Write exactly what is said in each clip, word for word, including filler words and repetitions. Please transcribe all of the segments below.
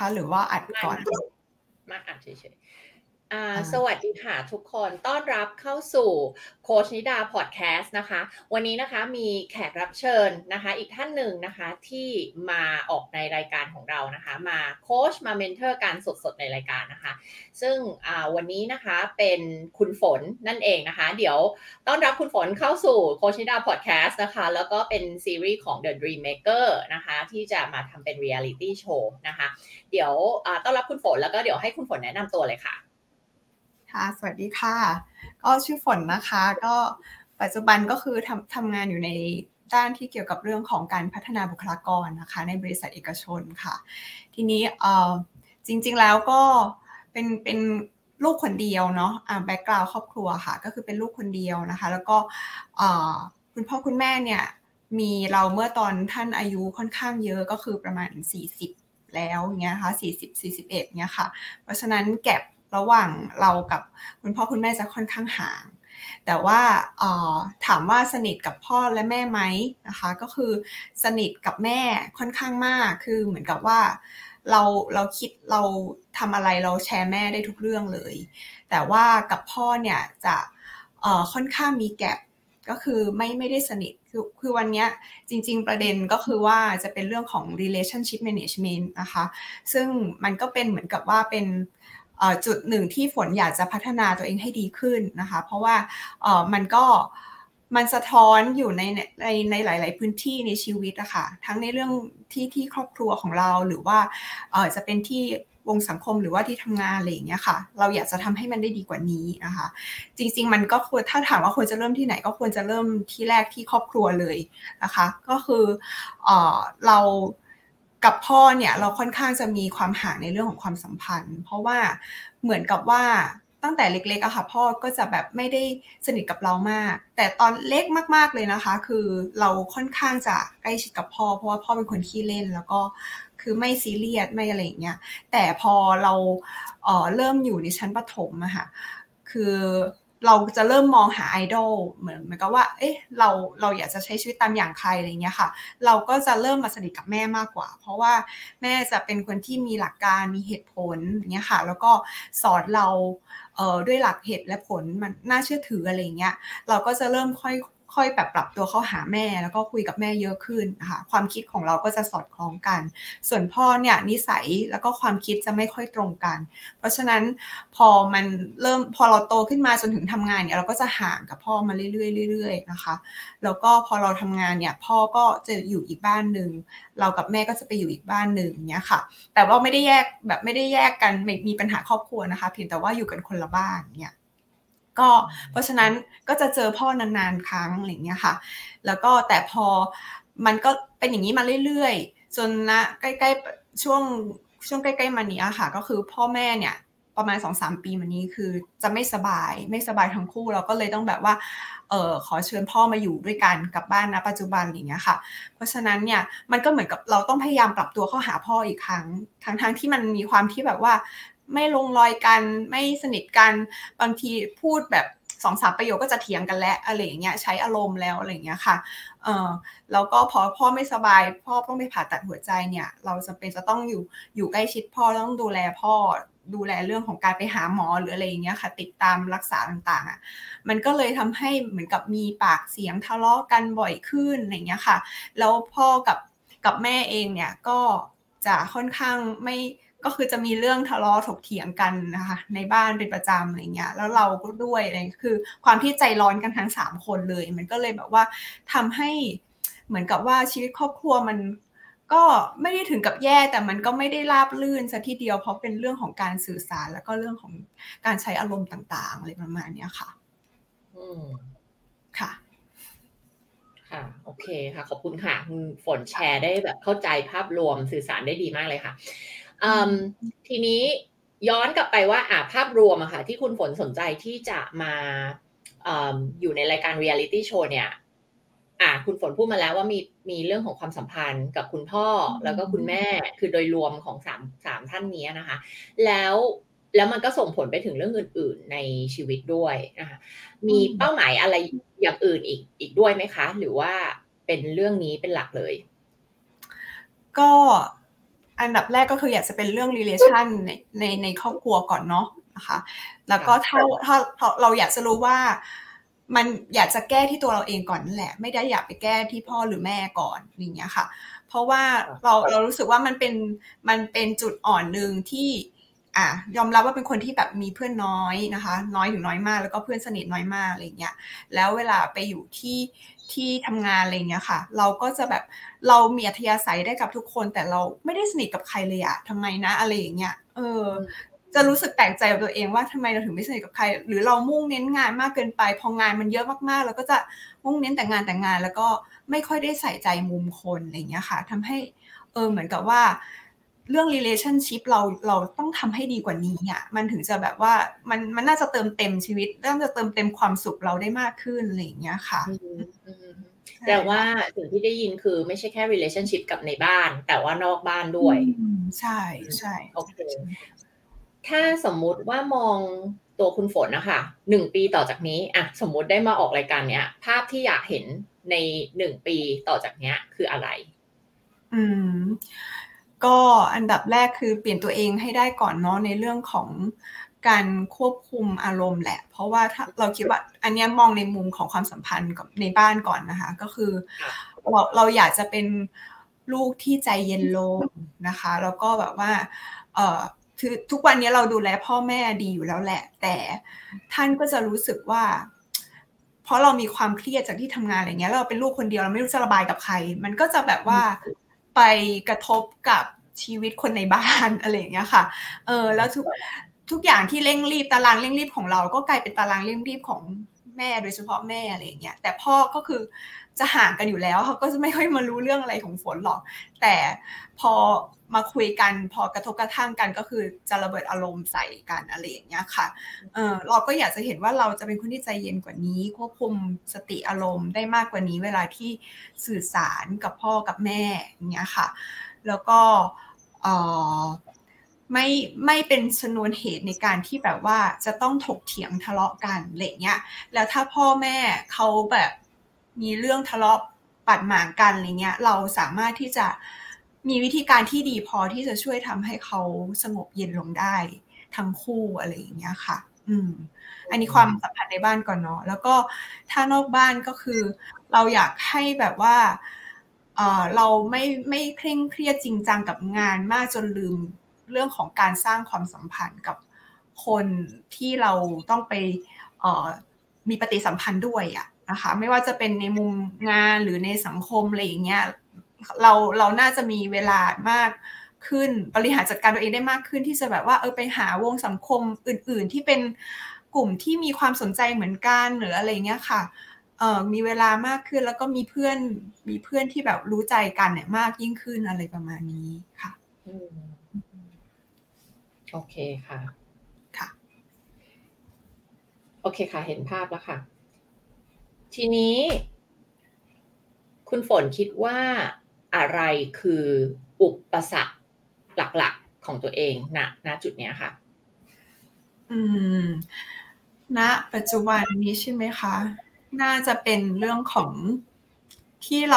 คะหรือว่าอัดก่อนมาอัดเฉยๆอ่าสวัสดีค่ะทุกคนต้อนรับเข้าสู่โคชนิดาพอดแคสต์นะคะวันนี้นะคะมีแขกรับเชิญนะคะอีกท่านหนึ่งนะคะที่มาออกในรายการของเรานะคะมาโคชมาเมนเทอร์การสดๆในรายการนะคะซึ่งอ่าวันนี้นะคะเป็นคุณฝนนั่นเองนะคะเดี๋ยวต้อนรับคุณฝนเข้าสู่โคชนิดาพอดแคสต์นะคะแล้วก็เป็นซีรีส์ของ The Dream Maker นะคะที่จะมาทำเป็น Reality Show นะคะเดี๋ยวต้อนรับคุณฝนแล้วก็เดี๋ยวให้คุณฝนแนะนำตัวเลยค่ะค่ะสวัสดีค่ะก็ชื่อฝนนะคะก็ปัจจุบันก็คือทำทำงานอยู่ในด้านที่เกี่ยวกับเรื่องของการพัฒนาบุคลากรนะคะในบริษัทเอกชนค่ะทีนี้เอ่อจริงๆแล้วก็เป็นเป็นลูกคนเดียวเนาะอ่าแบ็คกราวด์ครอบครัวค่ะก็คือเป็นลูกคนเดียวนะคะแล้วก็เอ่อคุณพ่อคุณแม่เนี่ยมีเราเมื่อตอนท่านอายุค่อนข้างเยอะก็คือประมาณสี่สิบแล้วเงี้ยค่ะสี่สิบ สี่สิบเอ็ดเงี้ยค่ะเพราะฉะนั้นแก็บระหว่างเรากับคุณพ่อคุณแม่จะค่อนข้างห่างแต่ว่าถามว่าสนิทกับพ่อและแม่ไหมนะคะก็คือสนิทกับแม่ค่อนข้างมากคือเหมือนกับว่าเราเราคิดเราทำอะไรเราแชร์แม่ได้ทุกเรื่องเลยแต่ว่ากับพ่อเนี่ยจะค่อนข้างมีแกปก็คือไม่ไม่ได้สนิทคือคือวันนี้จริงๆประเด็นก็คือว่าจะเป็นเรื่องของ relationship management นะคะซึ่งมันก็เป็นเหมือนกับว่าเป็นจุดหนึ่งที่ฝนอยากจะพัฒนาตัวเองให้ดีขึ้นนะคะเพราะว่ามันก็มันสะท้อนอยู่ในในในหลายๆพื้นที่ในชีวิตอะค่ะทั้งในเรื่องที่ที่ครอบครัวของเราหรือว่าจะเป็นที่วงสังคมหรือว่าที่ทำงานอะไรอย่างเงี้ยค่ะเราอยากจะทำให้มันได้ดีกว่านี้นะคะจริงๆมันก็ควรถ้าถามว่าควรจะเริ่มที่ไหนก็ควรจะเริ่มที่แรกที่ครอบครัวเลยนะคะก็คือเอ่อเรากับพ่อเนี่ยเราค่อนข้างจะมีความห่างในเรื่องของความสัมพันธ์เพราะว่าเหมือนกับว่าตั้งแต่เล็กๆอะค่ะพ่อก็จะแบบไม่ได้สนิทกับเรามากแต่ตอนเล็กมากๆเลยนะคะคือเราค่อนข้างจะใกล้ชิดกับพ่อเพราะว่าพ่อเป็นคนขี้เล่นแล้วก็คือไม่ซีเรียสไม่อะไรอย่างเงี้ยแต่พอเราเอ่อเริ่มอยู่ในชั้นประถมอะค่ะคือเราจะเริ่มมองหาไอดอลเหมือนเหมือนกับว่าเอ๊ะเราเราอยากจะใช้ชีวิตตามอย่างใครอะไรเงี้ยค่ะเราก็จะเริ่มมาสนิทกับแม่มากกว่าเพราะว่าแม่จะเป็นคนที่มีหลักการมีเหตุผลอย่างเงี้ยค่ะแล้วก็สอนเราเอ่อด้วยหลักเหตุและผลมันน่าเชื่อถืออะไรเงี้ยเราก็จะเริ่มค่อยค่อยแบบปรับตัวเข้าหาแม่แล้วก็คุยกับแม่เยอะขึ้นนะคะความคิดของเราก็จะสอดคล้องกันส่วนพ่อเนี่ยนิสัยแล้วก็ความคิดจะไม่ค่อยตรงกันเพราะฉะนั้นพอมันเริ่มพอเราโตขึ้นมาจนถึงทำงานเนี่ยเราก็จะห่างกับพ่อมาเรื่อยๆเรื่อยๆนะคะแล้วก็พอเราทำงานเนี่ยพ่อก็จะอยู่อีกบ้านนึงเรากับแม่ก็จะไปอยู่อีกบ้านนึงเนี้ยค่ะแต่ว่าไม่ได้แยกแบบไม่ได้แยกกันไม่มีปัญหาครอบครัวนะคะเพียงแต่ว่าอยู่กันคนละบ้านเนี่ยก็เพราะฉะนั้นก็จะเจอพ่อนานๆครั้งอะไรอย่างเงี้ยค่ะแล้วก็แต่พอมันก็เป็นอย่างนี้มาเรื่อยๆจนนะใกล้ๆช่วงช่วงใกล้ๆมานี้อะค่ะก็คือพ่อแม่เนี่ยประมาณ สองถึงสาม ปีมานี้คือจะไม่สบายไม่สบายทั้งคู่เราก็เลยต้องแบบว่าเอ่อขอเชิญพ่อมาอยู่ด้วยกันกับบ้านณปัจจุบันอย่างเงี้ยค่ะเพราะฉะนั้นเนี่ยมันก็เหมือนกับเราต้องพยายามปรับตัวเข้าหาพ่ออีกครั้งทั้งๆที่มันมีความที่แบบว่าไม่ลงรอยกันไม่สนิทกันบางทีพูดแบบ สองถึงสาม ประโยคก็จะเถียงกันแล้วอะไรอย่างเงี้ยใช้อารมณ์แล้วอะไรอย่างเงี้ยค่ะเอ่อแล้วก็พอพ่อไม่สบายพ่อต้องไปผ่าตัดหัวใจเนี่ยเราจำเป็นจะต้องอยู่อยู่ใกล้ชิดพ่อต้องดูแลพ่อดูแลเรื่องของการไปหาหมอหรืออะไรอย่างเงี้ยค่ะติดตามรักษาต่างๆอ่ะมันก็เลยทำให้เหมือนกับมีปากเสียงทะเลาะกันบ่อยขึ้นอะไรอย่างเงี้ยค่ะแล้วพ่อกับกับแม่เองเนี่ยก็จะค่อนข้างไม่ก็คือจะมีเรื่องทะเลาะถกเถียงกันนะคะในบ้านเป็นประจำอะไรเงี้ยแล้วเราก็ด้วยอะไรคือความที่ใจร้อนกันทั้งสามคนเลยมันก็เลยแบบว่าทำให้เหมือนกับว่าชีวิตครอบครัวมันก็ไม่ได้ถึงกับแย่แต่มันก็ไม่ได้ราบรื่นซะทีเดียวเพราะเป็นเรื่องของการสื่อสารแล้วก็เรื่องของการใช้อารมณ์ต่างๆอะไรประมาณนี้ค่ะอืมค่ะค่ะโอเคค่ะขอบคุณค่ะคุณฝนแชร์ได้แบบเข้าใจภาพรวมสื่อสารได้ดีมากเลยค่ะทีนี้ย้อนกลับไปว่าอ่าภาพรวมอะค่ะที่คุณฝนสนใจที่จะมาอยู่ในรายการ Reality Show เนี่ยอ่าคุณฝนพูดมาแล้วว่ามีมีเรื่องของความสัมพันธ์กับคุณพ่อแล้วก็คุณแม่คือโดยรวมของสามสามท่านนี้นะคะแล้วแล้วมันก็ส่งผลไปถึงเรื่องอื่นๆในชีวิตด้วยนะคะมีเป้าหมายอะไรอย่างอื่นอีกอีกด้วยไหมคะหรือว่าเป็นเรื่องนี้เป็นหลักเลยก็อันดับแรกก็คืออยากจะเป็นเรื่อง relation ในในในครอบครัวก่อนเนาะนะคะแล้วก็ถ้าถ้าเราอยากจะรู้ว่ามันอยากจะแก้ที่ตัวเราเองก่อนนั่นแหละไม่ได้อยากไปแก้ที่พ่อหรือแม่ก่อนอย่างเงี้ยค่ะเพราะว่าเราเรารู้สึกว่ามันเป็นมันเป็นจุดอ่อนนึงที่อ่ะยอมรับว่าเป็นคนที่แบบมีเพื่อนน้อยนะคะน้อยถึงน้อยมากแล้วก็เพื่อนสนิทน้อยมากอะไรเงี้ยแล้วเวลาไปอยู่ที่ที่ทำงานอะไรเงี้ยค่ะเราก็จะแบบเรามีอัธยาศัยได้กับทุกคนแต่เราไม่ได้สนิทกับใครเลยอะทำไมนะอะไรอย่างเงี้ยเออจะรู้สึกแปลกใจกับตัวเองว่าทำไมเราถึงไม่สนิทกับใครหรือเรามุ่งเน้นงานมากเกินไปพองานมันเยอะมากๆเราก็จะมุ่งเน้นแต่งานแต่งานแล้วก็ไม่ค่อยได้ใส่ใจมุมคนอะไรเงี้ยค่ะทำให้เออเหมือนกับว่าเรื่อง relationship เราเราต้องทำให้ดีกว่านี้อ่ะมันถึงจะแบบว่ามันมันน่าจะเติมเต็มชีวิตน่าจะเติมเต็มความสุขเราได้มากขึ้นอะไรอย่างเงี้ยค่ะแต่ว่าสิ่งที่ได้ยินคือไม่ใช่แค่ relationship กับในบ้านแต่ว่านอกบ้านด้วยใช่ใช่โอเคถ้าสมมุติว่ามองตัวคุณฝนนะคะหนึ่งปีต่อจากนี้อ่ะสมมุติได้มาออกรายการเนี้ยภาพที่อยากเห็นในหนึ่งปีต่อจากเนี้ยคืออะไรอืมก็อันดับแรกคือเปลี่ยนตัวเองให้ได้ก่อนเนาะในเรื่องของการควบคุมอารมณ์แหละเพราะว่าถ้าเราคิดว่าอันนี้มองในมุมของความสัมพันธ์กับในบ้านก่อนนะคะก็คือเราเราอยากจะเป็นลูกที่ใจเย็นลงนะคะแล้วก็แบบว่าเอ่อคือทุกวันนี้เราดูแลพ่อแม่ดีอยู่แล้วแหละแต่ท่านก็จะรู้สึกว่าเพราะเรามีความเครียดจากที่ทำงานอะไรเงี้ยเราเป็นลูกคนเดียวเราไม่รู้จะระบายกับใครมันก็จะแบบว่าไปกระทบกับชีวิตคนในบ้านอะไรอย่างเงี้ยค่ะเออแล้วทุกทุกอย่างที่เร่งรีบตารางเร่งรีบของเราก็กลายเป็นตารางเร่งรีบของแม่โดยเฉพาะแม่อะไรอย่างเงี้ยแต่พ่อก็คือจะห่างกันอยู่แล้วเขาก็จะไม่ค่อยมารู้เรื่องอะไรของฝนหรอกแต่พอมาคุยกันพอกระทบกระทั่งกันก็คือจะระเบิดอารมณ์ใส่กันอะไรอย่างเงี้ยค่ะเออเราก็อยากจะเห็นว่าเราจะเป็นคนที่ใจเย็นกว่านี้ควบคุมสติอารมณ์ได้มากกว่านี้เวลาที่สื่อสารกับพ่อกับแม่อย่างเงี้ยค่ะแล้วก็เอ่อไม่ไม่เป็นชนวนเหตุในการที่แบบว่าจะต้องถกเถียงทะเลาะกันอะไรเงี้ยแล้วถ้าพ่อแม่เขาแบบมีเรื่องทะเลาะปัดหมางกันอะไรเงี้ยเราสามารถที่จะมีวิธีการที่ดีพอที่จะช่วยทำให้เขาสงบเย็นลงได้ทั้งคู่อะไรอย่างเงี้ยค่ะอืมอันนี้ความสัมพันธ์ในบ้านก่อนเนาะแล้วก็ถ้านอกบ้านก็คือเราอยากให้แบบว่าเอ่อเราไม่ไม่เคร่งเครียดจริงจังกับงานมากจนลืมเรื่องของการสร้างความสัมพันธ์กับคนที่เราต้องไปเอ่อมีปฏิสัมพันธ์ด้วยอะนะคะไม่ว่าจะเป็นในมุมงานหรือในสังคมอะไรอย่างเงี้ยเราเราน่าจะมีเวลามากขึ้นบริหารจัดการตัวเองได้มากขึ้นที่จะแบบว่าเออไปหาวงสังคมอื่นๆที่เป็นกลุ่มที่มีความสนใจเหมือนกันหรืออะไรเงี้ยค่ะเอ่อมีเวลามากขึ้นแล้วก็มีเพื่อนมีเพื่อนที่แบบรู้ใจกันเนี่ยมากยิ่งขึ้นอะไรประมาณนี้ค่ะโอเคค่ะค่ะโอเคค่ะเห็นภาพแล้วค่ะทีนี้คุณฝนคิดว่าอะไรคืออุปสรรคหลักๆของตัวเองณณจุดเนี้ยค่ะอืมณปัจจุบันนี้ใช่ไหมคะน่าจะเป็นเรื่องของที่เรา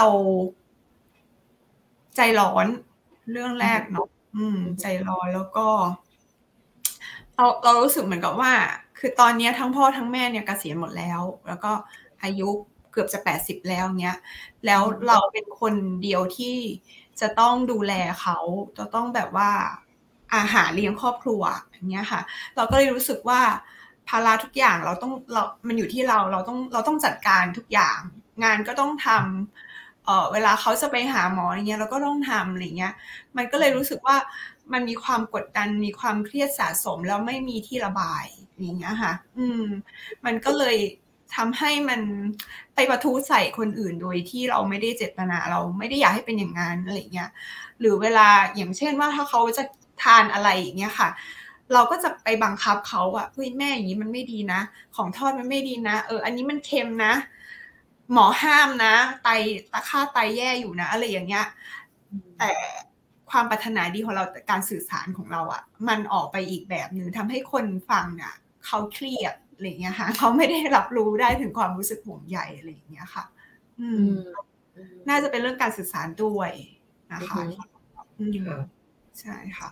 ใจร้อนเรื่องแรกเนาะอืมใจร้อนแล้วก็เราเรารู้สึกเหมือนกับว่าคือตอนนี้ทั้งพ่อทั้งแม่เนี่ยเกษียณหมดแล้วแล้วก็อายุเกือบจะแปดสิบแล้วเนี้ยแล้วเราเป็นคนเดียวที่จะต้องดูแลเขาจะต้องแบบว่าอาหารเลี้ยงครอบครัวอย่างเงี้ยค่ะเราก็เลยรู้สึกว่าภาระทุกอย่างเราต้องเรามันอยู่ที่เราเราต้องเราต้องจัดการทุกอย่างงานก็ต้องทำเอ่อเวลาเขาจะไปหาหมออย่างเงี้ยเราก็ต้องทำอะไรเงี้ยมันก็เลยรู้สึกว่ามันมีความกดดันมีความเครียดสะสมแล้วไม่มีที่ระบายอย่างเงี้ยค่ะอืมมันก็เลยทำให้มันไปปะทุใส่คนอื่นโดยที่เราไม่ได้เจตนาเราไม่ได้อยากให้เป็นอย่างนั้นอะไรเงี้ยหรือเวลาอย่างเช่นว่าถ้าเขาจะทานอะไรอย่างเงี้ยค่ะเราก็จะไปบังคับเขาอะเฮ้ยแม่อย่างนี้มันไม่ดีนะของทอดมันไม่ดีนะเอออันนี้มันเค็มนะหมอห้ามนะไตตะค่าไตแย่อยู่นะอะไรอย่างเงี้ยแต่ความปรารถนาดีของเราการสื่อสารของเราอะมันออกไปอีกแบบนึงทำให้คนฟังอะเขาเครียดอะไรอย่างเงี้ยค่ะเขาไม่ได้รับรู้ได้ถึงความรู้สึกห่วงใยอะไรอย่างเงี้ยค่ะอืมน่าจะเป็นเรื่องการสื่อสารด้วยนะคะอืมใช่ค่ะ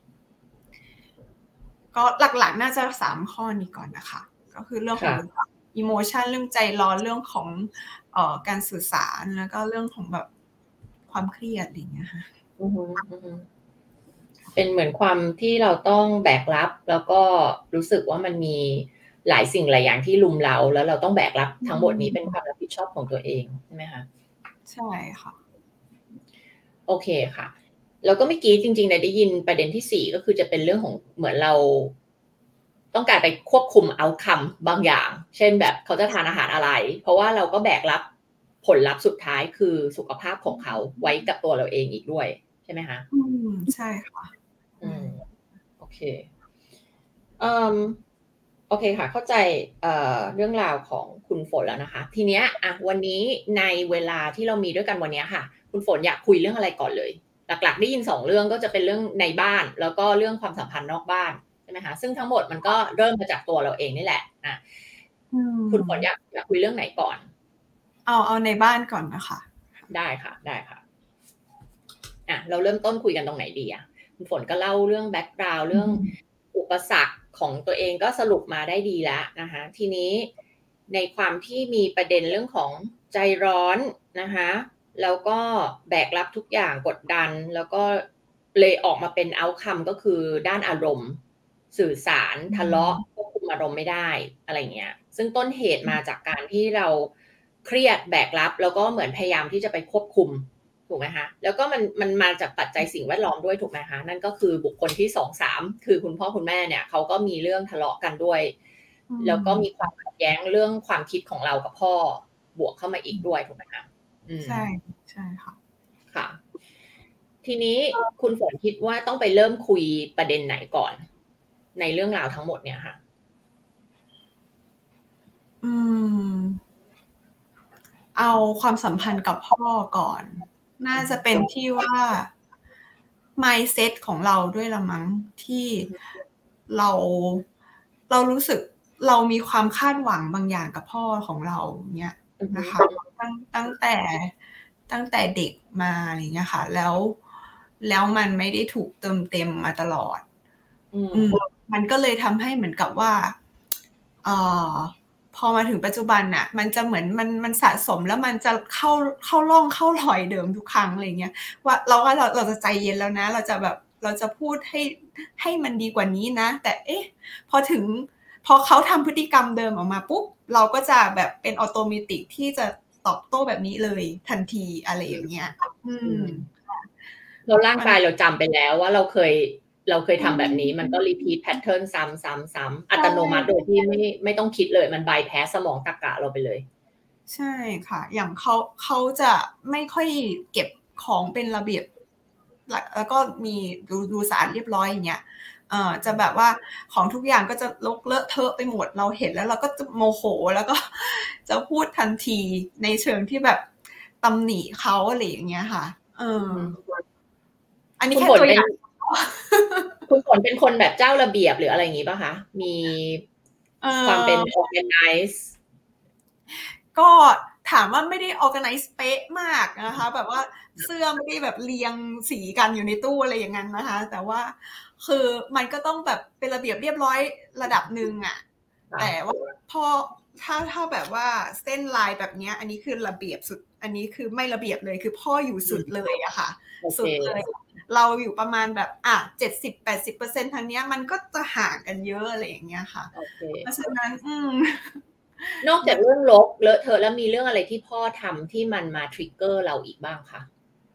ก็หลักๆน่าจะสามข้อนี้ก่อนนะคะก็คือเรื่องของอิโมชันเรื่องใจร้อนเรื่องของเอ่อการสื่อสารแล้วก็เรื่องของแบบความเครียดอะไรอย่างเงี้ยค่ะอือฮึอือฮึเป็นเหมือนความที่เราต้องแบกรับแล้วก็รู้สึกว่ามันมีหลายสิ่งหลายอย่างที่รุมเร้าแล้วเราต้องแบกรับทั้งหมดนี้เป็นความรับผิดชอบของตัวเองใช่ไหมคะใช่ค่ะโอเคค่ะแล้วก็เมื่อกี้จริงๆเนี่ยได้ยินประเด็นที่สี่ก็คือจะเป็นเรื่องของเหมือนเราต้องการไปควบคุม outcome บางอย่างเช่นแบบเขาจะทานอาหารอะไรเพราะว่าเราก็แบกรับผลลัพธ์สุดท้ายคือสุขภาพของเขาไว้กับตัวเราเองอีกด้วยใช่ไหมคะอืมใช่ค่ะอืมโอเคเอ่อโอเคค่ะเข้าใจเอ่อเรื่องราวของคุณฝนแล้วนะคะทีเนี้ยอะวันนี้ในเวลาที่เรามีด้วยกันวันนี้ค่ะคุณฝนอยากคุยเรื่องอะไรก่อนเลยหลักๆได้ยินสองเรื่องก็จะเป็นเรื่องในบ้านแล้วก็เรื่องความสัมพันธ์นอกบ้านใช่ไหมคะซึ่งทั้งหมดมันก็เริ่มมาจากตัวเราเองนี่แหละอะอืมคุณฝนอยากอยากคุยเรื่องไหนก่อนเอาเอาในบ้านก่อนนะคะได้ค่ะได้ค่ะอ่ะเราเริ่มต้นคุยกันตรงไหนดีอ่ะคุณฝนก็เล่าเรื่องแบ็กกราวด์เรื่องอุปสรรคของตัวเองก็สรุปมาได้ดีแล้วนะคะทีนี้ในความที่มีประเด็นเรื่องของใจร้อนนะคะแล้วก็แบกรับทุกอย่างกดดันแล้วก็เลยออกมาเป็นเอาท์คัมก็คือด้านอารมณ์สื่อสารทะเลาะควบคุมอารมณ์ไม่ได้อะไรเงี้ยซึ่งต้นเหตุมาจากการที่เราเครียดแบกรับแล้วก็เหมือนพยายามที่จะไปควบคุม ถูกไหมคะแล้วก็มันมันมาจากปัจจัยสิ่งแวดล้อมด้วยถูกไหมคะนั่นก็คือบุคคลที่สองสามคือคุณพ่อคุณแม่เนี่ยเขาก็มีเรื่องทะเลาะกันด้วยแล้วก็มีความขัดแย้งเรื่องความคิดของเรากับพ่อบวกเข้ามาอีกด้วยถูกไหมคะใช่ใช่ค่ะค่ะทีนี้คุณฝนคิดว่าต้องไปเริ่มคุยประเด็นไหนก่อนในเรื่องราวทั้งหมดเนี่ยค่ะอืมเอาความสัมพันธ์กับพ่อก่อน น่าจะเป็นที่ว่า mindset ของเราด้วยละมั้งที่เราเรารู้สึกเรามีความคาดหวังบางอย่างกับพ่อของเราเนี่ยนะคะตั้งตั้งแต่ตั้งแต่เด็กมาอะไรเงี้ยค่ะแล้วแล้วมันไม่ได้ถูกเติมเต็มมาตลอดอืมมันก็เลยทำให้เหมือนกับว่าเอ่อพอมาถึงปัจจุบันน่ะมันจะเหมือนมันมันสะสมแล้วมันจะเข้าเข้าร่องเข้ารอยเดิมทุกครั้งอะไรเงี้ยว่าเราว่าเราเราจะใจเย็นแล้วนะเราจะแบบเราจะพูดให้ให้มันดีกว่านี้นะแต่เอ๊ะพอถึงพอเขาทำพฤติกรรมเดิมออกมาปุ๊บเราก็จะแบบเป็นออโตเมติกที่จะตอบโต้แบบนี้เลยทันทีอะไรอย่างเงี้ยอืมแล้วร่างกายเราจำไปแล้วว่าเราเคยเราเคยทำแบบนี้มันก็ repeat pattern ซ้ำซ้ำซ้ำอัตโนมัติโดยที่ไม่ไม่ต้องคิดเลยมัน bypass สมองตรรกะเราไปเลยใช่ค่ะอย่างเขาเขาจะไม่ค่อยเก็บของเป็นระเบียบแล้วก็มีดูดูสะอาดเรียบร้อยอย่างเงี้ยเอ่อจะแบบว่าของทุกอย่างก็จะรกเลอะเทอะไปหมดเราเห็นแล้วเราก็จะโมโหแล้วก็จะพูดทันทีในเชิงที่แบบตำหนิเขาอะไรอย่างเงี้ยค่ะเอออันนี้แค่ตัวอย่างคุณฝนเป็นคนแบบเจ้าระเบียบหรืออะไรอย่างงี้ป่ะคะมีความเป็น organize ก็ถามว่าไม่ได้ organize เป๊ะมากนะคะแบบว่าเสื้อไม่ได้แบบเรียงสีกันอยู่ในตู้อะไรอย่างนั้นนะคะแต่ว่าคือมันก็ต้องแบบเป็นระเบียบเรียบร้อยระดับหนึ่งอะแต่ว่าพอถ้าถ้าแบบว่าเส้นลายแบบนี้อันนี้คือระเบียบสุดอันนี้คือไม่ระเบียบเลยคือพ่ออยู่สุดเลยอะค่ะสุดเลยเราอยู่ประมาณแบบอ่ะเจ็ดสิบแปดสิบเปอร์เซ็นต์ทางเนี้ยมันก็จะห่างกันเยอะอะไรอย่างเงี้ยค่ะเพราะฉะนั้นอืมนอกจากเรื่องรกเลอะเทอะแล้วมีเรื่องอะไรที่พ่อทำที่มันมาทริกเกอร์เราอีกบ้างคะ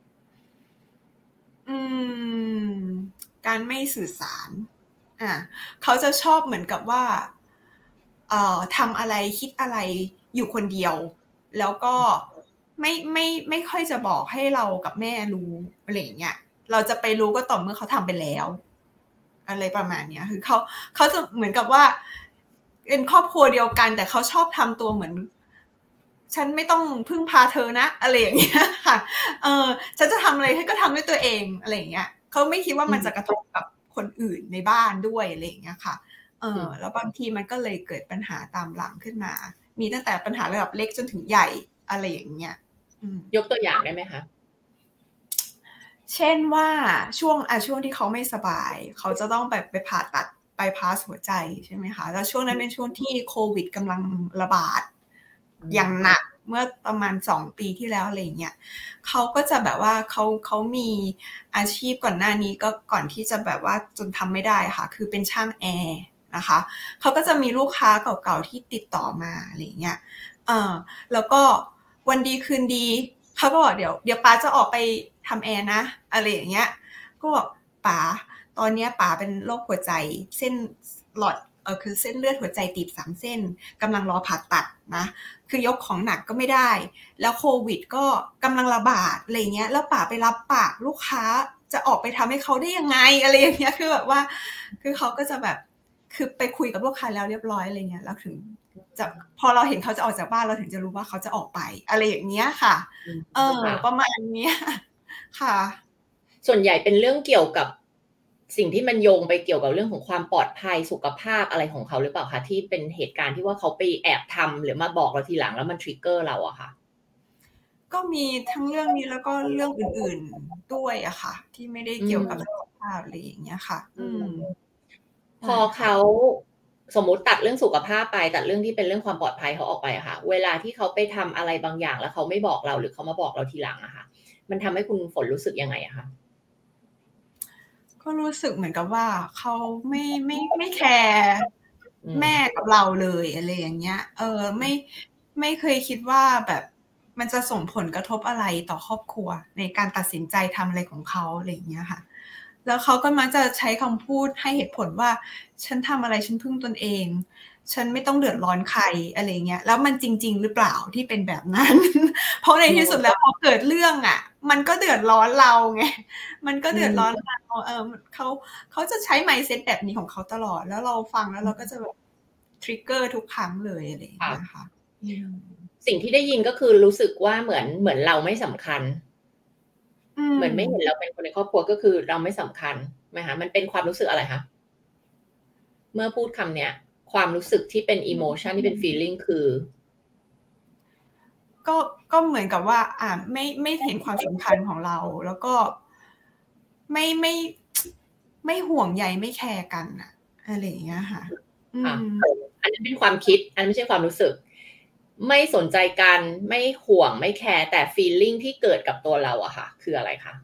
อืมการไม่สื่อสารอ่ะเขาจะชอบเหมือนกับว่าเอ่อทำอะไรคิดอะไรอยู่คนเดียวแล้วก็ไม่ไม่ไม่ค่อยจะบอกให้เรากับแม่รู้อะไรอย่างเงี้ยเราจะไปรู้ก็ต่อเมื่อเขาทำไปแล้วอะไรประมาณเนี้ยคือเขาเขาจะเหมือนกับว่าเป็นครอบครัวเดียวกันแต่เขาชอบทำตัวเหมือนฉันไม่ต้องพึ่งพาเธอนะอะไรอย่างเงี้ยค่ะเออฉันจะทำอะไรให้ก็ทำด้วยตัวเองอะไรอย่างเงี้ยเขาไม่คิดว่ามันจะกระทบกับคนอื่นในบ้านด้วยอะไรอย่างเงี้ยค่ะเออแล้วบางทีมันก็เลยเกิดปัญหาตามหลังขึ้นมามีตั้งแต่ปัญหาระดับเล็กจนถึงใหญ่อะไรอย่างเงี้ยยกตัวอย่างได้ไหมคะเช่นว่าช่วงอ่ะช่วงที่เขาไม่สบายเขาจะต้องแบบไปผ่าตัดบายพาสหัวใจใช่ไหมคะแล้วช่วงนั้นเป็นช่วงที่โควิดกำลังระบาดอย่างหนักเมื่อประมาณสองปีที่แล้วอะไรเงี้ยเขาก็จะแบบว่าเขาเขามีอาชีพก่อนหน้านี้ก็ก่อนที่จะแบบว่าจนทำไม่ได้ค่ะคือเป็นช่างแอร์นะคะเขาก็จะมีลูกค้าเก่าๆที่ติดต่อมาอะไรเงี้ยเออแล้วก็วันดีคืนดีเขาก็บอกเดี๋ยวเดี๋ยวป้าจะออกไปทำแอร์นะอะไรอย่างเงี้ยก็บอกป๋าตอนนี้ป๋าเป็นโรคหัวใจเส้นหลอดเออคือเส้นเลือดหัวใจตีบสามเส้นกำลังรอผ่าตัดนะคือยกของหนักก็ไม่ได้แล้วโควิดก็กำลังระบาดอะไรเงี้ยแล้วป๋าไปรับปากลูกค้าจะออกไปทำให้เขาได้ยังไงอะไรอย่างเงี้ยคือแบบว่าคือเขาก็จะแบบคือไปคุยกับลูกค้าแล้วเรียบร้อยอะไรเงี้ยแล้วถึงจะพอเราเห็นเขาจะออกจากบ้านเราถึงจะรู้ว่าเขาจะออกไปอะไรอย่างเงี้ยค่ะเออประมาณนี้ค่ะส่วนใหญ่เป็นเรื่องเกี่ยวกับสิ่งที่มันโยงไปเกี่ยวกับเรื่องของความปลอดภัยสุขภาพอะไรของเขาหรือเปล่าคะที่เป็นเหตุการณ์ที่ว่าเขาไปแอบทำหรือมาบอกเราทีหลังแล้วมันทริกเกอร์เราอะค่ะก็มีทั้งเรื่องนี้แล้วก็เรื่องอื่นๆด้วยอะค่ะที่ไม่ได้เกี่ยวกับสุขภาพอะไรอย่างเงี้ยค่ะอืมพอเขาสมมุติตัดเรื่องสุขภาพไปตัดเรื่องที่เป็นเรื่องความปลอดภัยเขาออกไปอะค่ะเวลาที่เขาไปทำอะไรบางอย่างแล้วเขาไม่บอกเราหรือเขามาบอกเราทีหลังอะค่ะมันทำให้คุณฝนรู้สึกยังไงอะคะก็รู้สึกเหมือนกับว่าเขาไม่ไม่ไม่แคร์แม่กับเราเลยอะไรอย่างเงี้ยเออไม่ไม่เคยคิดว่าแบบมันจะส่งผลกระทบอะไรต่อครอบครัวในการตัดสินใจทำอะไรของเขาอะไรอย่างเงี้ยค่ะแล้วเขาก็มักจะใช้คำพูดให้เหตุผลว่าฉันทำอะไรฉันพึ่งตนเองฉันไม่ต้องเดือดร้อนใครอะไรเงี้ยแล้วมันจริงๆหรือเปล่าที่เป็นแบบนั้น เพราะในที่สุดแล้วพอเกิดเรื่องอ่ะมันก็เดือดร้อนเราไงมันก็เดือดร้อนเราเออเขาเขาจะใช้ mindset แบบนี้ของเขาตลอดแล้วเราฟังแล้วเราก็จะแบบทริกเกอร์ทุกครั้งเลยอะไรอย่างเงี้ยค่ะสิ่งที่ได้ยินก็คือรู้สึกว่าเหมือนเหมือนเราไม่สำคัญเหมือนไม่เห็นเราเป็นคนในครอบครัวก็คือเราไม่สำคัญไหมคะมันเป็นความรู้สึกอะไรคะเมื่อพูดคำเนี้ยความรู้สึกที่เป็น emotion ที่เป็น feeling คือก็ก็เหมือนกับว่าอ่าไม่ไม่เห็นความสำคัญของเราแล้วก็ไม่ไม่ไม่ห่วงใยไม่แคร์กันอะอะไรอย่างเงี้ยค่ะอืมอันนั้นเป็นความคิดอันไม่ใช่ความรู้สึกไม่สนใจกันไม่ห่วงไม่แคร์แต่ feeling ที่เกิดกับตัวเราอะค่ะคืออะไรคะ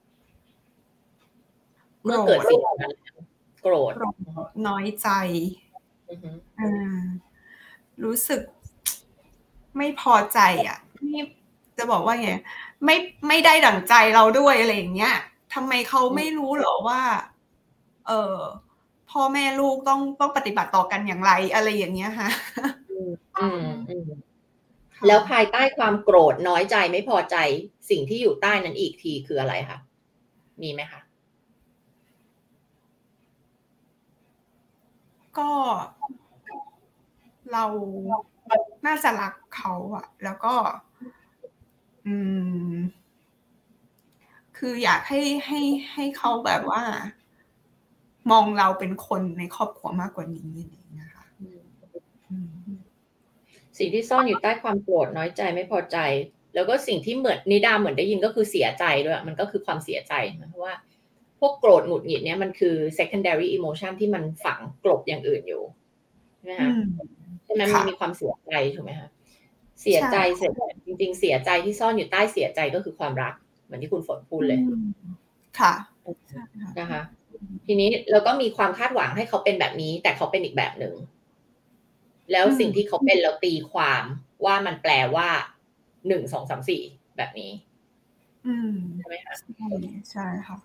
เมื่อเกิดสิ่งนั้นโกรธน้อยใจอ่ารู้สึกไม่พอใจอ่ะนี่จะบอกว่าไงไม่ไม่ได้ดั่งใจเราด้วยอะไรอย่างเงี้ยทำไมเขาไม่รู้หรอว่าเออพ่อแม่ลูกต้องต้องปฏิบัติต่อกันอย่างไรอะไรอย่างเงี้ยค่ะอืมอืมแล้วภายใต้ความโกรธน้อยใจไม่พอใจสิ่งที่อยู่ใต้นั้นอีกทีคืออะไรคะมีไหมคะก็เราน่าจะรักเขาอะแล้วก็อืมคืออยากให้ให้ให้เขาแบบว่ามองเราเป็นคนในครอบครัวมากกว่านี้อะไรอย่างเงี้ยค่ะสิ่งที่ซ่อนอยู่ใต้ความโกรธน้อยใจไม่พอใจแล้วก็สิ่งที่เหมือนนิดาเหมือนได้ยินก็คือเสียใจด้วยมันก็คือความเสียใจเพราะว่าพวกโกรธหงุดหงิดเนี่ยมันคือ secondary emotion ที่มันฝังกลบอย่างอื่นอยู่ใช่ไหมคะใช่ไหมมันมีความเสียใจถูกไหมคะเสียใจเสียจริงๆเสียใจที่ซ่อนอยู่ใต้เสียใจก็คือความรักเหมือนที่คุณฝนพูดเลยค่ะนะคะทีนี้เราก็มีความคาดหวังให้เขาเป็นแบบนี้แต่เขาเป็นอีกแบบหนึ่งแล้วสิ่งที่เขาเป็นเราตีความว่ามันแปลว่าหนึ่งสองสามสี่แบบนี้ใช่ไหมคะใช่ค่ะ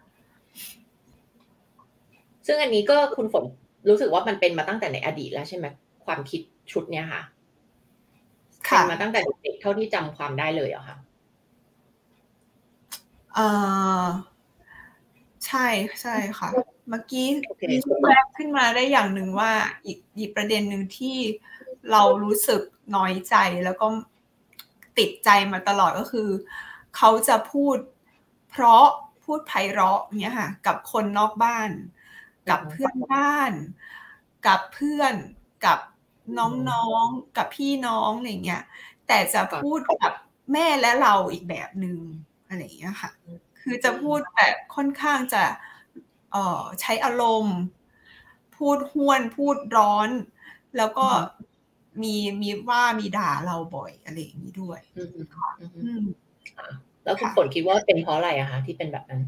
ซึ่งอันนี้ก็คุณฝนรู้สึกว่ามันเป็นมาตั้งแต่ในอดีตแล้วใช่ไหมความคิดชุดเนี้ยค่ะเป็นมาตั้งแต่เด็กๆเท่าที่จำความได้เลยเหรอคะเออใช่ใช่ค่ะเมื่อกี้แวบขึ้นมาได้อย่างหนึ่งว่าอีกอีกประเด็นหนึ่งที่เรารู้สึกน้อยใจแล้วก็ติดใจมาตลอดก็คือเขาจะพูดเพราะพูดไพเราะเนี้ยค่ะกับคนนอกบ้านกับเพื่อนบ้านกับเพื่อนกับน้องๆกับพี่น้องอะไรเงี้ยแต่จะพูดกับแม่และเราอีกแบบหนึ่งอะไรอย่างเงี้ยค่ะคืคือจะพูดแบบค่อนข้างจะเอ่อใช้อารมณ์พูดห้วนพูดร้อนแล้วก็มีมีว่ามีด่าเราบ่อยอะไรอย่างนี้ด้วยค่ะอืมแล้วคุณฝนคิดว่าเป็นเพราะอะไรอะคะที่เป็นแบบนั้น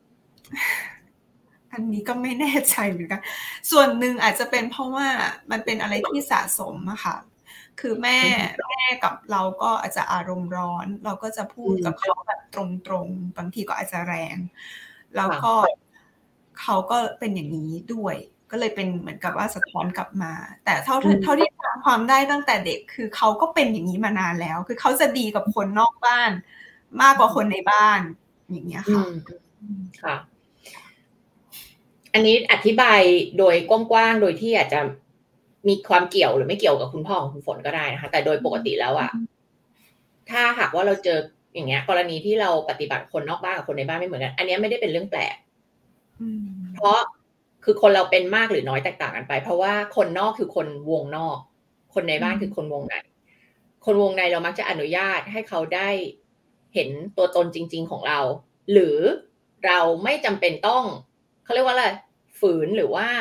อันนี้ก็ไม่แน่ใจเหมือนกันส่วนหนึ่งอาจจะเป็นเพราะว่ามันเป็นอะไรที่สะสมอะค่ะคือแม่แม่กับเราก็อาจจะอารมณ์ร้อนเราก็จะพูดกับเขาแบบตรงๆบางทีก็อาจจะแรงแล้วก็เขาก็เป็นอย่างนี้ด้วยก็เลยเป็นเหมือนกับว่าสะท้อนกลับมาแต่เท่าเท่าที่จำความได้ตั้งแต่เด็กคือเขาก็เป็นอย่างนี้มานานแล้วคือเขาจะดีกับคนนอกบ้านมากกว่าคนในบ้านอย่างเงี้ยค่ะค่ะอันนี้อธิบายโดยกว้างๆโดยที่อาจจะมีความเกี่ยวหรือไม่เกี่ยวกับคุณพ่อของคุณฝนก็ได้นะคะแต่โดยปกติแล้วอะถ้าหากว่าเราเจออย่างเงี้ยกรณีที่เราปฏิบัติคนนอกบ้านกับคนในบ้านไม่เหมือนกันอันนี้ไม่ได้เป็นเรื่องแปลกเพราะคือคนเราเป็นมากหรือน้อยแตกต่างกันไปเพราะว่าคนนอกคือคนวงนอกคนในบ้านคือคนวงในคนวงในเรามักจะอนุญาตให้เขาได้เห็นตัวตนจริงๆของเราหรือเราไม่จำเป็นต้องเขาเรียกว่าอะไรฝืนหรือว่า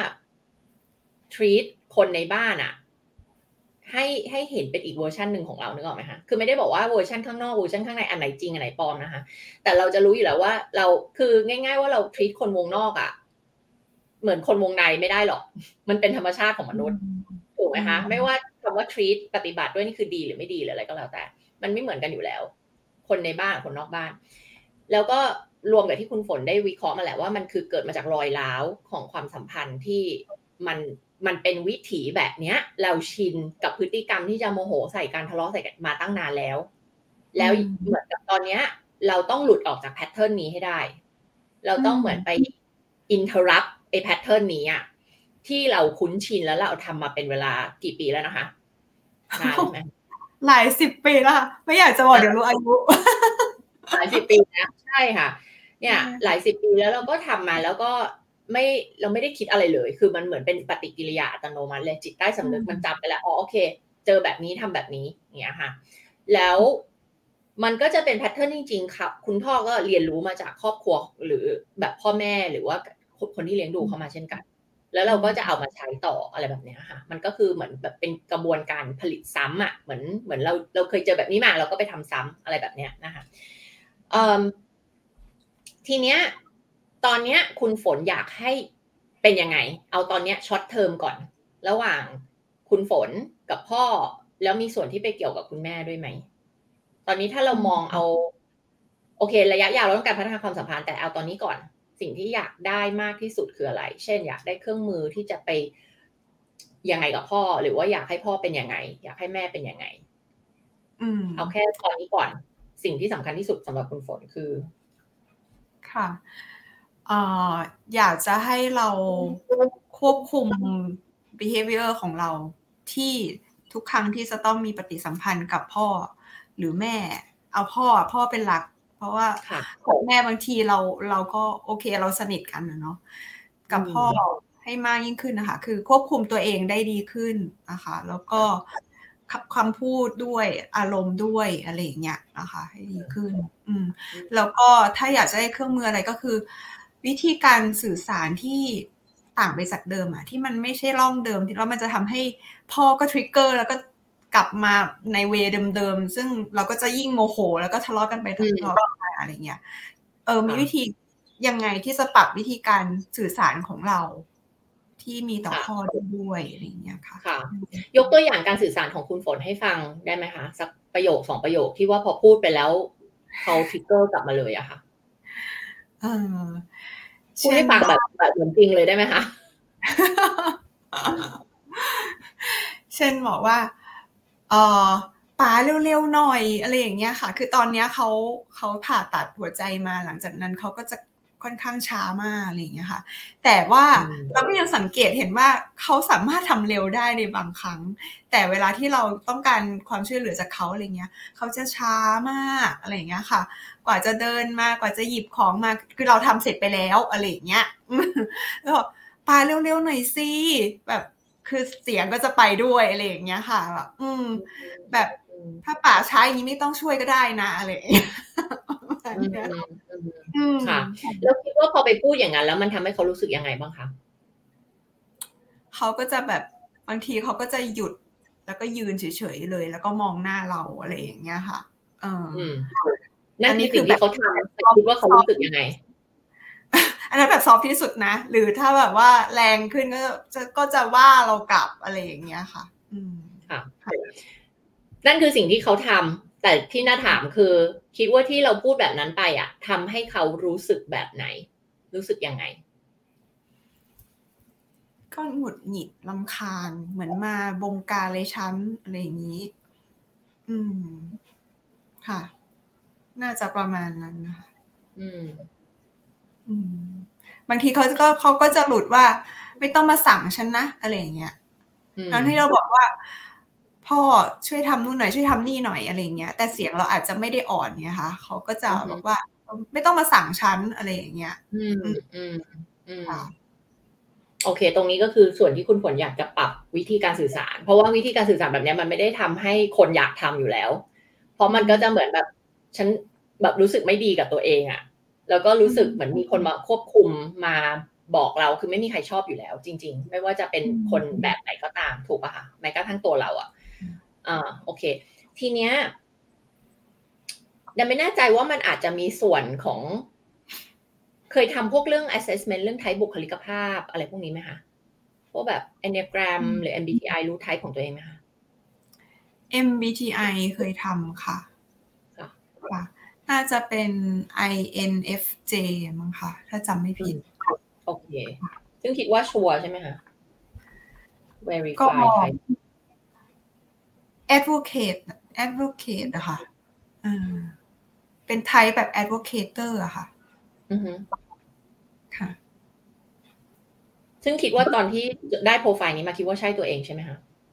treat คนในบ้านอะให้ให้เห็นเป็นอีกเวอร์ชันหนึ่งของเรานึกออกไหมคะคือไม่ได้บอกว่าเวอร์ชันข้างนอกเวอร์ชันข้างในอันไหนจริงอันไหนปลอมนะคะแต่เราจะรู้อยู่แล้วว่าเราคือง่ายๆว่าเรา treat คนวงนอกอะเหมือนคนวงในไม่ได้หรอกมันเป็นธรรมชาติของมนุษย์ถูกไหมคะไม่ว่าคำว่า treat ปฏิบัติด้วยนี่คือดีหรือไม่ดีหรืออะไรก็แล้วแต่มันไม่เหมือนกันอยู่แล้วคนในบ้านคนนอกบ้านแล้วก็รวมกับที่คุณฝนได้วิเคราะห์มาแหละว่ามันคือเกิดมาจากรอยร้าวของความสัมพันธ์ที่มันมันเป็นวิถีแบบเนี้ยเราชินกับพฤติกรรมที่จะโมโหใส่กันทะเลาะใส่กันมาตั้งนานแล้วแล้วเหมือนกับตอนเนี้ยเราต้องหลุดออกจากแพทเทิร์นนี้ให้ได้เราต้องเหมือนไป interrupt ไอ้แพทเทิร์นนี้อ่ะที่เราคุ้นชินแล้วเราทำมาเป็นเวลากี่ปีแล้วนะคะนานไหมหลายสิบปีแล้วค่ะไม่อยากจะบอกเดี๋ยวรู้อายุหลายสิบปีแล้วใช่ค่ะเนี่ยหลายสิบปีแล้วเราก็ทำมาแล้วก็ไม่เราไม่ได้คิดอะไรเลยคือมันเหมือนเป็นปฏิกิริยาอัตโนมัติเลยจิตใต้สำนึกมันจำไปแล้วอ๋อโอเคเจอแบบนี้ทำแบบนี้อย่างเงี้ยค่ะแล้วมันก็จะเป็นแพทเทิร์นจริงๆครับคุณพ่อก็เรียนรู้มาจากครอบครัวหรือแบบพ่อแม่หรือว่าคนที่เลี้ยงดูเขามาเช่นกันแล้วเราก็จะเอามาใช้ต่ออะไรแบบนี้ค่ะมันก็คือเหมือนแบบเป็นกระบวนการผลิตซ้ำอ่ะเหมือนเหมือนเราเราเคยเจอแบบนี้มาเราก็ไปทำซ้ำอะไรแบบนี้นะคะทีเนี้ยตอนเนี้ยคุณฝนอยากให้เป็นยังไงเอาตอนเนี้ยช็อตเทอมก่อนระหว่างคุณฝนกับพ่อแล้วมีส่วนที่ไปเกี่ยวกับคุณแม่ด้วยไหมตอนนี้ถ้าเรามองเอาโอเคระยะยาวเราต้องการพัฒนาความสัมพันธ์แต่เอาตอนนี้ก่อนสิ่งที่อยากได้มากที่สุดคืออะไรเช่นอยากได้เครื่องมือที่จะไปยังไงกับพ่อหรือว่าอยากให้พ่อเป็นยังไงอยากให้แม่เป็นยังไงเอาแค่ตอนนี้ก่อนสิ่งที่สำคัญที่สุดสำหรับคุณฝนคือค่ะเอ่ออยากจะให้เราควบคุม behavior ของเราที่ทุกครั้งที่จะต้องมีปฏิสัมพันธ์กับพ่อหรือแม่เอาพ่อพ่อเป็นหลักเพราะว่าแม่บางทีเราเราก็โอเคเราสนิทกันนะเนาะกับพ่อให้มากยิ่งขึ้นนะคะคือควบคุมตัวเองได้ดีขึ้นนะคะแล้วก็คำพูดด้วยอารมณ์ด้วยอะไรอย่างเงี้ยนะคะให้ดีขึ้นอืมแล้วก็ถ้าอยากจะได้เครื่องมืออะไรก็คือวิธีการสื่อสารที่ต่างไปจากเดิมอะที่มันไม่ใช่ร่องเดิมที่แล้วมันจะทำให้พ่อก็ทริกเกอร์แล้วก็กลับมาในเวเดิมๆซึ่งเราก็จะยิ่งโมโหแล้วก็ทะเลาะกันไปทะเลาะกันมาอะไรเงี้ยเออมีวิธียังไงที่จะปรับวิธีการสื่อสารของเราที่มีต่อพ่อด้วยอะไรเงี้ยค่ะค่ะยกตัวอย่างการสื่อสารของคุณฝนให้ฟังได้ไหมคะสักประโยคสองประโยคที่ว่าพอพูดไปแล้วเขาทริกเกอร์กลับมาเลยอะค่ะเออพูดให้ฟังแบบแบบเหมือนจริงเลยได้ไหมคะเช่นบอกว่าเออป๋าเร็วๆหน่อยอะไรอย่างเงี้ยค่ะคือตอนนี้เขาเขาผ่าตัดหัวใจมาหลังจากนั้นเขาก็จะค่อนข้างช้ามากอะไรอย่างเงี้ยค่ะแต่ว่าเราก็ยังสังเกตเห็นว่าเขาสามารถทำเร็วได้ในบางครั้งแต่เวลาที่เราต้องการความช่วยเหลือจากเขาอะไรเงี้ยเขาจะช้ามากอะไรอย่างเงี้ยค่ะกว่าจะเดินมากว่าจะหยิบของมาคือเราทำเสร็จไปแล้วอะไรอย่างเงี้ยแล้วป๋าเร็วๆหน่อยสิแบบคือเสียงก็จะไปด้วยอะไรอย่างเงี้ยค่ะแบบอืมแบบถ้าป๋าช้าอย่างนี้ไม่ต้องช่วยก็ได้นะอะไรอย่างเงี้ยมาณเนี้ยอืมอืมค่ะ แล้วคิดว่าพอไปพูดอย่างนั้นแล้วมันทำให้เขารู้สึกยังไงบ้างคะ? เขาก็จะแบบ บางทีเขาก็จะหยุด แล้วก็ยืนเฉย ๆ เลย แล้วก็มองหน้าเรา อะไรอย่างเงี้ยค่ะ เอออืม นั่อันนคนืี้คอสืิ่องแทบี่บเขาทำ แต่คิดว่าเขารู้สึกยังไง? อันนั้นแบบซอฟต์ที่สุดนะ หรือถ้าแบบว่าแรงขึ้นก็จะ ก็จะว่าเรากลับ อะไรอย่างเงี้ยค่ะ อืมค่ะค่ะนั่นคือสิ่งที่เขาทำ แต่ที่น่าถามคือ คิดว่าที่เราพูดแบบนั้นไปอะทำให้เขารู้สึกแบบไหน? รู้สึกยังไง? ก็หงุดหงิด รำคาญ เหมือนมาบงการอะไรฉัน อะไรอย่างงี้ อืม ค่ะ น่าจะประมาณนั้นน่ะค่ะอืมอืม บางทีเขาก็ เขาก็จะหลุดว่า "ไม่ต้องมาสั่งฉันนะ" อะไรอย่างเงี้ยอืทั้งที่มเราบอกว่า "พ่อช่วยทำนู่นหน่อย ช่วยทำนี่หน่อย" อะไรอย่างเงี้ย แต่เสียงเราอาจจะไม่ได้อ่อนไงคะ เขาก็จะอือฮบึอกว่า "เออ ไม่ต้องมาสั่งฉัน" อะไรอย่างเงี้ยอืมอืมอืม อืมค่ะโอเค ตรงนี้ก็คือส่วนที่คุณฝนอยากจะปรับวิธีการสื่อสาร เพราะว่าวิธีการสื่อสารแบบเนี้ยมันไม่ได้ทำให้คนอยากทำอยู่แล้ว เพราะอืมันก็จะมเหมือนแบบ ฉันแบบรู้สึกไม่ดีกับตัวเองอะ แล้วก็รอูื้สึกเหมือนมีคนมมาควบคุม มาบอกเรา คือไม่มีใครชอบอยู่แล้วจริง ๆ ไม่ว่าจะเป็นอืคนแบมบไหนก็ตาม ถูกเปล่าคะ? แม้กระทั่งตัวเราอะอืมอา โอเค ทีเนี้ย ยังไม่แน่ใจว่ามันอาจจะมีส่วนของ เคยทำพวกเรื่อง assessment เรื่อง type บุคลิกภาพ อะไรพวกนี้ไหมคะ? พวกแบบ Enneagram อืมหรือ MBTI รู้ type ของตัวเองไหมคะ? MBTI เคยทำค่ะค่ะค่ะ น่าจะเป็น I-N-F-J มั้งคะ ถ้าจำไม่อผืิดม โอเค ซึ่งคิดว่าชัวร์ใช่ไหมคะ? ก็ verify type Advocate อะ Advocate อะค่ะ เออ เป็น type แบบ Advocator อะค่ะอือฮึค่ะซึ่งคิดว่าตอนที่ จ ได้โพรไฟล์นี้มาคิดว่าใช่ตัวเองใช่ไหมคะ?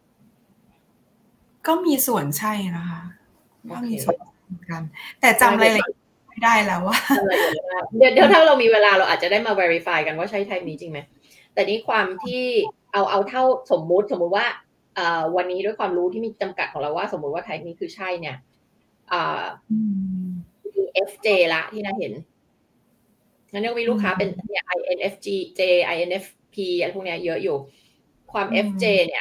ก็มีส่วนใช่นะคะโอก็เคมีส่วนเหมือนกัน แต่จได้ำเรดาีย๋ยวละเอียดไม่ได้แล้วอะจำรายละเอียดไม่ได้ เดี๋ยว เดี๋ยวถ้าเรามีเวลาเราอาจจะได้มา verify กันว่าใช่ type นี้จริงไหม แต่นี่ความที่ เอา เอาเท่าสมมุติ สมมุติว่า อ่า วันนี้ด้วยความรู้ที่มีจำกัดของเราว่า สมมุติว่า type นี้คือใช่เนี่ย อ่าอืมมี เอฟ เจ แล้วที่น่าเห็น งั้นยังมีอืลูกค้าเป็นมเนี่ย ไอ เอ็น เอฟ จี เจ ไอ เอ็น เอฟ พี อะไรพวกเนี้ยเยอะอยู่ ความอืเอฟ เจมเนี่ย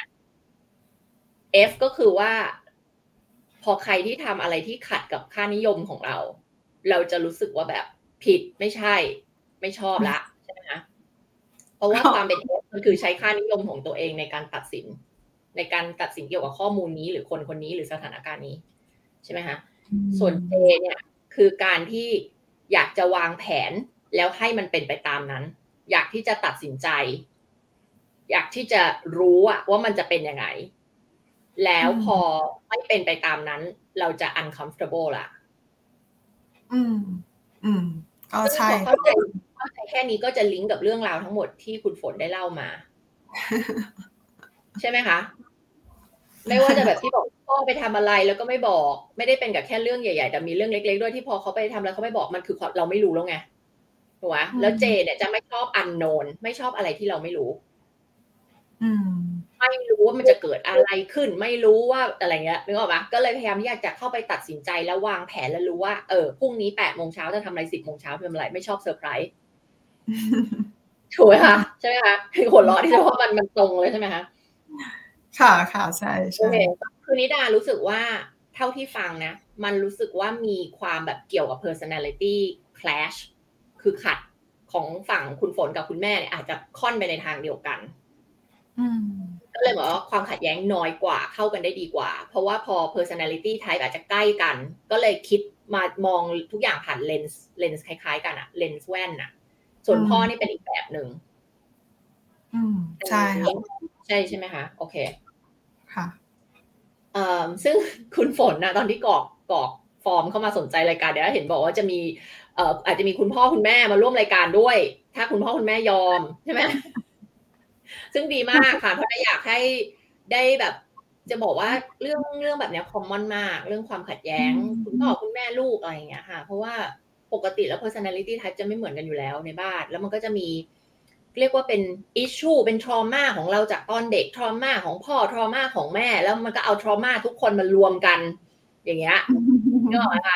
F ก็คือว่า พอใครที่ทำอะไรที่ขัดกับค่านิยมของเรา เราจะรู้สึกว่าแบบผิด ไม่ใช่ ไม่ชอบแล้ว ใช่ไหมคะ เพราะว่าความเป็น F มันคือใช้ค่านิยมของตัวเองในการตัดสิน ในการตัดสินเกี่ยวกับข้อมูลนี้ หรือคนคนนี้ หรือสถานการณ์นี้ ใช่ไหมคะอืส่วน J มเนี่ยคือการที่อยากจะวางแผน แล้วให้มันเป็นไปตามนั้น อยากที่จะตัดสินใจ อยากที่จะรู้อะว่ามันจะเป็นยังไง แล้อืวพอมไม่เป็นไปตามนั้น เราจะ uncomfortable แล้วอืม อืม ก็ซึ่งใช่พอเข้าใจ เข้าใจแค่นี้ก็จะลิงก์กับเรื่องราวทั้งหมดที่คุณฝนได้เล่ามา ใช่ไหมคะ? ไม่ว่าจะแบบที่บอกพ่อไปทำอะไรแล้วก็ไม่บอก ไม่ได้เป็นกับแค่เรื่องใหญ่ ๆ แต่มีเรื่องเล็ก ๆ ด้วยที่พอเขาไปทำแล้วเขาไม่บอก มันคือ ค เราไม่รู้แล้วไง ถูกไหมอืแล้ว J มเนี่ยจะไม่ชอบ unknown ไม่ชอบอะไรที่เราไม่รู้อืมไม่รู้ว่ามันจะเกิดอะไรขึ้น ไม่รู้ว่า อะไรอย่างเงี้ย นึกออกเปล่า ก็เลยพยายามที่อยากจะเข้าไปตัดสินใจ แล้ววางแผน แล้วรู้ว่า เออ พรุ่งนี้ แปด โมงเช้าจะทำอะไร สิบ โมงเช้าจะทำอะไร ไม่ชอบเซอร์ไพรส์ ถูกไหมคะ ใช่ไหมคะ คือหัวเราะที่จะว่ามัน มันตรงเลยใช่ไหมคะ? ค่ะ ๆ ใชโอ่เคๆคือนิดารู้สึกว่า เท่าที่ฟังนะ มันรู้สึกว่ามีความแบบเกี่ยวกับ personality clash คือขัด ของฝั่งคุณฝนกับคุณแม่เนี่ยอาจจะค่อนไปในทางเดียวกันอืมก็เลยบอกว่าความขัดแย้งน้อยกว่า เข้ากันได้ดีกว่า เพราะว่าพอ personality type อาจจะใกล้กัน ก็เลยคิดมามองทุกอย่างผ่านเลนส์ เลนส์คล้าย ๆ กันอะ เลนส์แว่นน่ะ ส่อืวนพ่อมนี่เป็นอีกแบบหนึ่งอืมอัในช่นีค่้ะใช่ ใช่ไหมคะ? โอเคค่ะเอ่อ ซึ่ง คุณฝนน่ะตอนที่กรอก กรอกฟอร์มเข้ามาสนใจรายการเนี้ย เห็นบอกว่าจะมี เอ่อ อาจจะมีคุณพ่อคุณแม่มาร่วมรายการด้วย ถ้าคุณพ่อคุณแม่ยอม ใช่ไหม? ซึ่งดีมากค่ะ เพราะเราอยากให้ได้แบบ จะบอกว่าเรื่อง เรื่องแบบเนี้ยคอมมอนมาก เรื่องความขัดแย้อืงคุณพ่อมคุณแม่ลูก อะไรอย่างเงี้ยค่ะ เพราะว่าปกติแล้ว personality type จะไม่เหมือนกันอยู่แล้วในบ้าน แล้วมันก็จะมี เรียกว่าเป็น issue เป็น trauma ของเราจากตอนเด็ก trauma ของพ่อ trauma ของแม่ แล้วมันก็เอา trauma ทุกคนมารวมกัน อย่างเงี้ย นึกออกไหมคะ?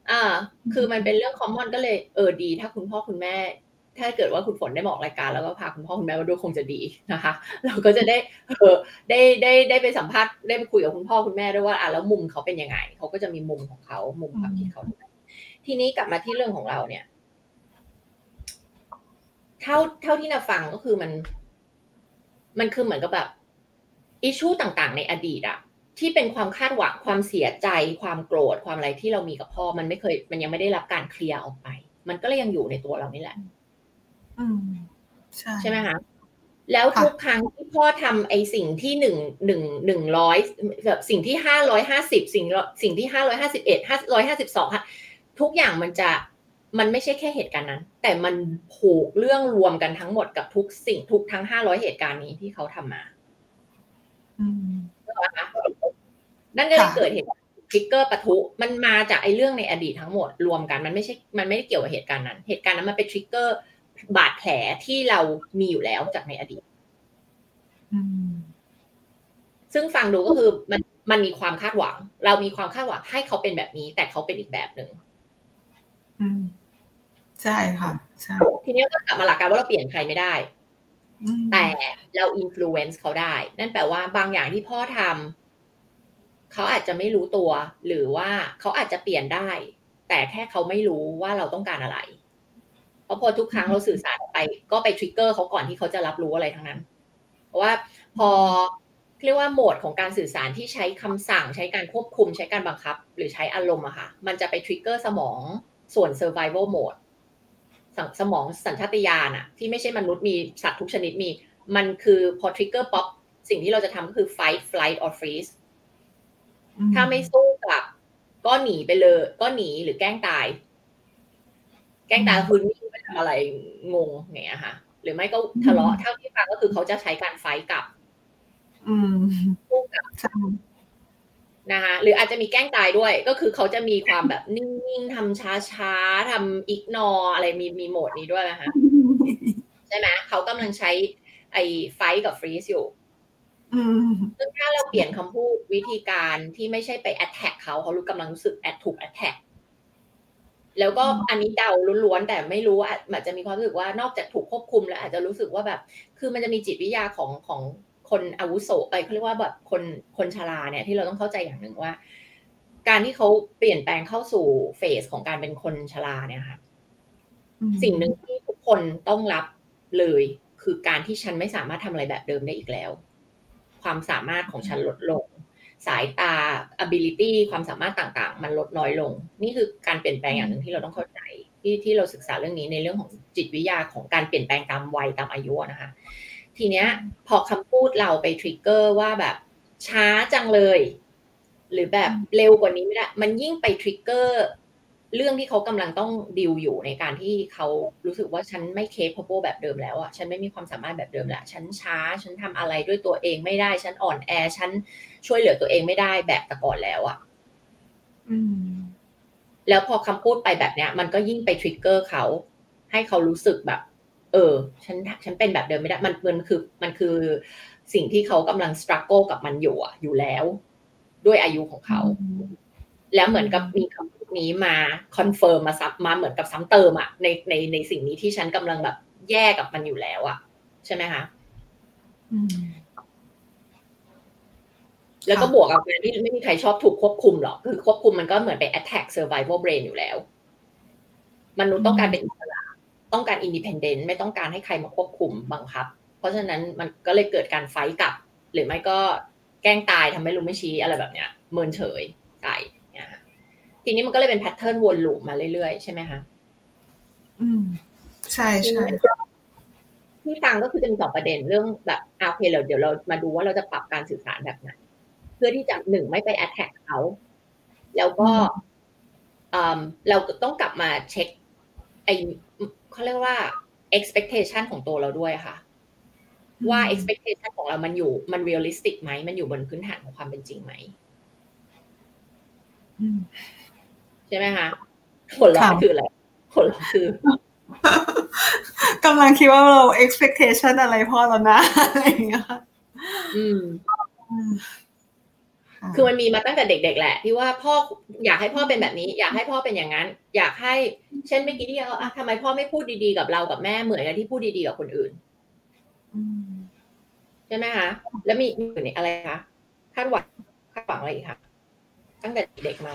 อ่าคือมันเป็นเรื่อง common ก็เลยเออดีถ้าคุณพ่อคุณแม่ถ้าเกิดว่าคุณฝนได้มาออกรายการแล้วก็พาคุณพ่อคุณแม่มาด้วยคงจะดีนะคะเราก็จะได้เออได้ได้ได้ไปสัมภาษณ์ได้ไปคุยกับคุณพ่อคุณแม่ด้วยว่าอ่ะแล้วมุมเขาเป็นยังไงเขาก็จะมีมุมของเขามุมความคิดเขาทีนี้กลับมาที่เรื่องของเราเนี่ยเท่าเท่าที่เราฟังก็คือมันมันคือเหมือนกับแบบอิชชูต่างๆในอดีตอะที่เป็นความคาดหวังความเสียใจความโกรธความอะไรที่เรามีกับพ่อมันไม่เคยมันยังไม่ได้รับการเคลียร์ออกไปมันก็เลยยังอยู่ในตัวเรานี่แหละอืมใช่ใช่ไหมคะแล้วทุกครั้งที่พ่อทำไอ้สิ่งที่หนึ่งหนึ่งหนึ่งร้อยแบบสิ่งที่ห้าร้อยห้าสิบสิ่งสิ่งที่ห้าร้อยห้าสิบเอ็ดห้าร้อยห้าสิบสองทุกอย่างมันจะมันไม่ใช่แค่เหตุการณ์นั้นแต่มันผูกเรื่องรวมกันทั้งหมดกับทุกสิ่งทุกทั้งห้าร้อยเหตุการณ์นี้ที่เขาทำมานั่นก็เลยเกิดเหตุทริกเกอร์ปะทุมันมาจากไอ้เรื่องในอดีตทั้งหมดรวมกันมันไม่ใช่มันไม่ได้เกี่ยวกับเหตุการณ์นั้นเหตุการณ์นั้นมันเป็นทริกเกอร์บาดแผลที่เรามีอยู่แล้วจากในอดีตซึ่งฟังดูก็คือมันมันมีความคาดหวังเรามีความคาดหวังให้เขาเป็นแบบนี้แต่เขาเป็นอีกแบบหนึ่งใช่ค่ะใช่ทีนี้ก็กลับมาหลักการว่าเราเปลี่ยนใครไม่ได้แต่เราอิมโฟลูเอนซ์เขาได้นั่นแปลว่าบางอย่างที่พ่อทำเขาอาจจะไม่รู้ตัวหรือว่าเขาอาจจะเปลี่ยนได้แต่แค่เขาไม่รู้ว่าเราต้องการอะไรเพราะพอทุกครั้งเราสื่อสารไปก็ไปทริกเกอร์เขาก่อนที่เขาจะรับรู้อะไรทั้งนั้นเพราะว่าพอเรียกว่าโหมดของการสื่อสารที่ใช้คำสั่งใช้การควบคุมใช้การบังคับหรือใช้อารมณ์อะค่ะมันจะไปทริกเกอร์สมองส่วน survival mode สมองสัญชาตญาณอะที่ไม่ใช่มนุษย์มีสัตว์ทุกชนิดมีมันคือพอทริกเกอร์ป๊อปสิ่งที่เราจะทำก็คือ fight flight or freeze ถ้าไม่สู้กลับก็หนีไปเลยก็หนีหรือแกล้งตายแกล้งตายคือนิ่งไม่ทำอะไรงงอย่างเงี้ยค่ะหรือไม่ก็ทะเลาะเท่าที่ฟังก็คือเขาจะใช้การไฟท์กลับสู้กลับนะคะหรืออาจจะมีแกล้งตายด้วยก็คือเขาจะมีความแบบนิ่งๆทำช้าๆทำอิกนอร์อะไรมีมีโหมดนี้ด้วยนะคะใช่ไหมเขากำลังใช้ไอ้ไฟท์กับฟรีซอยู่ซึ่งถ้าเราเปลี่ยนคำพูดวิธีการที่ไม่ใช่ไปแอทแทกเขาเขารู้กำลังรู้สึกแอดถูกแอทแทกแล้วก็อันนี้เดาล้วนๆแต่ไม่รู้อาจจะมีความรู้สึกว่านอกจากถูกควบคุมแล้วอาจจะรู้สึกว่าแบบคือมันจะมีจิตวิทยาของของคนอาวุโสไปเขาเรียกว่าแบบคนคนชราเนี่ยที่เราต้องเข้าใจอย่างหนึ่งว่าการที่เขาเปลี่ยนแปลงเข้าสู่เฟสของการเป็นคนชราเนี่ยค่ะสิ่งหนึ่งที่ทุกคนต้องรับเลยคือการที่ฉันไม่สามารถทำอะไรแบบเดิมได้อีกแล้วความสามารถของฉันลดลงสายตา ability ความสามารถต่างๆมันลดน้อยลงนี่คือการเปลี่ยนแปลงอย่างหนึ่งที่เราต้องเข้าใจที่ที่เราศึกษาเรื่องนี้ในเรื่องของจิตวิทยาของการเปลี่ยนแปลงตามวัยตามอายุนะคะทีเนี้ยพอคำพูดเราไปทริกเกอร์ว่าแบบช้าจังเลยหรือแบบเร็วกว่านี้ไม่ได้มันยิ่งไปทริกเกอร์เรื่องที่เขากำลังต้องดิวอยู่ในการที่เขารู้สึกว่าฉันไม่ capable แบบเดิมแล้วอ่ะฉันไม่มีความสามารถแบบเดิมแล้วฉันช้าฉันทำอะไรด้วยตัวเองไม่ได้ฉันอ่อนแอฉันช่วยเหลือตัวเองไม่ได้แบบแต่ก่อนแล้วอ่ะแล้วพอคำพูดไปแบบเนี้ยมันก็ยิ่งไปทริกเกอร์เขาให้เขารู้สึกแบบเออฉันฉันเป็นแบบเดิมไม่ได้มันมันคือมันคือสิ่งที่เขากำลังสตรักเกิลกับมันอยู่อ่ะอยู่แล้วด้วยอายุของเขาแล้วเหมือนกับมีคำพูดนี้มาคอนเฟิร์มมาซับมาเหมือนกับซ้ำเติมอ่ะในในในสิ่งนี้ที่ฉันกำลังแบบแย่กับมันอยู่แล้วอ่ะใช่ไหมคะแล้วก็บวกกับการที่ไม่มีใครชอบถูกควบคุมหรอกคือควบคุมมันก็เหมือนไป attack survival brain อยู่แล้วมนุษย์ต้องการเป็นอิสระต้องการ independent ไม่ต้องการให้ใครมาควบคุมบังคับเพราะฉะนั้นมันก็เลยเกิดการไฟท์กลับหรือไม่ก็แกล้งตายทำให้รู้ไม่ชี้อะไรแบบเนี้ยเมินเฉยใส่เนี่ยทีนี้มันก็เลยเป็นแพทเทิร์นวนลูปมาเรื่อยๆใช่ไหมคะอืมใช่ใช่ที่ฟังก็คือจะมีสองประเด็นเรื่องแบบโอเคเราเดี๋ยวเรามาดูว่าเราจะปรับการสื่อสารแบบไหนเพื่อที่จะหนึ่งไม่ไป attack เขาแล้วก็เราต้องกลับมาเช็คไอเขาเรียกว่า expectation ของตัวเราด้วยค่ะว่า expectation ของเรามันอยู่มัน realistic ไหมมันอยู่บนพื้นฐานของความเป็นจริงไหมใช่ไหมคะผลลัพธ์คืออะไรผลลัพธ์คือกำลังคิดว่าเรา expectation อะไรพ่อแล้วนะอะไรอย่างเงี้ยอืมคือมันมีมาตั้งแต่เด็กๆแหละที่ว่าพ่ออยากให้พ่อเป็นแบบนี้อยากให้พ่อเป็นอย่างนั้นอยากให้เช่นเมื่อกี้ที่เราอ่ะทำไมพ่อไม่พูดดีๆกับเรากับแม่เหมือนกันที่พูดดีๆกับคนอื่นใช่ไหมคะแล้วมีอยู่ในอะไรคะคาดหวังคาดหวังอะไรอีกคะตั้งแต่เด็กมา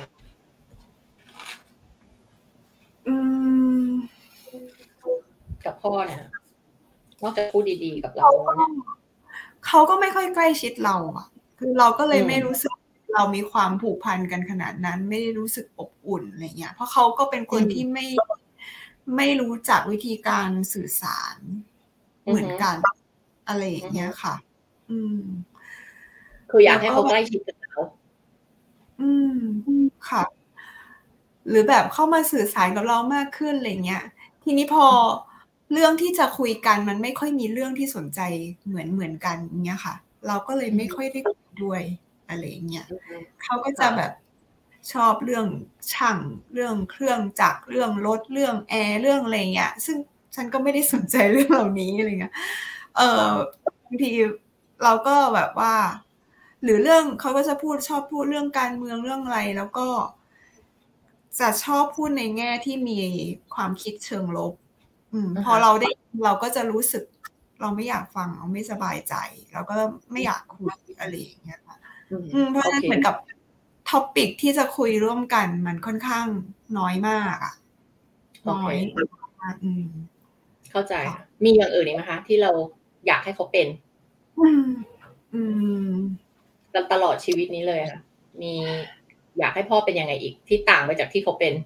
อืมกับพ่อเนี่ยนอกจากพูดดีๆกับเราเขาก็ไม่ค่อยใกล้ชิดเราอ่ะคือเราก็เลยไม่รู้สึกเรามีความผูกพันกันขนาดนั้นไม่ได้รู้สึกอบอุ่นอะไรเงี้ยเพราะเขาก็เป็นคนที่ไม่ไม่รู้จักวิธีการสื่อสารเหมือนกันอะไรอย่างเงี้ยค่ะอืมคืออยากให้เขาใกล้ชิดกับเราอืมค่ะหรือแบบเข้ามาสื่อสารกับเรามากขึ้นอะไรเงี้ยทีนี้พอเรื่องที่จะคุยกันมันไม่ค่อยมีเรื่องที่สนใจเหมือนเหมือนกันเงี้ยค่ะเราก็เลยไม่ค่อยได้คุยด้วยอะไรเงี้ยเขาก็จะแบบชอบเรื่องช่างเรื่องเครื่องจักรเรื่องรถเรื่องแอร์เรื่องอะไรเงี้ยซึ่งฉันก็ไม่ได้สนใจเรื่องเหล่านี้อะไรเงี้ยเออบางทีเราก็แบบว่าหรือเรื่องเขาก็จะพูดชอบพูดเรื่องการเมืองเรื่องอะไรแล้วก็จะชอบพูดในแง่ที่มีความคิดเชิงลบอืมพอเราได้เราก็จะรู้สึกเราไม่อยากฟังเราไม่สบายใจเราก็ไม่อยากคุยอะไรอย่างเงี้ยค่ะอืมเพราะฉะนั้นเหมือนกับท็อปิกที่จะคุยร่วมกันมันค่อนข้างน้อยมากอ่ะน้อยอืมเข้าใจมีอย่างอื่นอีกไหมคะที่เราอยากให้เขาเป็นอืมอืมตลอดชีวิตนี้เลยค่ะมีอยากให้พ่อเป็นยังไงอีกที่ต่างไปจากที่เขาเป็น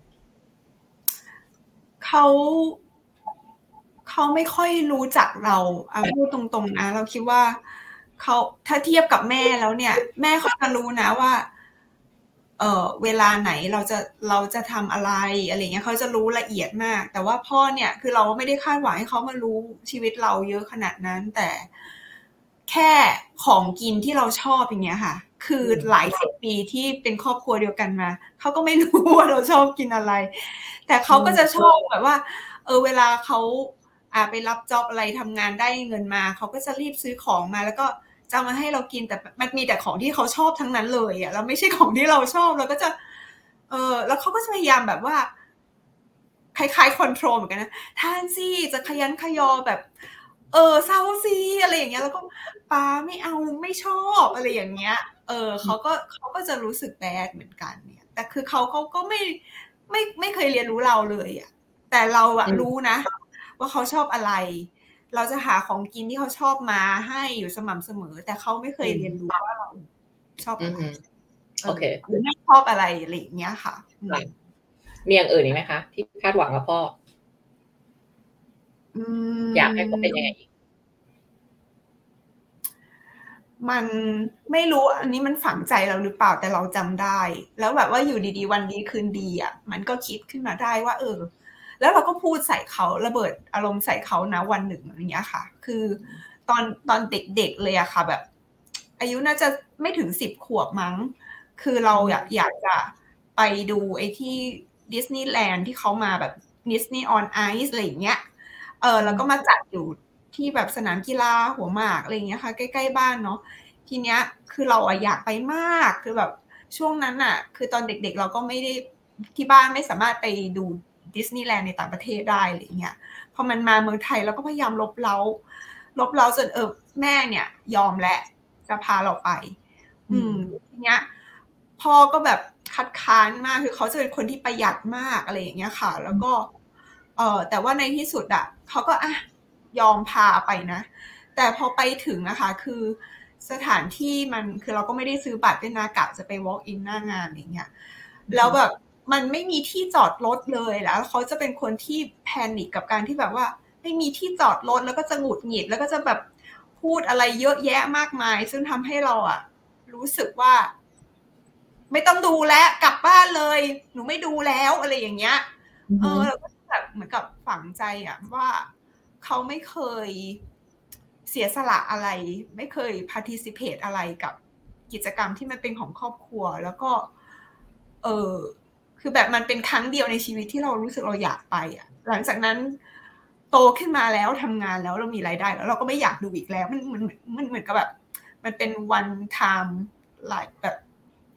เขาเขาไม่ค่อยรู้จักเราเอาพูดตรงๆนะเราคิดว่าเขาถ้าเทียบกับแม่แล้วเนี่ยแม่เขาจะรู้นะว่าเอ่อเวลาไหนเราจะเราจะทำอะไรอะไรเงี้ยเขาจะรู้ละเอียดมากแต่ว่าพ่อเนี่ยคือเราไม่ได้คาดหวังให้เขามารู้ชีวิตเราเยอะขนาดนั้นแต่แค่ของกินที่เราชอบอย่างเงี้ยค่ะคือหลายสิบปีที่เป็นครอบครัวเดียวกันมาเขาก็ไม่รู้ว่าเราชอบกินอะไรแต่เขาก็จะชอบแบบว่าเออเวลาเขาอ่าไปรับจ็อบอะไรทำงานได้เงินมาเขาก็จะรีบซื้อของมาแล้วก็จะมาให้เรากินแต่มันมีแต่ของที่เขาชอบทั้งนั้นเลยอ่ะแล้วไม่ใช่ของที่เราชอบเราก็จะเออแล้วเขาก็จะพยายามแบบว่าคล้ายๆคอนโทรลเหมือนกันนะทานสิจะขยันขยอแบบเออเศร้าสิอะไรอย่างเงี้ยแล้วก็ป้าไม่เอาไม่ชอบอะไรอย่างเงี้ยเออเขาก็เขาก็จะรู้สึกแบดเหมือนกันเนี่ยแต่คือเขาเขาก็ไม่ไม่ไม่เคยเรียนรู้เราเลยอ่ะแต่เราอะรู้นะว่าเขาชอบอะไรเราจะหาของกินที่เขาชอบมาให้อยู่สม่ำเสมอแต่เขาไม่เคยเรียนรู้ว่าเราชอบอะไรโอเคหรือไม่ชอบอะไรอะไรอย่างเงี้ยค่ะมีอย่างอื่นอีกไหมคะที่คาดหวังกับพ่ออยากให้เขาเป็นยังไงอีกมันไม่รู้อันนี้มันฝังใจเราหรือเปล่าแต่เราจำได้แล้วแบบว่าอยู่ดีๆวันดีคืนดีอ่ะมันก็คิดขึ้นมาได้ว่าเออแล้วเราก็พูดใส่เขาระเบิดอารมณ์ใส่เขานะวันหนึ่งอย่างเงี้ยค่ะคือตอนตอนเด็กๆเลยอะค่ะแบบอายุน่าจะไม่ถึงสิบขวบมั้งคือเราอยากอยากจะไปดูไอ้ที่ดิสนีย์แลนด์ที่เขามาแบบดิสนีย์ออนไอซ์อะไรอย่างเงี้ยเออแล้วก็มาจัดอยู่ที่แบบสนามกีฬาหัวหมากอะไรอย่างเงี้ยค่ะใกล้ๆบ้านเนาะทีเนี้ยคือเราอะอยากไปมากคือแบบช่วงนั้นอะคือตอนเด็กๆเราก็ไม่ได้ที่บ้านไม่สามารถไปดูดิสนีย์แลนด์ในต่างประเทศได้อะไรเงี้ยพอมันมาเมืองไทยเราก็พยายามลบเล้าลบเล้าจนเออแม่เนี่ยยอมและจะพาเราไปอืมทีเนี้ยพ่อก็แบบคัดค้านมากคือเขาจะเป็นคนที่ประหยัดมากอะไรอย่างเงี้ยค่ะแล้วก็เออแต่ว่าในที่สุดอะเขาก็อ่ะยอมพาไปนะแต่พอไปถึงนะคะคือสถานที่มันคือเราก็ไม่ได้ซื้อบัตรด้วยนะกะจะไป walk in หน้างานอย่างเงี้ยแล้วแบบมันไม่มีที่จอดรถเลยแล้วเขาจะเป็นคนที่แพนิคกับการที่แบบว่าไม่มีที่จอดรถแล้วก็จะหงุดหงิดแล้วก็จะแบบพูดอะไรเยอะแยะมากมายซึ่งทำให้เราอะรู้สึกว่าไม่ต้องดูแล้วกลับบ้านเลยหนูไม่ดูแล้วอะไรอย่างเงี้ยเออแล้วก็แบบเหมือนกับฝังใจอะว่าเขาไม่เคยเสียสละอะไรไม่เคย participate อะไรกับกิจกรรมที่มันเป็นของครอบครัวแล้วก็เออคือแบบมันเป็นครั้งเดียวในชีวิตที่เรารู้สึกเราอยากไปอ่ะหลังจากนั้นโตขึ้นมาแล้วทำงานแล้วเรามีรายได้แล้วเราก็ไม่อยากดูอีกแล้วมันมันมันเหมือนกับแบบมันเป็น one time หลายแบบ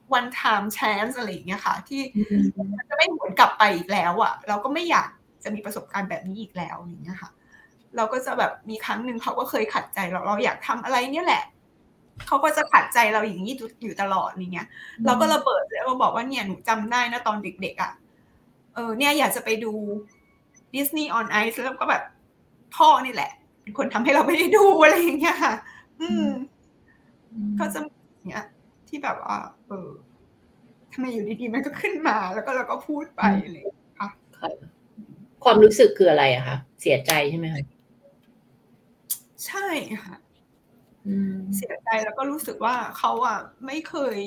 one time chance อะไรอย่างเงี้ยค่ะที่มันจะไม่หวนกลับไปอีกแล้วอ่ะเราก็ไม่อยากจะมีประสบการณ์แบบนี้อีกแล้วอย่างเงี้ยค่ะเราก็จะแบบมีครั้งหนึ่งเขาก็เคยขัดใจเราเราอยากทำอะไรเนี่ยแหละเขาก็จะขัดใจเราอย่างนี้อยู่ตลอดอย่างเงี้ยเราก็ระเบิดแล้วก็บอกว่าเนี่ยหนูจำได้นะตอนเด็กๆอ่ะเออเนี่ยอยากจะไปดู Disney on Ice แล้วก็แบบพ่อนี่แหละเป็นคนทำให้เราไม่ได้ดูอะไรอย่างเงี้ยค่ะอืมก็จะเนี้ยที่แบบว่าเออทำไมอยู่ดีๆมันก็ขึ้นมาแล้วก็เราก็พูดไปเลยค่ะความรู้สึกคืออะไรอะคะเสียใจใช่ไหมคะใช่ค่ะเสียใจแล้วก็รู้สึกว่าเขาอะไม่เคย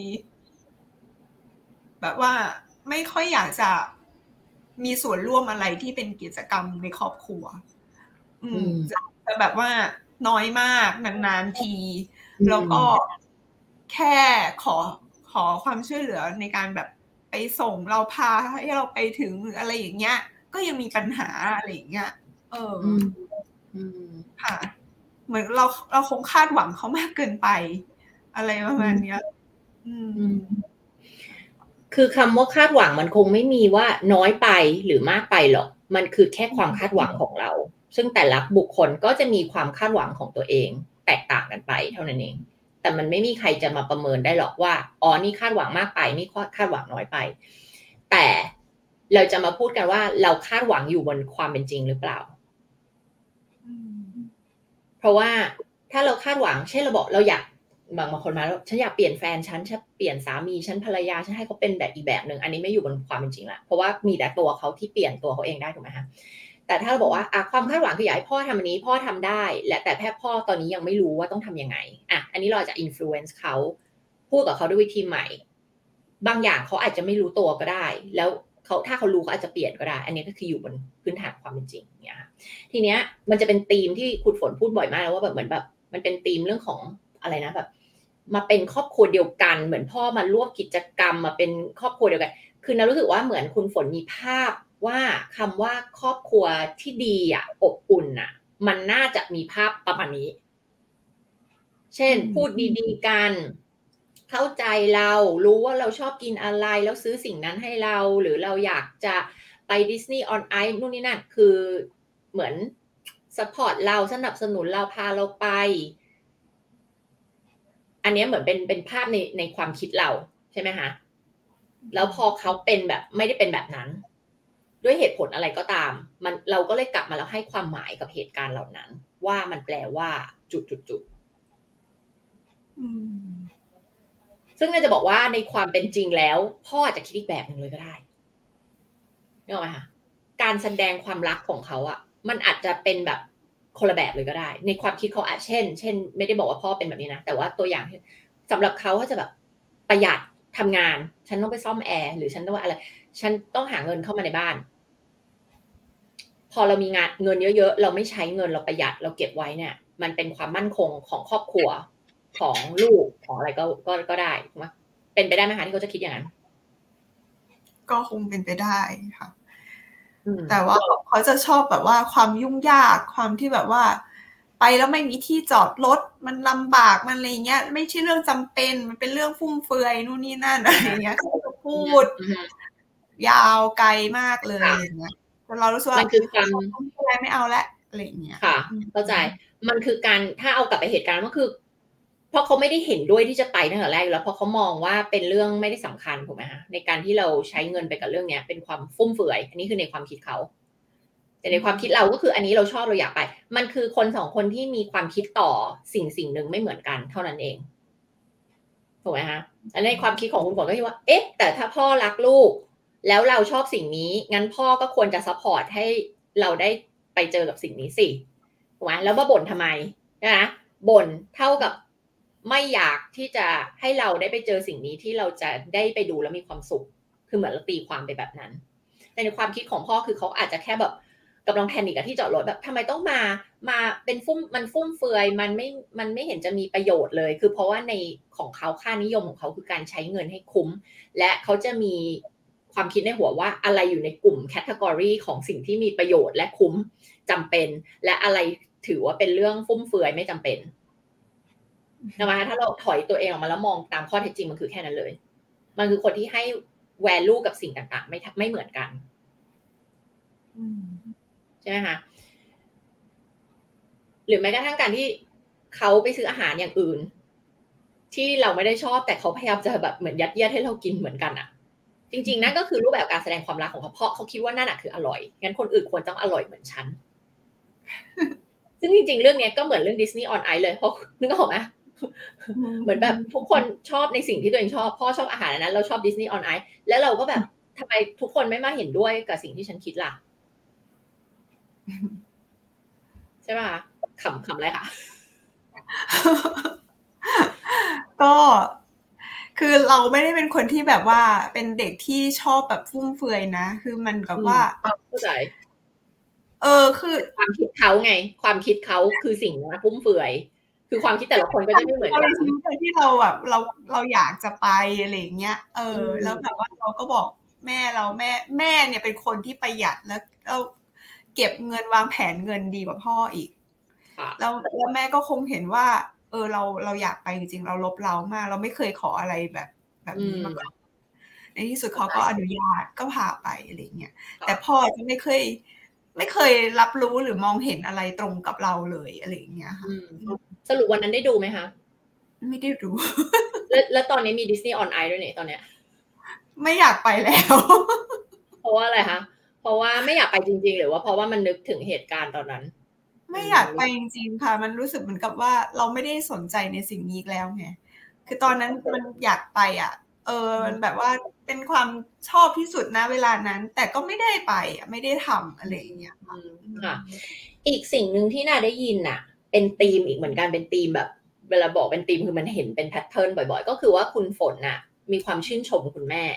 แบบว่าไม่ค่อยอยากจะมีส่วนร่วมอะไรที่เป็นกิจกรรมในครอบครัวอืมจะแบบว่าน้อยมากนานๆทีแล้วก็แค่ขอขอความช่วยเหลือในการแบบไปส่งเราพาให้เราไปถึงหรืออะไรอย่างเงี้ยก็ยังมีปัญหาอะไรอย่างเงี้ยเออค่ะเหมือนเราเราคงคาดหวังเขามากเกินไปอะไรประมาณเนี้ยอืมคือคำว่าคาดหวังมันคงไม่มีว่าน้อยไปหรือมากไปหรอกมันคือแค่ความคาดหวังของเราซึ่งแต่ละบุคคลก็จะมีความคาดหวังของตัวเองแตกต่างกันไปเท่านั้นเองแต่มันไม่มีใครจะมาประเมินได้หรอกว่าอ๋อนี่คาดหวังมากไปนี่คาดหวังน้อยไปแต่เราจะมาพูดกันว่าเราคาดหวังอยู่บนความเป็นจริงหรือเปล่าเพราะว่าถ้าเราคาดหวังเช่นเราบอกเราอยากบางบางคนมาแล้วฉันอยากเปลี่ยนแฟนฉันฉันเปลี่ยนสามีฉันภรรยาฉันให้เขาเป็นแบบอีกแบบนึงอันนี้ไม่อยู่บนความเป็นจริงละเพราะว่ามีแต่ตัวเขาที่เปลี่ยนตัวเขาเองได้ถูกไหมคะแต่ถ้าเราบอกว่าอ่ะความคาดหวังคืออยากให้พ่อทำอันนี้พ่อทำได้และแต่แค่พ่อตอนนี้ยังไม่รู้ว่าต้องทำยังไงอ่ะอันนี้เราจะ influence เขาพูดกับเขาด้วยวิธีใหม่บางอย่างเขาอาจจะไม่รู้ตัวก็ได้แล้วเขาถ้าเขารู้เขาอาจจะเปลี่ยนก็ได้อันนี้ก็คืออยู่บนพื้นฐานความเป็นจริงเนี่ยค่ะทีเนี้ยมันจะเป็นธีมที่คุณฝนพูดบ่อยมากแล้วว่าแบบเหมือนแบบมันเป็นธีมเรื่องของอะไรนะแบบมาเป็นครอบครัวเดียวกันเหมือนพ่อมาร่วมกิจกรรมมาเป็นครอบครัวเดียวกันคือเรารู้สึกว่าเหมือนคุณฝนมีภาพว่าคำว่าครอบครัวที่ดีอ่ะอบอุ่นอ่ะมันน่าจะมีภาพประมาณนี้เช่นพูดดีๆกันเข้าใจเรารู้ว่าเราชอบกินอะไรแล้วซื้อสิ่งนั้นให้เราหรือเราอยากจะไปดิสนีย์ออนไอซ์นู่นนี่นั่นคือเหมือนซัพพอร์ตเราสนับสนุนเราพาเราไปอันนี้เหมือนเป็นเป็นภาพในในความคิดเราใช่ไหมคะแล้วพอเขาเป็นแบบไม่ได้เป็นแบบนั้นด้วยเหตุผลอะไรก็ตามมันเราก็เลยกลับมาแล้วให้ความหมายกับเหตุการณ์เหล่านั้นว่ามันแปลว่าจุดจุดจุดซึ่งน่าจะบอกว่าในความเป็นจริงแล้วพ่ออาจจะคิดอีกแบบหนึ่งเลยก็ได้นึกออกไหมคะการแสดงความรักของเขาอ่ะมันอาจจะเป็นแบบคนละแบบเลยก็ได้ในความคิดเขาอาจเช่นเช่นไม่ได้บอกว่าพ่อเป็นแบบนี้นะแต่ว่าตัวอย่างสำหรับเขาก็จะแบบประหยัดทำงานฉันต้องไปซ่อมแอร์หรือฉันต้องอะไรฉันต้องหาเงินเข้ามาในบ้านพอเรามีงานเงินเยอะๆเราไม่ใช้เงินเราประหยัดเราเก็บไว้เนี่ยมันเป็นความมั่นคงของครอบครัวของลูกของอะไรก็ก็ก็ได้ถูกไหมเป็นไปได้ไหมคะที่เขาจะคิดอย่างนั้นก็คงเป็นไปได้ค่ะแต่ว่าเขาจะชอบแบบว่าความยุ่งยากความที่แบบว่าไปแล้วไม่มีที่จอดรถมันลำบากมันอะไรเงี้ยไม่ใช่เรื่องจำเป็นมันเป็นเรื่องฟุ่มเฟือยนู่นนี่นั่นอะไรเงี้ยเขาจะพูดยาวไกลมากเลยอย่างเงี้ยแต่เรารู้สึกว่ามันคือความอะไรไม่เอาละอะไรเงี้ยค่ะเข้าใจมันคือการถ้าเอากลับไปเหตุการณ์ก็คือเพราะเขาไม่ได้เห็นด้วยที่จะไปตั้งแต่แรกแล้วเพราะเขามองว่าเป็นเรื่องไม่ได้สำคัญถูกไหมคะในการที่เราใช้เงินไปกับเรื่องนี้เป็นความฟุ่มเฟือยอันนี้คือในความคิดเขาแต่ในความคิดเราก็คืออันนี้เราชอบเราอยากไปมันคือคนสองคนที่มีความคิดต่อสิ่งสิ่งหนึ่งไม่เหมือนกันเท่านั้นเองถูกไหมคะอันในความคิดของคุณฝนก็คิดว่าเอ๊ะแต่ถ้าพ่อรักลูกแล้วเราชอบสิ่งนี้งั้นพ่อก็ควรจะซัพพอร์ตให้เราได้ไปเจอกับสิ่งนี้สิถูกไหมแล้วมาบ่นทำไมนะบ่นเท่ากับไม่อยากที่จะให้เราได้ไปเจอสิ่งนี้ที่เราจะได้ไปดูแล้วมีความสุขคือเหมือนเราตีความไปแบบนั้นแต่ในความคิดของพ่อคือเขาอาจจะแค่แบบกำลังแพนิคกับที่จอดรถแบบทำไมต้องมามาเป็นฟุ่มมันฟุ่มเฟือยมันไม่มันไม่เห็นจะมีประโยชน์เลยคือเพราะว่าในของเขาค่านิยมของเขาคือการใช้เงินให้คุ้มและเขาจะมีความคิดในหัวว่าอะไรอยู่ในกลุ่มแคตตากรีของสิ่งที่มีประโยชน์และคุ้มจำเป็นและอะไรถือว่าเป็นเรื่องฟุ่มเฟือยไม่จำเป็นนะคะถ้าเราถอยตัวเองออกมาแล้วมองตามข้อเท็จจริงมันคือแค่นั้นเลยมันคือคนที่ให้ value กับสิ่งต่างๆไม่ไม่เหมือนกันใช่ไหมคะหรือแม้กระทั่งการที่เขาไปซื้ออาหารอย่างอื่นที่เราไม่ได้ชอบแต่เขาพยายามจะแบบเหมือนยัดเยียดให้เรากินเหมือนกันอะจริงๆนั่นก็คือรูปแบบการแสดงความรักของเขาเพราะเขาคิดว่านั่นคืออร่อยงั้นคนอื่นควรต้องอร่อยเหมือนฉันซึ่งจริงๆเรื่องนี้ก็เหมือนเรื่อง Disney on Ice เลยเพราะนึกออกไหมเหมือนแบบทุกคนชอบในสิ่งที่ตัวเองชอบพ่อชอบอาหารนั้นเราชอบ Disney on Ice แล้วเราก็แบบทำไมทุกคนไม่มาเห็นด้วยกับสิ่งที่ฉันคิดล่ะใช่ป่ะขำขำอะไรคะก็คือเราไม่ได้เป็นคนที่แบบว่าเป็นเด็กที่ชอบแบบฟุ่มเฟือยนะคือมันแบบว่าเข้าใจเออคือความคิดเขาไงความคิดเขาคือสิ่งนั้นฟุ่มเฟือยคือความคิดแต่ละคนก็จะไม่เหมือนกันที่เราแบบเราเราอยากจะไปอะไรอย่างเงี้ยเออแล้วแบบว่าเราก็บอกแม่เราแม่แม่เนี่ยเป็นคนที่ประหยัดแล้วเราเก็บเงินวางแผนเงินดีกว่าพ่ออีกแล้วแล้วแม่ก็คงเห็นว่าเออเราเราอยากไปจริงๆเราลบเล้ามากเราไม่เคยขออะไรแบบแบบนี้มาก่อนในที่สุดเขาก็อนุญาตก็พาไปอะไรเงี้ยแต่พ่อจะไม่เคยไม่เคยรับรู้หรือมองเห็นอะไรตรงกับเราเลยอะไรอย่างเงี้ยค่ะสรุปวันนั้นได้ดูไหมคะไม่ได้ดูแล้วแล้วตอนนี้มี Disney on Ice ด้วยเนี่ยตอนเนี้ยไม่อยากไปแล้วเพราะว่าอะไรคะเพราะว่าไม่อยากไปจริงๆหรือว่าเพราะว่ามันนึกถึงเหตุการณ์ตอนนั้นไม่อยากไปจริงๆค่ะมันรู้สึกเหมือนกับว่าเราไม่ได้สนใจในสิ่งนี้แล้วไงคือตอนนั้นมันอยากไปอ่ะเออมันแบบว่าเป็นความชอบที่สุดนะเวลานั้นแต่ก็ไม่ได้ไปอ่ะไม่ได้ทำอะไรอย่างเงี้ยค่ะอีกสิ่งหนึ่งที่น่าได้ยินน่ะเป็นธีมอีกเหมือนกันเป็นธีมแบบเวลาบอกเป็นธีมคือมันเห็นเป็นแพทเทิร์นบ่อยๆก็คือว่าคุณฝนน่ะมีความชื่นชมคุณแม่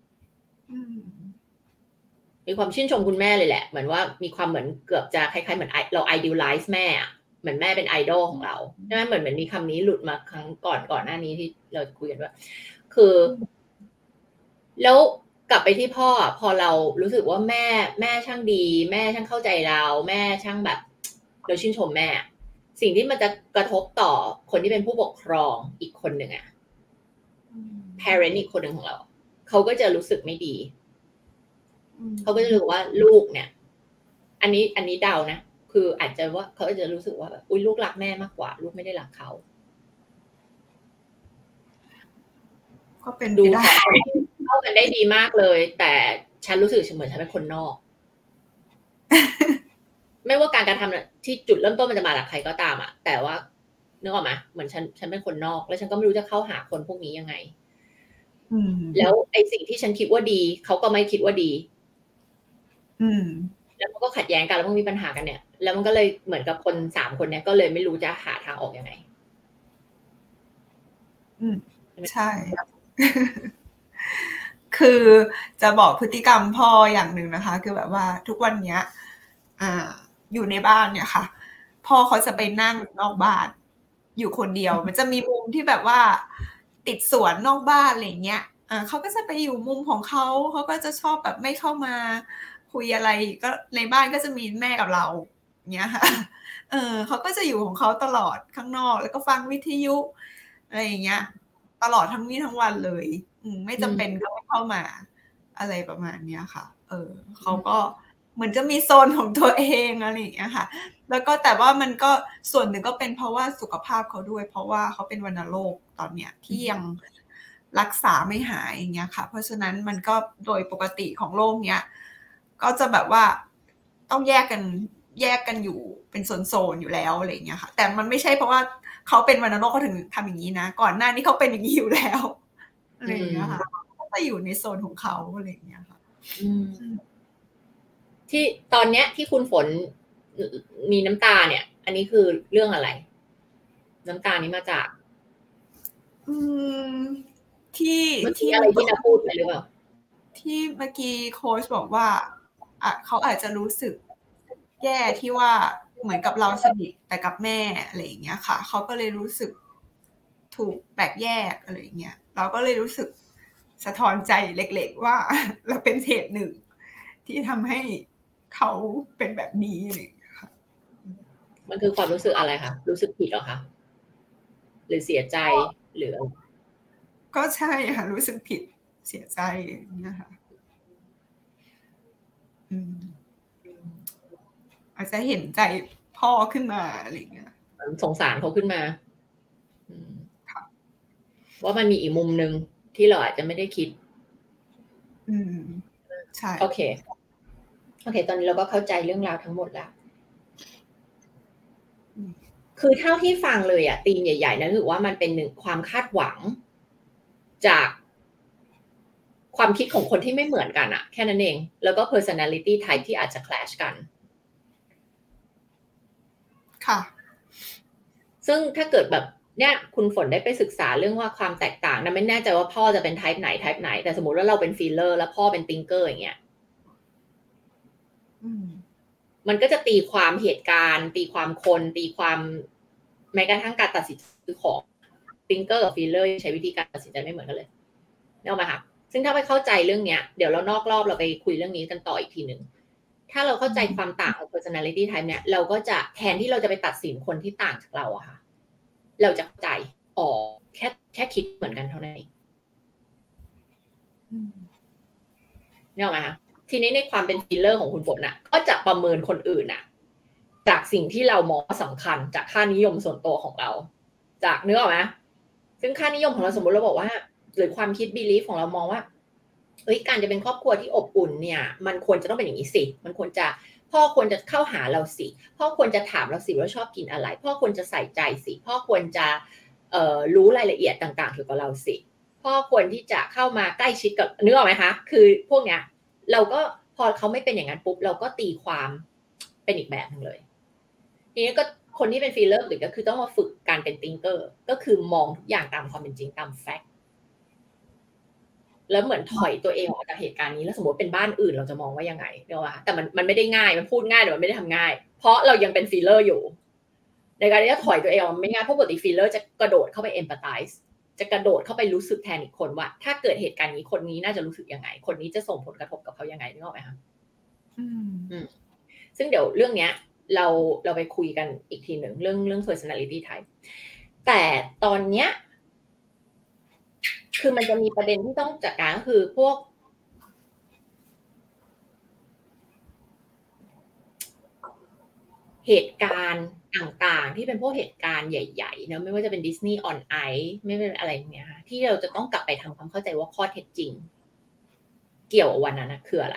มีความชื่นชมคุณแม่เลยแหละเหมือนว่ามีความเหมือนเกือบจะคล้ายๆเหมือนเรา idealize แม่อะเหมือนแม่เป็นไอดอลของเราใช่ไหมเหมือนเหมือนมีคำนี้หลุดมาครั้งก่อนก่อนหน้านี้ที่เราคุยกันว่าคือแล้วกลับไปที่พ่อพอเรารู้สึกว่าแม่แม่ช่างดีแม่ช่างเข้าใจเราแม่ช่างแบบเราชื่นชมแม่สิ่งที่มันจะกระทบต่อคนที่เป็นผู้ปกครองอีกคนหนึ่งอะ parent อีกคนหนึ่งของเราเขาก็จะรู้สึกไม่ดีเขาก็จะรู้ว่าลูกเนี่ยอันนี้อันนี้เดานะคืออาจจะว่าเขาจะรู้สึกว่าแบบอุ้ยลูกรักแม่มากกว่าลูกไม่ได้รักเขาก็เป็นดูได้เข้ากันได้ดีมากเลยแต่ฉันรู้สึกเหมือนฉันเป็นคนนอกไม่ว่าการการทำที่จุดเริ่มต้นมันจะมาจากใครก็ตามอ่ะแต่ว่านึกออกไหมเหมือนฉันฉันเป็นคนนอกแล้วฉันก็ไม่รู้จะเข้าหาคนพวกนี้ยังไงแล้วไอ้สิ่งที่ฉันคิดว่าดีเขาก็ไม่คิดว่าดีแล้วมันก็ขัดแย้งกันแล้วมันมีปัญหากันเนี่ยแล้วมันก็เลยเหมือนกับคนสามคนเนี้ยก็เลยไม่รู้จะหาทางออกยังไงอืมใช่คือจะบอกพฤติกรรมพ่ออย่างหนึ่งนะคะคือแบบว่าทุกวันเนี้ยอ่าอยู่ในบ้านเนี่ยค่ะพ่อเขาจะไปนั่งนอกบ้านอยู่คนเดียวมันจะมีมุมที่แบบว่าติดสวนนอกบ้านอะไรเงี้ยอ่าเขาก็จะไปอยู่มุมของเขาเขาก็จะชอบแบบไม่เข้ามาคุยอะไรก็ในบ้านก็จะมีแม่กับเราเนี้ยค่ะเออเขาก็จะอยู่ของเขาตลอดข้างนอกแล้วก็ฟังวิทยุอะไรอย่างเงี้ยตลอดทั้งวี่ทั้งวันเลยไม่จำเป็นก็ไม่เข้ามาอะไรประมาณเนี้ยค่ะเออเขาก็เหมือนจะมีโซนของตัวเองอะไรอย่างเงี้ยค่ะแล้วก็แต่ว่ามันก็ส่วนหนึ่งก็เป็นเพราะว่าสุขภาพเขาด้วยเพราะว่าเขาเป็นวัณโรคตอนเนี้ยที่ยังรักษาไม่หายอย่างเงี้ยค่ะเพราะฉะนั้นมันก็โดยปกติของโรคเนี้ยก็จะแบบว่าต้องแยกกันแยกกันอยู่เป็นโซนๆอยู่แล้วอะไรอย่างเงี้ยค่ะแต่มันไม่ใช่เพราะว่าเขาเป็นวัณโรคเขาถึงทำอย่างนี้นะก่อนหน้านี้เขาเป็นอย่างนี้อยู่แล้วอะไรอย่างเงี้ยค่ะก็จะอยู่ในโซนของเขาอะไรอย่างเงี้ยค่ะที่ตอนเนี้ยที่คุณฝนมีน้ำตาเนี่ยอันนี้คือเรื่องอะไรน้ำตานี้มาจากอืมที่ที่อะไรที่นาพูดไปหรือเปล่าที่เมื่อกี้โค้ชบอกว่าอ่ะเขาอาจจะรู้สึกแย่ที่ว่าเหมือนกับเราสนิทแต่กับแม่อะไรอย่างเงี้ยค่ะเขาก็เลยรู้สึกถูกแบ่งแยกอะไรอย่างเงี้ยเราก็เลยรู้สึกสะท้อนใจเล็กๆว่าเราเป็นเหตุหนึ่งที่ทำให้เขาเป็นแบบนี้เลยค่ะมันคือความรู้สึกอะไรคะรู้สึกผิดเหรอคะหรือเสียใจหรือก็ใช่ค่ะรู้สึกผิดเสียใจอย่างเงี้ยค่ะอืมอาจจะเห็นใจพ่อขึ้นมาอะไรอย่างเงี้ยสงสารเขาขึ้นมาค่ะว่ามันมีอีกมุมนึงที่เราอาจจะไม่ได้คิดอืมใช่โอเคโอเคตอนนี้เราก็เข้าใจเรื่องราวทั้งหมดแล้วคือเท่าที่ฟังเลยอ่ะธีมใหญ่ๆนั่นคือว่ามันเป็นหนึ่งความคาดหวังจากความคิดของคนที่ไม่เหมือนกันอะแค่นั้นเองแล้วก็ personality type ที่อาจจะ clash กันค่ะซึ่งถ้าเกิดแบบเนี่ยคุณฝนได้ไปศึกษาเรื่องว่าความแตกต่างนะไม่แน่ใจว่าพ่อจะเป็น type ไหน type ไหนแต่สมมติว่าเราเป็น feeler แล้วพ่อเป็น thinker อย่างเงี้ยมันก็จะตีความเหตุการณ์ตีความคนตีความแม้กระทั่งการตัดสินใจของ thinker กับ feeler ใช้วิธีการตัดสินใจไม่เหมือนกันเลยนึกออกไหมคะซึ่งถ้าไม่เข้าใจเรื่องเนี้ยเดี๋ยวเรานอกรอบเราไปคุยเรื่องนี้กันต่ออีกทีหนึ่งถ้าเราเข้าใจความต่างของ personality type เนี่ยเราก็จะแทนที่เราจะไปตัดสินคนที่ต่างจากเราอะค่ะเราจะเข้าใจอ๋อแค่แค่คิดเหมือนกันเท่านั้นเองนึกออกไหมคะทีนี้ในความเป็นฟีลเลอร์ของคุณฝนน่ะก็จะประเมินคนอื่นน่ะจากสิ่งที่เรามองว่าสำคัญจากค่านิยมส่วนตัวของเราจากนึกออกไหมซึ่งค่านิยมของเราสมมติเราบอกว่าหรือความคิด belief ของเรามองว่าเอ้ยการจะเป็นครอบครัวที่อบอุ่นเนี่ยมันควรจะต้องเป็นอย่างนี้สิมันควรจะพ่อควรจะเข้าหาเราสิพ่อควรจะถามเราสิว่าชอบกินอะไรพ่อควรจะใส่ใจสิพ่อควรจะเอ่อรู้รายละเอียดต่างๆเกี่ยวกับเราสิพ่อควรที่จะเข้ามาใกล้ชิดกับนึกออกไหมคะคือพวกเนี้ยเราก็พอเขาไม่เป็นอย่างนั้นปุ๊บเราก็ตีความเป็นอีกแบบนึงเลยทีนี้ก็คนที่เป็นฟีลเลอร์หรือก็คือต้องมาฝึกการเป็นทิงเกอร์ก็คือมองทุกอย่างตามความเป็นจริงตามแฟกต์แล้วเหมือนถอยตัวเองออกจากเหตุการณ์นี้แล้วสมมติเป็นบ้านอื่นเราจะมองว่ายังไงเนอะวะแต่มันมันไม่ได้ง่ายมันพูดง่ายแต่มันไม่ได้ทำง่ายเพราะเรายังเป็นฟีลเลอร์อยู่ในการที่จะถอยตัวเองออกไม่ง่ายเพราะปกติฟีลเลอร์จะกระโดดเข้าไปเอมพัตไทส์จะกระโดดเข้าไปรู้สึกแทนอีกคนว่าถ้าเกิดเหตุการณ์นี้คนนี้น่าจะรู้สึกยังไงคนนี้จะส่งผลกระทบกับเขายังไงนึกออกไหมคะอืมซึ่งเดี๋ยวเรื่องเนี้ยเราเราไปคุยกันอีกทีหนึ่งเรื่องเรื่อง personality type แต่ตอนเนี้ยคือมันจะมีประเด็นที่ต้องจัดการก็คือพวกเหตุการณ์ต่างๆที่เป็นพวกเหตุการณ์ใหญ่ๆเนอะไม่ว่าจะเป็น Disney on Ice ไม่เป็นอะไรเนี้ยค่ะที่เราจะต้องกลับไปทำความเข้าใจว่าข้อเท็จจริงเกี่ยวกับวันนั้นนะคืออะไร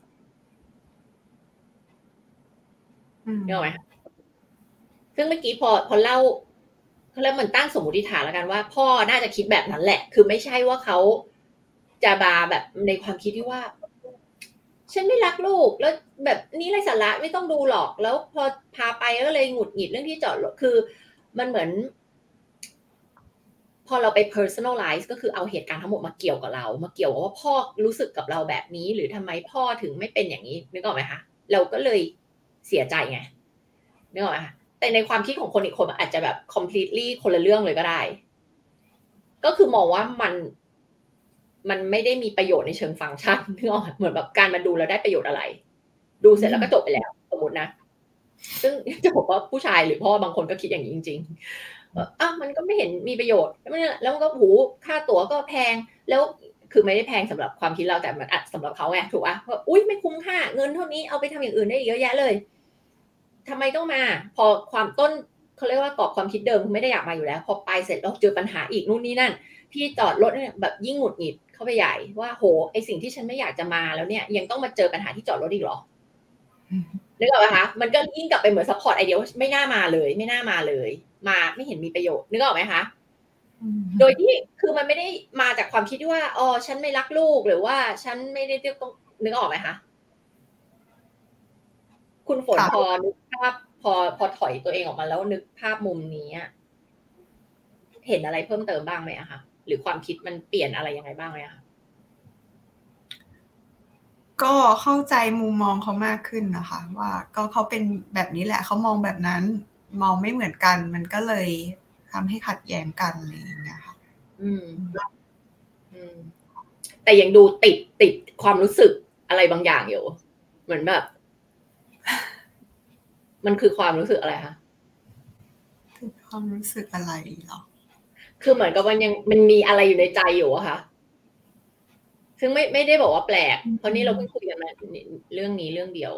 เนอะไหมซึ่งเมื่อกี้พอพอเล่าเขาเรียกมันตั้งสมมติฐานแล้วกันว่าพ่อน่าจะคิดแบบนั้นแหละคือไม่ใช่ว่าเขาจะบาแบบในความคิดที่ว่าฉันไม่รักลูกแล้วแบบนี้ไรสาระไม่ต้องดูหรอกแล้วพอพาไปก็เลยหงุดหงิดเรื่องที่จอดรถคือมันเหมือนพอเราไป personalize ก็คือเอาเหตุการณ์ทั้งหมดมาเกี่ยวกับเรามาเกี่ยวกับว่าพ่อรู้สึกกับเราแบบนี้หรือทำไมพ่อถึงไม่เป็นอย่างนี้นึกออกไหมคะเราก็เลยเสียใจไงนึกออกไหมคะแต่ในความคิดของคนอีกคนอาจจะแบบ completely คนละเรื่องเลยก็ได้ก็คือมองว่ามันมันไม่ได้มีประโยชน์ในเชิงฟังก์ชันนึกออกเหมือนแบบการมาดูแล้วได้ประโยชน์อะไรดูเสร็จแล้วก็จบไปแล้วสมมตินะซึ่งจะบอกว่าผู้ชายหรือพ่อบางคนก็คิดอย่างนี้จริงๆอ่ะมันก็ไม่เห็นมีประโยชน์แล้วมันก็หูค่าตั๋วก็แพงแล้วคือไม่ได้แพงสำหรับความคิดเราแต่มันอัดสำหรับเขาไงถูกป่ะว่าอุ้ยไม่คุ้มค่าเงินเท่านี้เอาไปทำอย่างอื่นได้เยอะแยะเลยทำไมต้องมาพอความต้นเขาเรียกว่ากรอบความคิดเดิมไม่ได้อยากมาอยู่แล้วพอไปเสร็จแล้วเจอปัญหาอีกนู่นนี่นั่นที่จอดรถเนี่ยแบบยิ่งหงุดหงิดเข้าไปใหญ่ว่าโหไอสิ่งที่ฉันไม่อยากจะมาแล้วเนี่ยยังต้องมาเจอปัญหาที่จอดรถอีกหรอนึกออกไหมคะมันก็ยิ่งกลับไปเหมือนซัพพอร์ตไอเดียว่าไม่น่ามาเลยไม่น่ามาเลยมาไม่เห็นมีประโยชน์นึกออกไหมคะโดยที่คือมันไม่ได้มาจากความคิดที่ว่าอ๋อฉันไม่รักลูกหรือว่าฉันไม่ได้ต้องนึกออกไหมคะคุณฝนพอนึกภาพพอพอถอยตัวเองออกมาแล้วนึกภาพมุมนี้เห็นอะไรเพิ่มเติมบ้างไหมอะคะหรือความคิดมันเปลี่ยนอะไรยังไงบ้างไหมคะก็เข้าใจมุมมองเขามากขึ้นนะคะว่าก็เขาเป็นแบบนี้แหละเขามองแบบนั้นมองไม่เหมือนกันมันก็เลยทำให้ขัดแย้งกันอะไรอย่างเงี้ยค่ะอืมอืมแต่ยังดูติดติดความรู้สึกอะไรบางอย่างอยู่เหมือนแบบมันคือความรู้สึกอะไรคะคือความรู้สึกอะไรหรอคือเหมือนกับมันยังมันมีอะไรอยู่ในใจอยู่อะค่ะซึ่งไม่ไม่ได้บอกว่าแปลกเพราะนี่เราเพิ่งคุยกันมาเรื่องนี้เรื่องเดียว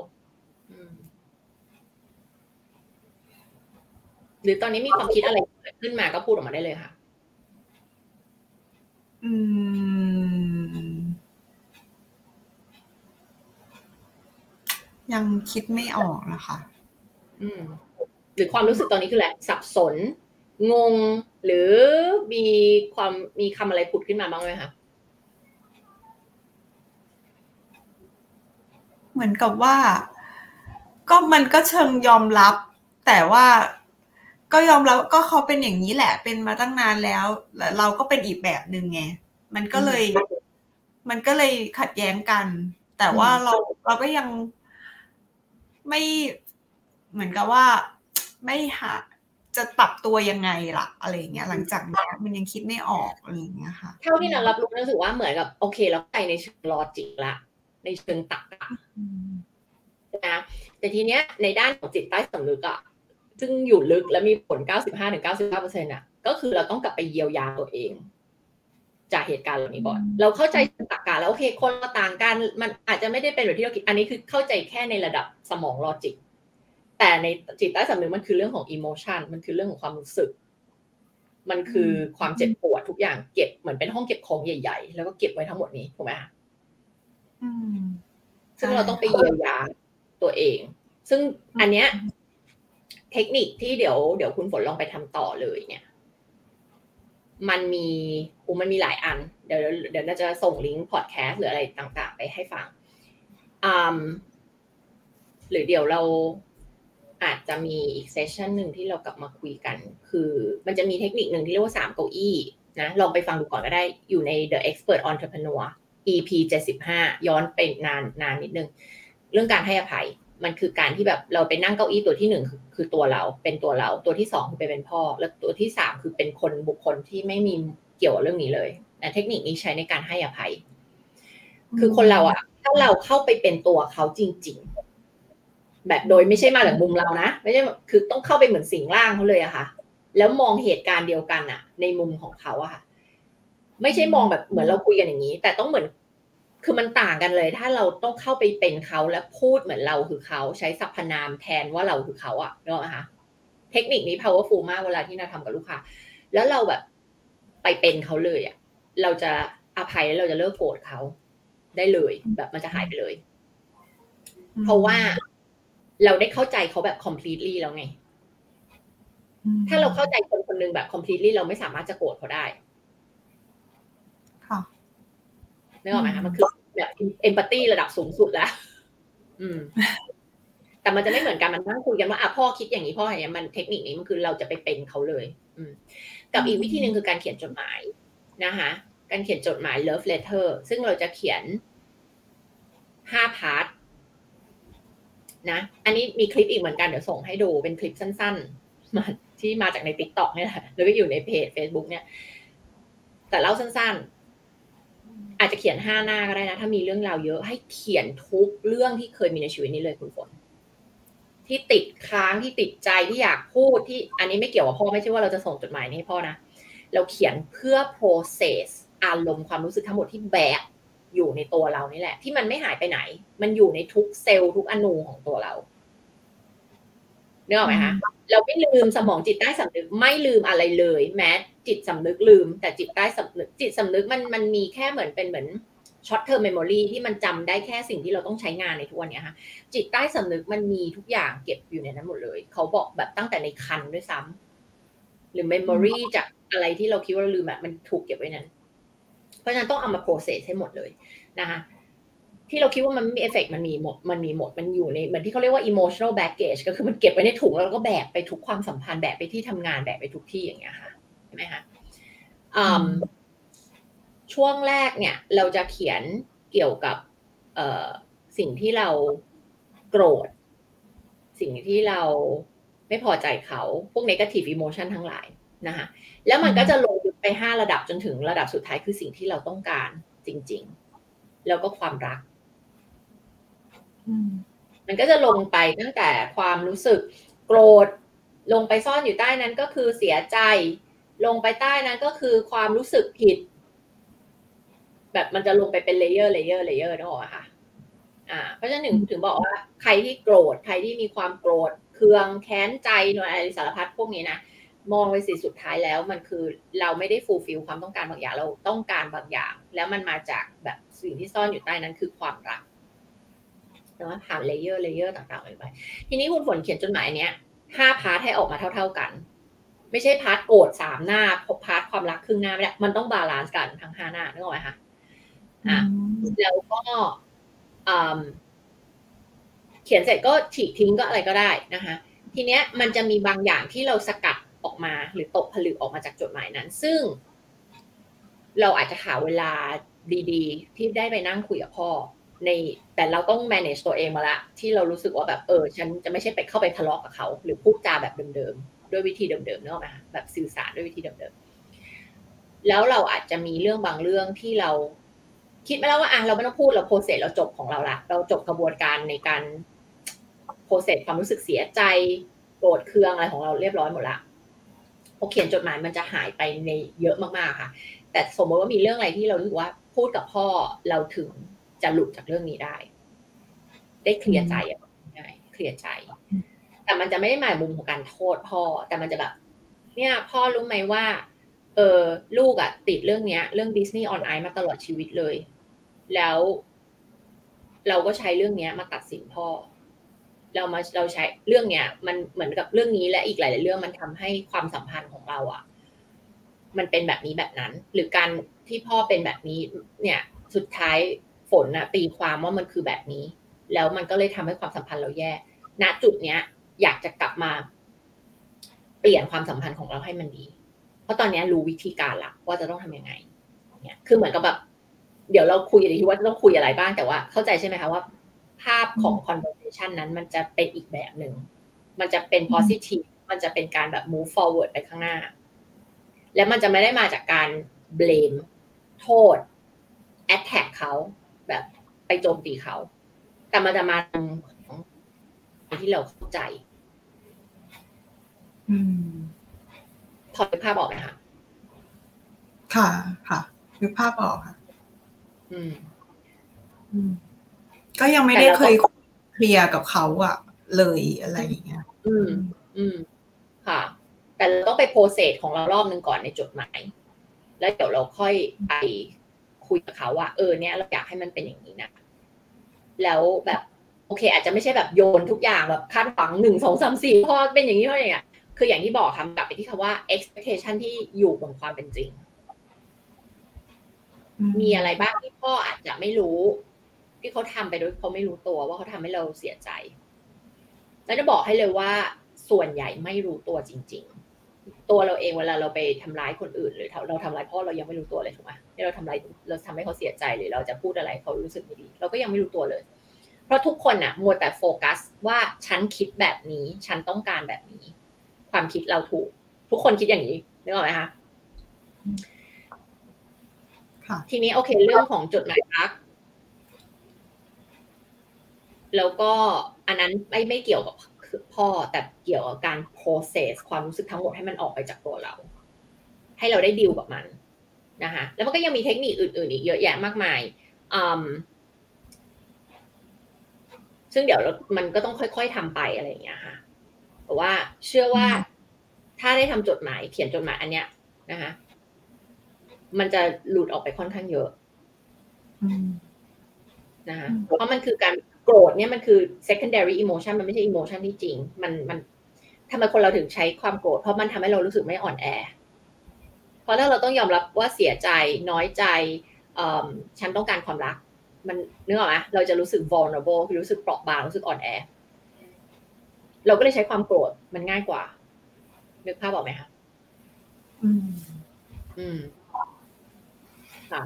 หรือตอนนี้มีความคิดอะไรเกิดขึ้นมาก็พูดออกมาได้เลยค่ะอืมยังคิดไม่ออกนะคะอืมหรือความรู้สึกตอนนี้คืออะไรสับสนงงหรือมีความมีคำอะไรผุดขึ้นมาบ้างไหมคะเหมือนกับว่าก็มันก็เชิงยอมรับแต่ว่าก็ยอมรับก็เขาเป็นอย่างนี้แหละเป็นมาตั้งนานแล้วเราก็เป็นอีกแบบนึงไงมันก็เลยมันก็เลยขัดแย้งกันแต่ว่าเราเราก็ยังไม่เหมือนกับว่าไม่หาจะปรับตัวยังไงล่ะอะไรอย่างเงี้ยหลังจากนี้มันยังคิดไม่ออกอะไรอย่างเงี้ยค่ะเท่าที่เรารับรู้รู้สึกว่าเหมือนกับโอเคเราไปในเชิงลอจิกละในเชิงตรรกะนะแต่ทีเนี้ยในด้านของจิตใต้สำนึกอะซึ่งอยู่ลึกและมีผล เก้าสิบห้าถึงเก้าสิบเก้าเปอร์เซ็นต์ อ่ะก็คือเราต้องกลับไปเยียวยาตัวเองจากเหตุการณ์เหล่านี้ก่อนเราเข้าใจตรรกะแล้วโอเคคนเราต่างกันมันอาจจะไม่ได้เป็นแบบที่เราคิดอันนี้คือเข้าใจแค่ในระดับสมองลอจิกแต่ในจิตใต้สำนึกมันคือเรื่องของอิโมชันมันคือเรื่องของความรู้สึกมันคือความเจ็บปวดทุกอย่างเก็บเหมือนเป็นห้องเก็บของใหญ่ๆแล้วก็เก็บไว้ทั้งหมดนี้ถูกไหมคะซึ่งเราต้องไปเยียวยาตัวเองซึ่งอันเนี้ยเทคนิคที่เดี๋ยวเดี๋ยวคุณฝนลองไปทำต่อเลยเนี่ยมันมีอูมันมีหลายอันเดี๋ยวเดี๋ยวน่าจะส่งลิงก์พอดแคสต์หรืออะไรต่างๆไปให้ฟังอืมหรือเดี๋ยวเราอาจจะมีอีกเซสชั่นหนึ่งที่เรากลับมาคุยกันคือมันจะมีเทคนิคหนึ่งที่เรียกว่าสามเก้าอี้นะลองไปฟังดูก่อนก็ได้อยู่ใน The Expert Entrepreneur อี พี เจ็ดสิบห้าย้อนไปนานนานนิดนึงเรื่องการให้อภัยมันคือการที่แบบเราไปนั่งเก้าอี้ตัวที่หนึ่งคือคือตัวเราเป็นตัวเราตัวที่สองคือไปเป็นพ่อแล้วตัวที่สามคือเป็นคนบุคคลที่ไม่มีเกี่ยวกับเรื่องนี้เลยแต่เทคนิคนี้ใช้ในการให้อภัยคือคนเราอะถ้าเราเข้าไปเป็นตัวเขาจริงๆแบบโดยไม่ใช่มาจากมุมเรานะไม่ใช่คือต้องเข้าไปเหมือนสิงร่างเขาเลยอะค่ะแล้วมองเหตุการณ์เดียวกันอะในมุมของเขาอะค่ะไม่ใช่มองแบบเหมือนเราคุยกันอย่างนี้แต่ต้องเหมือนคือมันต่างกันเลยถ้าเราต้องเข้าไปเป็นเขาและพูดเหมือนเราคือเขาใช้สรรพนามแทนว่าเราคือเขาอะนึกออกไหมคะเทคนิคนี้ powerful มากเวลาที่เราทำกับลูกค้าแล้วเราแบบไปเป็นเขาเลยอะเราจะอภัยแล้วเราจะเลิกโกรธเขาได้เลยแบบมันจะหายไปเลยเพราะว่าเราได้เข้าใจเขาแบบ completely แล้วไงถ้าเราเข้าใจคนคนนึงแบบ completely เราไม่สามารถจะโกรธเขาได้ค่ะนึกออกไหมคะมันคือแบบเอมพัตตี้ระดับสูงสุดแล้วอืมแต่มันจะไม่เหมือนกันมันนั่งคุยกันว่าอ่ะพ่อคิดอย่างนี้พ่ออย่างนี้มันเทคนิคนี้มันคือเราจะไปเป็นเขาเลยอืมกับอีกวิธีนึงคือการเขียนจดหมายนะคะการเขียนจดหมาย love letter ซึ่งเราจะเขียนห้าพาร์ทนะอันนี้มีคลิปอีกเหมือนกันเดี๋ยวส่งให้ดูเป็นคลิปสั้นๆมาที่มาจากใน TikTok เนี่ยแหละแล้วก็อยู่ในเพจ Facebook เนี่ยแต่เล่าสั้นๆอาจจะเขียนห้าหน้าก็ได้นะถ้ามีเรื่องราวเยอะให้เขียนทุกเรื่องที่เคยมีในชีวิตนี้เลยคุณฝนที่ติดค้างที่ติดใจที่อยากพูดที่อันนี้ไม่เกี่ยวกับพ่อไม่ใช่ว่าเราจะส่งจดหมายนี้ให้พ่อนะเราเขียนเพื่อ process อารมณ์ความรู้สึกทั้งหมดที่แบกอยู่ในตัวเรานี่แหละที่มันไม่หายไปไหนมันอยู่ในทุกเซลล์ทุกอนูของตัวเรานึกออกไหมคะเราไม่ลืมสมองจิตใต้สำนึกไม่ลืมอะไรเลยแม้จิตสำนึกลืมแต่จิตใต้สำนึกจิตสำนึกมันมันมีแค่เหมือนเป็นเหมือนช็อตเทอร์เมมโมรีที่มันจำได้แค่สิ่งที่เราต้องใช้งานในทุกวันนี้ค่ะจิตใต้สำนึกมันมีทุกอย่างเก็บอยู่ในนั้นหมดเลยเขาบอกแบบตั้งแต่ในครรภ์ด้วยซ้ำหรือเมมโมรีจากอะไรที่เราคิดว่าเราลืมแบบมันถูกเก็บไว้นั้นเพราะฉะนั้นต้องเอามาโปรเซสให้หมดเลยนะคะที่เราคิดว่ามันไม่มีเอฟเฟกต์มันมีหมดมันมีหมดมันอยู่ในเหมือนที่เขาเรียกว่า emotional baggage ก็คือมันเก็บไว้ในถุงแล้วก็แบกไปทุกความสัมพันธ์แบกไปที่ทำงานแบกไปทุกที่อย่างเงี้ยค่ะใช่ไหมคะช่วงแรกเนี่ยเราจะเขียนเกี่ยวกับสิ่งที่เราโกรธสิ่งที่เราไม่พอใจเขาพวก negative emotion ทั้งหลายนะคะแล้วมันก็จะลงไปห้าระดับจนถึงระดับสุดท้ายคือสิ่งที่เราต้องการจริงๆแล้วก็ความรักมันก็จะลงไปตั้งแต่ความรู้สึกโกรธลงไปซ่อนอยู่ใต้นั้นก็คือเสียใจลงไปใต้นั้นก็คือความรู้สึกผิดแบบมันจะลงไปเป็นเลเยอร์เลเยอร์เลเยอร์นึกออกไหมคะอ่าเพราะฉะนั้นถึงถึงบอกว่าใครที่โกรธใครที่มีความโกรธเคืองแค้นใจหน่วยอะไรสารพัดพวกนี้นะมองไปสิสุดท้ายแล้วมันคือเราไม่ได้ฟูลฟิลความต้องการบางอย่างเราต้องการบางอย่างแล้วมันมาจากแบบสิ่งที่ซ่อนอยู่ใต้นั้นคือความรักแล้วผ่านเลเยอร์เลเยอร์ต่างๆไปทีนี้คุณฝนเขียนจดหมายเนี้ยห้าพาร์ทให้ออกมาเท่าๆกันไม่ใช่พาร์ทโกรธสามหน้าพาร์ทความรักครึ่งหน้าไม่ได้มันต้องบาลานซ์กันทั้งห้าหน้านึกออกไหมคะอ่ะแล้วก็เขียนเสร็จก็ฉีกทิ้งก็อะไรก็ได้นะคะทีเนี้ยมันจะมีบางอย่างที่เราสกัดออกมาหรือตกผลึกออกมาจากจดหมายนั้นซึ่งเราอาจจะหาเวลาดีๆที่ได้ไปนั่งคุยกับพ่อในแต่เราต้อง manage ตัวเองมาละที่เรารู้สึกว่าแบบเออฉันจะไม่ใช่ไปเข้าไปทะเลาะกับเขาหรือพูดจาแบบเดิมๆด้วยวิธีเดิมๆเนอะนะคะแบบสื่อสารด้วยวิธีเดิมๆแล้วเราอาจจะมีเรื่องบางเรื่องที่เราคิดมาแล้วว่าอ่ะเราไม่ต้องพูดเราโปรเซสเราจบของเราละเราจบกระบวนการในการโปรเซสความรู้สึกเสียใจโกรธเคืองอะไรของเราเรียบร้อยหมดละพอเขียนจดหมายมันจะหายไปในเยอะมากๆค่ะแต่สมมติว่ามีเรื่องอะไรที่เรารู้สึกว่าพูดกับพ่อเราถึงจะหลุดจากเรื่องนี้ได้ได้เคลียร์ใจอ่ะง่ายเคลียร์ใจแต่มันจะไม่ได้หมายมุมของการโทษพ่อแต่มันจะแบบเนี่ยพ่อรู้ไหมว่าเออลูกอ่ะติดเรื่องเนี้ยเรื่อง Disney on Ice มาตลอดชีวิตเลยแล้วเราก็ใช้เรื่องเนี้ยมาตัดสินพ่อเรามาเราใช้เรื่องเนี้ยมันเหมือนกับเรื่องนี้และอีกหลายๆเรื่องมันทำให้ความสัมพันธ์ของเราอ่ะมันเป็นแบบนี้แบบนั้นหรือการที่พ่อเป็นแบบนี้เนี่ยสุดท้ายฝนน่ะตีความว่ามันคือแบบนี้แล้วมันก็เลยทำให้ความสัมพันธ์เราแย่ณจุดเนี้ยอยากจะกลับมาเปลี่ยนความสัมพันธ์ของเราให้มันดีเพราะตอนนี้รู้วิธีการละว่าจะต้องทำยังไงเนี่ยคือเหมือนกับแบบเดี๋ยวเราคุยดีที่ว่าจะต้องคุยอะไรบ้างแต่ว่าเข้าใจใช่ไหมคะว่าภาพของ conversation นั้นมันจะเป็นอีกแบบหนึ่งมันจะเป็น positive มันจะเป็นการแบบ move forward ไปข้างหน้าและมันจะไม่ได้มาจากการ blame โทษ attack เขาแบบไปโจมตีเขาแต่มันจะมาของที่เราเข้าใจพอนึกภาพออกไหมคะค่ะค่ะนึกภาพออกค่ะอืมอืมก็ยังไม่ได้เคยเคลียร์กับเขาอะเลยอะไรอย่างเงี้ยอืมอืมค่ะแต่เราต้องไปโปรเซสของเรารอบนึงก่อนในจดหมายแล้วเดี๋ยวเราค่อยไปคุยกับเขาว่าเออเนี่ยเราอยากให้มันเป็นอย่างนี้นะแล้วแบบโอเคอาจจะไม่ใช่แบบโยนทุกอย่างแบบคาดหวังหนึ่งสองสามสี่พอเป็นอย่างนี้เพราะอย่างเงี้ยคืออย่างที่บอกค่ะกลับไปที่คำว่า expectation ที่อยู่บนความเป็นจริงมีอะไรบ้างที่พ่ออาจจะไม่รู้ที่เขาทำไปโดยเขาไม่รู้ตัวว่าเขาทำให้เราเสียใจแล้วจะบอกให้เลยว่าส่วนใหญ่ไม่รู้ตัวจริงๆตัวเราเองเวลาเราไปทำร้ายคนอื่นหรือเราทำร้ายพ่อเรายังไม่รู้ตัวเลยถูกไหมที่เราทำร้ายเราทำให้เขาเสียใจหรือเราจะพูดอะไรเขารู้สึกไม่ดีเราก็ยังไม่รู้ตัวเลยเพราะทุกคนน่ะมัวแต่โฟกัสว่าฉันคิดแบบนี้ฉันต้องการแบบนี้ความคิดเราถูกทุกคนคิดอย่างนี้นึกออกไหมคะทีนี้โอเคเรื่องของจดหมายรักแล้วก็อันนั้นไม่ไม่เกี่ยวกับพ่อแต่เกี่ยวกับการ process ความรู้สึกทั้งหมดให้มันออกไปจากตัวเราให้เราได้ดีลกับมันนะคะแล้วมันก็ยังมีเทคนิคอื่นๆอีกเยอะแยะมากมายซึ่งเดี๋ยวมันก็ต้องค่อยๆทำไปอะไรอย่างเงี้ยค่ะแต่ว่าเชื่อว่าถ้าได้ทำจดหมายเขียนจดหมายอันเนี้ยนะคะมันจะหลุดออกไปค่อนข้างเยอะนะคะเพราะมันคือการโกรธเนี่ยมันคือ secondary emotion มันไม่ใช่ emotion ที่จริงมันมันทำไมคนเราถึงใช้ความโกรธเพราะมันทำให้เรารู้สึกไม่อ่อนแอเพราะถ้าเราต้องยอมรับว่าเสียใจน้อยใจฉันต้องการความรักมันนึกออกไหมเราจะรู้สึก vulnerable คือรู้สึกเปราะบางรู้สึกอ่อนแอเราก็เลยใช้ความโกรธมันง่ายกว่านึกภาพออกไหมคะอืมอืมค่ะ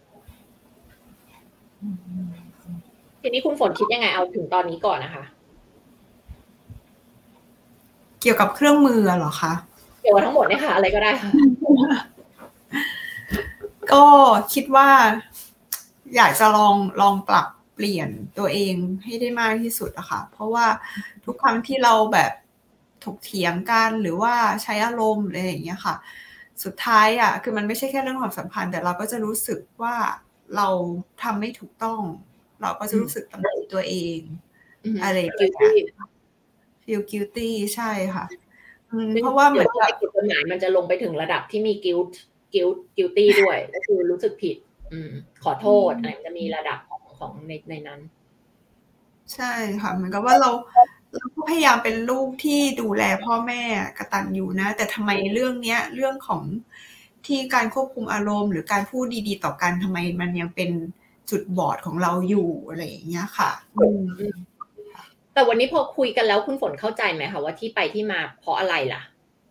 ทีนี้คุณฝนคิดยังไงเอาถึงตอนนี้ก่อนนะคะเกี่ยวกับเครื่องมือเหรอคะเกี่ยวกับทั้งหมดเนี่ยค่ะอะไรก็ได้ค่ะก็คิดว่าอยากจะลองลองปรับเปลี่ยนตัวเองให้ได้มากที่สุดอะค่ะเพราะว่าทุกครั้งที่เราแบบถกเถียงกันหรือว่าใช้อารมณ์อะไรอย่างเงี้ยค่ะสุดท้ายอะคือมันไม่ใช่แค่เรื่องความสัมพันธ์แต่เราก็จะรู้สึกว่าเราทำไม่ถูกต้องเราก็จะรู้สึกตำหนิตัวเองอะไรอย่างเงี้ guilty ย feel guilty ใช่ค่ะเพราะว่าเหมือนกับกฎหมายมันจะลงไปถึงระดับที่มี guilt guilt guilty ด้วยก็คือรู้สึกผิดขอโทษอะไรมันจะมีระดับของของในในนั้นใช่ค่ะเหมือนกับว่าเราเราก็พยายามเป็นลูกที่ดูแลพ่อแม่กตัญญูนะแต่ทำไมเรื่องเนี้ยเรื่องของที่การควบคุมอารมณ์หรือการพูดดีๆต่อกันทำไมมันยังเป็นจุดบอดของเราอยู่อะไรอย่างเงี้ยค่ะแต่วันนี้พอคุยกันแล้วคุณฝนเข้าใจไหมคะว่าที่ไปที่มาเพราะอะไรล่ะ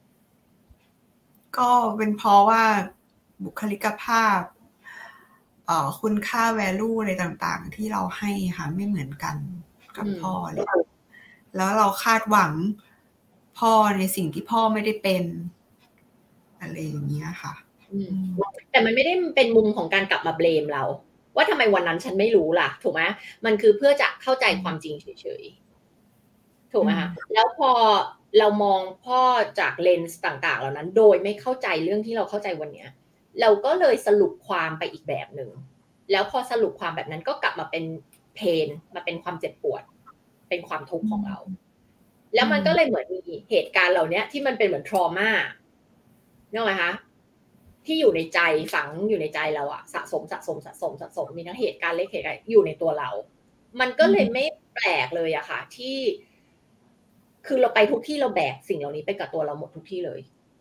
ก็เป็นเพราะว่าบุคลิกภาพเอ่อคุณค่า value อะไรต่างๆที่เราให้ค่ะไม่เหมือนกันกับพ่อเลยแล้วเราคาดหวังพ่อในสิ่งที่พ่อไม่ได้เป็นอะไรอย่างเงี้ยค่ะแต่มันไม่ได้เป็นมุมของการกลับมาเบลมเราว่าทำไมวันนั้นฉันไม่รู้ล่ะถูกไหมมันคือเพื่อจะเข้าใจความจริงเฉยๆถูกไหมคะแล้วพอเรามองพ่อจากเลนส์ต่างๆเหล่านั้นโดยไม่เข้าใจเรื่องที่เราเข้าใจวันนี้เราก็เลยสรุปความไปอีกแบบหนึ่งแล้วพอสรุปความแบบนั้นก็กลับมาเป็นเพนมาเป็นความเจ็บปวดเป็นความทุกข์ของเราแล้วมันก็เลยเหมือนมีเหตุการณ์เหล่านี้ที่มันเป็นเหมือนทรมาเนอะไหมคะที่อยู่ในใจฝังอยู่ในใจเราอะสะสมสะสมสะสมสะสมมีทั้งเหตุการณ์เล็กเหตุการณ์อยู่ในตัวเรามันก็เลยไม่แปลกเลยอะค่ะที่คือเราไปทุกที่เราแบกสิ่งเหล่านี้ไปกับตัวเราหมดทุกที่เลย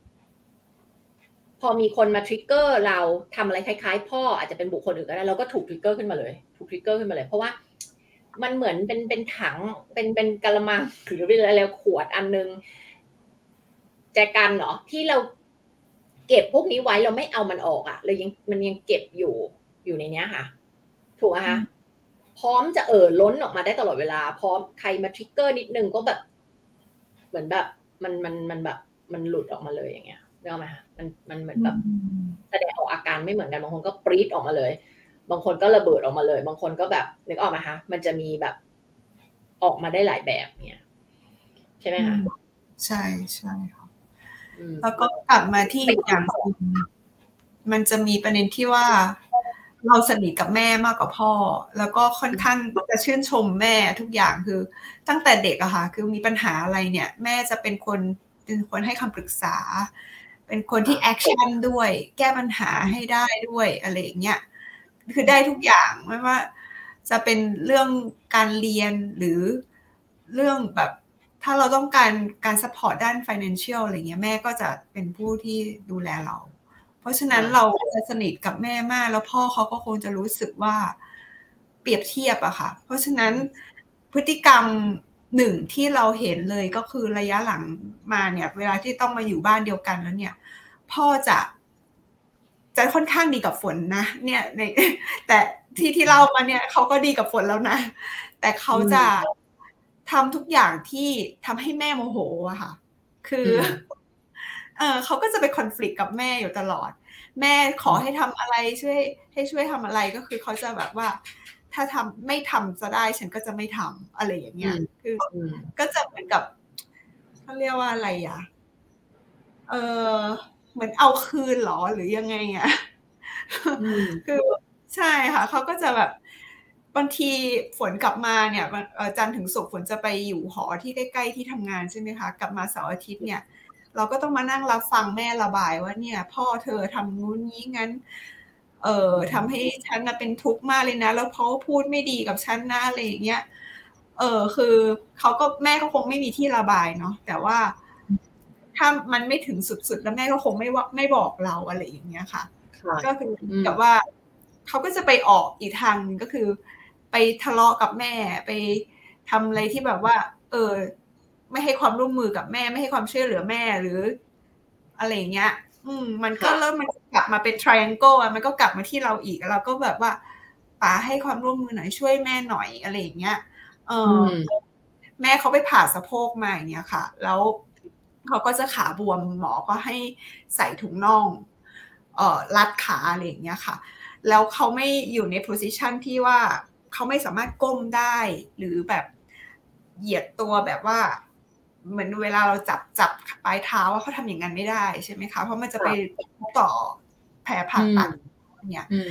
พอมีคนมาทริกเกอร์เราทำอะไรคล้ายๆพ่ออาจจะเป็นบุคคลอื่นก็ได้เราก็ถูกทริกเกอร์ขึ้นมาเลยถูกทริกเกอร์ขึ้นมาเลยเพราะว่ามันเหมือนเป็นเป็นถังเป็นเป็นกะละมังหรือเป็นอะไรขวดอันนึงแจกันเหรอที่เราเก็บพวกนี้ไว้เราไม่เอามันออกอ่ะเรายังมันยังเก็บอยู่อยู่ในเนี้ยค่ะถูกไหมคะพร้อมจะเอ่อล้นออกมาได้ตลอดเวลาพร้อมใครมาทริกเกอร์นิดนึงก็แบบเหมือนแบบมันมันมันแบบมันหลุดออกมาเลยอย่างเงี้ยนึกออกไหมคะมันมันเหมือนแบบแสดงออกอาการไม่เหมือนกันบางคนก็ปรี๊ดออกมาเลยบางคนก็ระเบิดออกมาเลยบางคนก็แบบนึกออกไหมคะมันจะมีแบบออกมาได้หลายแบบเนี่ยใช่ไหมคะใช่ใช่ค่ะแล้วก็กลับมาที่อีกอย่างมันจะมีประเด็นที่ว่าเราสนิทกับแม่มากกว่าพ่อแล้วก็ค่อนข้างจะชื่นชมแม่ทุกอย่างคือตั้งแต่เด็กอะค่ะคือมีปัญหาอะไรเนี่ยแม่จะเป็นคนเป็นคนให้คำปรึกษาเป็นคนที่แอคชั่นด้วยแก้ปัญหาให้ได้ด้วยอะไรอย่างเงี้ยคือได้ทุกอย่างไม่ว่าจะเป็นเรื่องการเรียนหรือเรื่องแบบถ้าเราต้องการการซัพพอร์ตด้าน financial อะไรเงี้ยแม่ก็จะเป็นผู้ที่ดูแลเราเพราะฉะนั้นเราจะสนิทกับแม่มากแล้วพ่อเขาก็คงจะรู้สึกว่าเปรียบเทียบอะค่ะเพราะฉะนั้นพฤติกรรมหนึ่งที่เราเห็นเลยก็คือระยะหลังมาเนี่ยเวลาที่ต้องมาอยู่บ้านเดียวกันแล้วเนี่ยพ่อจะจะค่อนข้างดีกับฝนนะเนี่ยในแต่ที่ที่เล่ามาเนี่ยเขาก็ดีกับฝนแล้วนะแต่เขาจะทำทุกอย่างที่ทำให้แม่โมโหอะค่ะคือเออเขาก็จะไปคอนฟลิกต์กับแม่อยู่ตลอดแม่ขอให้ทำอะไรช่วยให้ช่วยทำอะไรก็คือเขาจะแบบว่าถ้าทำไม่ทำจะได้ฉันก็จะไม่ทำอะไรอย่างเงี้ยคือก็จะเหมือนกับเขาเรียกว่าอะไรอ่ะเออเหมือนเอาคืนหรอหรือยังไงอ่ะคือใช่ค่ะเขาก็จะแบบบางทีฝนกลับมาเนี่ยจันทร์ถึงศุกร์ฝนจะไปอยู่หอที่ใกล้ๆที่ทำงานใช่ไหมคะกลับมาเสาร์อาทิตย์เนี่ยเราก็ต้องมานั่งรับฟังแม่ระบายว่าเนี่ยพ่อเธอทำนู้นนี้งั้นเอ่อทำให้ฉันน่ะเป็นทุกข์มากเลยนะแล้วเขาพูดไม่ดีกับฉันนะอะไรอย่างเงี้ยเออคือเขาก็แม่ก็คงไม่มีที่ระบายเนาะแต่ว่าถ้ามันไม่ถึงสุดๆแล้วแม่ก็คงไม่ว่าไม่บอกเราอะไรอย่างเงี้ยค่ะก็คือกับว่าเขาก็จะไปออกอีกทางนึงก็คือไปทะเลาะกับแม่ไปทำอะไรที่แบบว่าเออไม่ให้ความร่วมมือกับแม่ไม่ให้ความช่วยเหลือแม่หรืออะไรอย่างเงี้ยอืมมันก็เริ่มมันกลับมาเป็น triangle อ่ะมันก็กลับมาที่เราอีกเราก็แบบว่าป๋าให้ความร่วมมือหน่อยช่วยแม่หน่อยอะไรอย่างเงี้ยเออแม่เขาไปผ่าสะโพกมาอย่างเงี้ยค่ะแล้วเขาก็จะขาบวมหมอก็ให้ใส่ถุงน่องเอ่อรัดขาอะไรอย่างเงี้ยค่ะแล้วเขาไม่อยู่ใน position ที่ว่าเขาไม่สามารถก้มได้หรือแบบเหยียดตัวแบบว่าเหมือนเวลาเราจับจับปลายเท้าว่าเขาทำอย่างนั้นไม่ได้ใช่ไหมคะเพราะมันจะไปต่อแผลผ่าตัดเนี่ย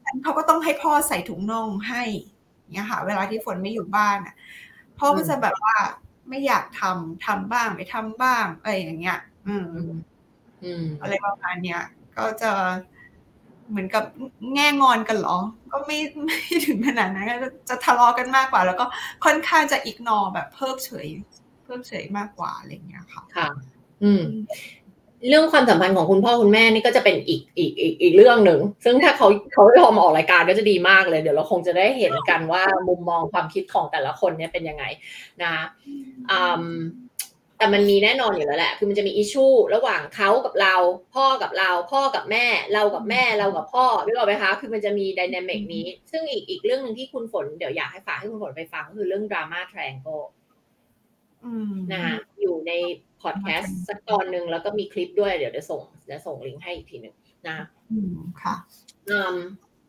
เขาก็ต้องให้พ่อใส่ถุงน่องให้เนี่ยค่ะเวลาที่ฝนไม่อยู่บ้านอ่ะพ่อก็จะแบบว่าไม่อยากทำทำบ้างไม่ทำบ้างอะไรอย่างเงี้ย อืมอืมอะไรประมาณเนี้ยก็จะเหมือนกับแง่งอนกันเหรอ ก็ไม่ไม่ถึงขนาดนั้นก็จะทะเลาะกันมากกว่า แล้วก็ค่อนข้างจะอิกนอแบบเพิกเฉยเพิกเฉยมากกว่าอะไรอย่างเงี้ยค่ะค่ะ อืม เรื่องความสัมพันธ์ของคุณพ่อคุณแม่นี่ก็จะเป็นอีกอีกอีกอีกเรื่องหนึ่งซึ่งถ้าเขาเขาได้พอมาออกรายการก็จะดีมากเลยเดี๋ยวเราคงจะได้เห็นกันว่ามุมมองความคิดของแต่ละคนเนี่ยเป็นยังไงนะอืมแต่มันมีแน่นอนอยู่แล้วแหละคือมันจะมีอิชชูระหว่างเขากับเราพ่อกับเราพ่อกับแม่เรากับแม่เรากับพ่อนึกออกไหมคะคือมันจะมีไดนามิกนี้ซึ่งอีกอีกเรื่องนึงที่คุณฝนเดี๋ยวอยากให้ฝากให้คุณฝนไปฟังก็คือเรื่องดราม่าทริแองเกิลนะคะอยู่ในพอดแคสต์สักตอนหนึ่งแล้วก็มีคลิปด้วยเดี๋ยวจะส่งจะส่งลิงก์ให้อีกทีหนึ่งนะอืมค่ะอืม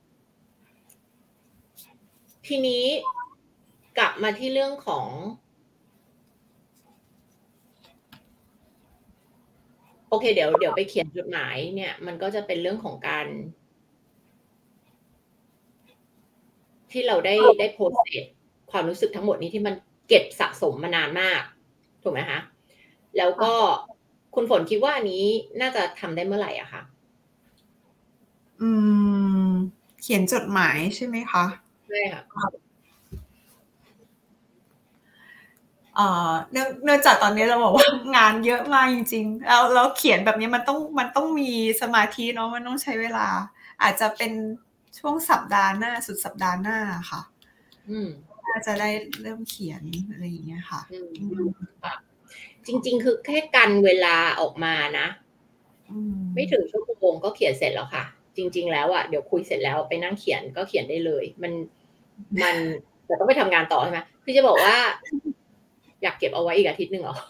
ทีนี้กลับมาที่เรื่องของโอเคเดี๋ยวเดี๋ยวไปเขียนจดหมายเนี่ยมันก็จะเป็นเรื่องของการที่เราได้ได้โพสต์ความรู้สึกทั้งหมดนี้ที่มันเก็บสะสมมานานมากถูกไหมคะแล้วก็คุณฝนคิดว่าอันนี้น่าจะทำได้เมื่อไหร่อะคะอืมเขียนจดหมายใช่ไหมคะใช่ค่ะเอ่อเนื่องเนื่องจากตอนนี้เราบอกว่างานเยอะมากจริงๆแล้วแล้วเขียนแบบนี้มันต้องมันต้องมีสมาธิเนาะมันต้องใช้เวลาอาจจะเป็นช่วงสัปดาห์หน้าสุดสัปดาห์หน้าค่ะอืมน่าจะได้เริ่มเขียนอะไรอย่างเงี้ยค่ะอืมจริงๆคือแค่กันเวลาออกมานะไม่ถึงชั่วโมงก็เขียนเสร็จแล้วค่ะจริงๆแล้วอ่ะเดี๋ยวคุยเสร็จแล้วไปนั่งเขียนก็เขียนได้เลยมันมันแต่ต้องไปทำงานต่อใช่ไหมพี่จะบอกว่าอยากเก็บเอาไว้อีกอาทิตย์หนึ่งเหรอ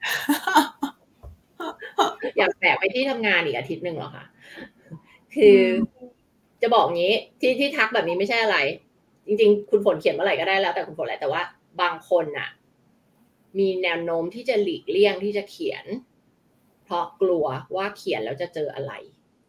อยากแบกไปที่ทำงานอีกอาทิตย์หนึ่งเหรอคะคือจะบอกงี้ที่ที่ทักแบบนี้ไม่ใช่อะไรจริงๆคุณฝนเขียนเมื่อไหร่ก็ได้แล้วแต่คุณฝนแหละแต่ว่าบางคนน่ะมีแนวโน้มที่จะหลีกเลี่ยงที่จะเขียนเพราะกลัวว่าเขียนแล้วจะเจออะไร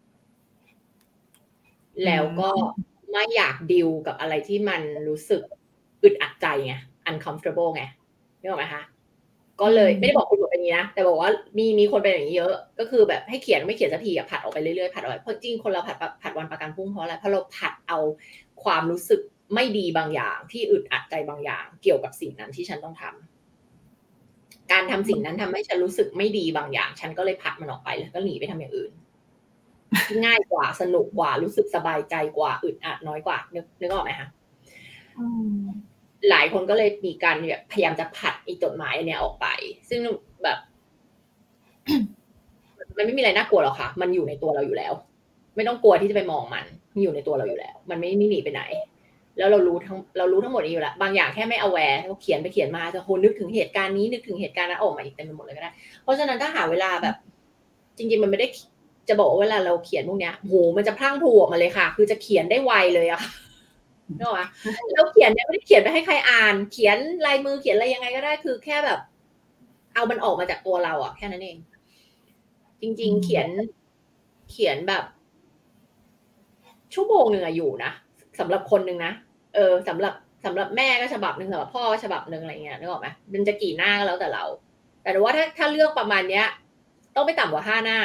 แล้วก็ไม่อยากดิวกับอะไรที่มันรู้สึกอึดอัดใจไง uncomfortable ไงนึกออกไหมคะก็เลยไม่ได้บอกคุณฝนเป็นอย่างนี้นะแต่บอกว่ามีมีคนเป็นอย่างนี้เยอะก็คือแบบให้เขียนไม่เขียนสักทีอะผัดออกไปเรื่อยๆผัดออกไปเพราะจริงคนเราผัดผัดวันประกันพรุ่งเพราะอะไรเพราะเราผัดเอาความรู้สึกไม่ดีบางอย่างที่อึดอัดใจบางอย่างเกี่ยวกับสิ่งนั้นที่ฉันต้องทำการทำสิ่งนั้นทำให้ฉันรู้สึกไม่ดีบางอย่างฉันก็เลยผัดมันออกไปแล้วก็หนีไปทำอย่างอื่นที่ง่ายกว่าสนุกกว่ารู้สึกสบายใจกว่าอึดอัดน้อยกว่านึกนึกออกไหมคะหลายคนก็เลยมีการแบบพยายามจะผัดอีจดหมายอันเนี้ยออกไปซึ่งแบบ มันไม่มีอะไรน่ากลัวหรอกค่ะมันอยู่ในตัวเราอยู่แล้วไม่ต้องกลัวที่จะไปมองมันมันอยู่ในตัวเราอยู่แล้วมันไม่ไม่หนีไปไหนแล้วเรารู้ทั้งเรารู้ทั้งหมดนี้อยู่แล้วบางอย่างแค่ไม่ aware เราเขียนไปเขียนมาจะโหนึกถึงเหตุการณ์นี้นึกถึงเหตุการณ์นั้นออกมาอีกเต็มไปหมดเลยก็ได้เพราะฉะนั้นถ้าหาเวลาแบบจริงๆมันไม่ได้จะบอกว่าเวลาเราเขียนพวกเนี้ยโหมันจะพลั่งพลูออกมาเลยค่ะคือจะเขียนได้ไวเลยอะนึกออกไหมเราเขียนเนี่ยไม่ได้เขียนไปให้ใครอ่านเขียนลายมือเขียนอะไรยังไงก็ได้คือแค่แบบเอามันออกมาจากตัวเราอะแค่นั้นเองจริงๆเขียนเขียนแบบชั่วโมงหนึ่งอะอยู่นะสำหรับคนหนึ่งนะเออสำหรับสำหรับแม่ก็ฉบับหนึ่งสำหรับพ่อฉบับหนึ่งอะไรเงี้ยนึกออกไหมมันจะกี่หน้าก็แล้วแต่เราแต่ว่าถ้าถ้าเลือกประมาณเนี้ยต้องไม่ต่ำกว่าห้าหน้า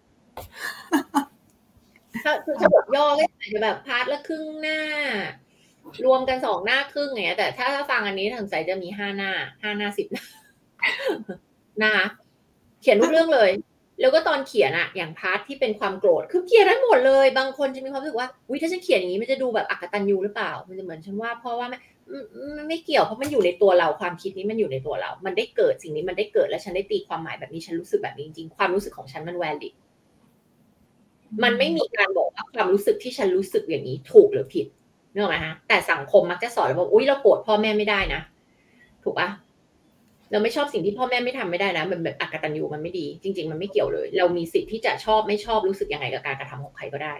ถ้าคือฉบับย่อก็อาจจะแบบพาร์ทละครึ่งหน้ารวมกันสองหน้าครึ่งอย่างเงี้ยแต่ถ้าถ้าฟังอันนี้สงสัยจะมีห้าหน้าห้าหน้าสิบหน้านะคะเขียนทุกเรื่องเลยแล้วก็ตอนเขียนอะอย่างพาร์ทที่เป็นความโกรธคือเขียนได้หมดเลยบางคนจะมีความรู้สึกว่าอุ๊ยถ้าฉันเขียนอย่างนี้มันจะดูแบบอกตัญญูหรือเปล่ามันจะเหมือนฉันว่าเพราะว่ามันไม่เกี่ยวเพราะมันอยู่ในตัวเราความคิดนี้มันอยู่ในตัวเรามันได้เกิดสิ่งนี้มันได้เกิดและฉันได้ตีความหมายแบบนี้ฉันรู้สึกแบบนี้จริงๆความรู้สึกของฉันมัน valid มันไม่มีการบอกว่าความรู้สึกที่ฉันรู้สึกอย่างนี้ถูกหรือผิดนึกออกไหมฮะแต่สังคมมักจะสอนเราว่าอุ๊ยเราโกรธพ่อแม่ไม่ได้นะถูกปะเราไม่ชอบสิ่งที่พ่อแม่ไม่ทำไม่ได้นะมันแบบอกตัญญูมันไม่ดีจริงๆมันไม่เกี่ยวเลยเรามีสิทธิ์ที่จะชอบไม่ชอบรู้สึกยังไงกับการกระทำของใครก็ได้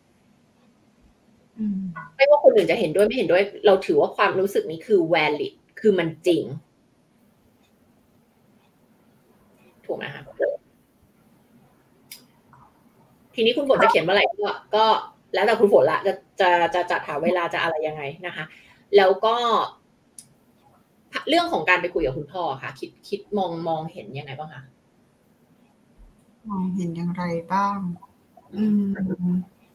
ไม่ว่าคนอื่นจะเห็นด้วยไม่เห็นด้วยเราถือว่าความรู้สึกนี้คือ valid คือมันจริงถูกไหมคะทีนี้คุณฝนจะเขียนเมื่อไหร่ก็ก็แล้วแต่คุณฝนละจะจะจะจัดหาเวลาจะอะไรยังไงนะคะแล้วก็เรื่องของการไปคุยกับคุณพ่อค่ะคิดคิดมองมองเห็นยังไงบ้างคะมองเห็นอย่างไรบ้าง อืม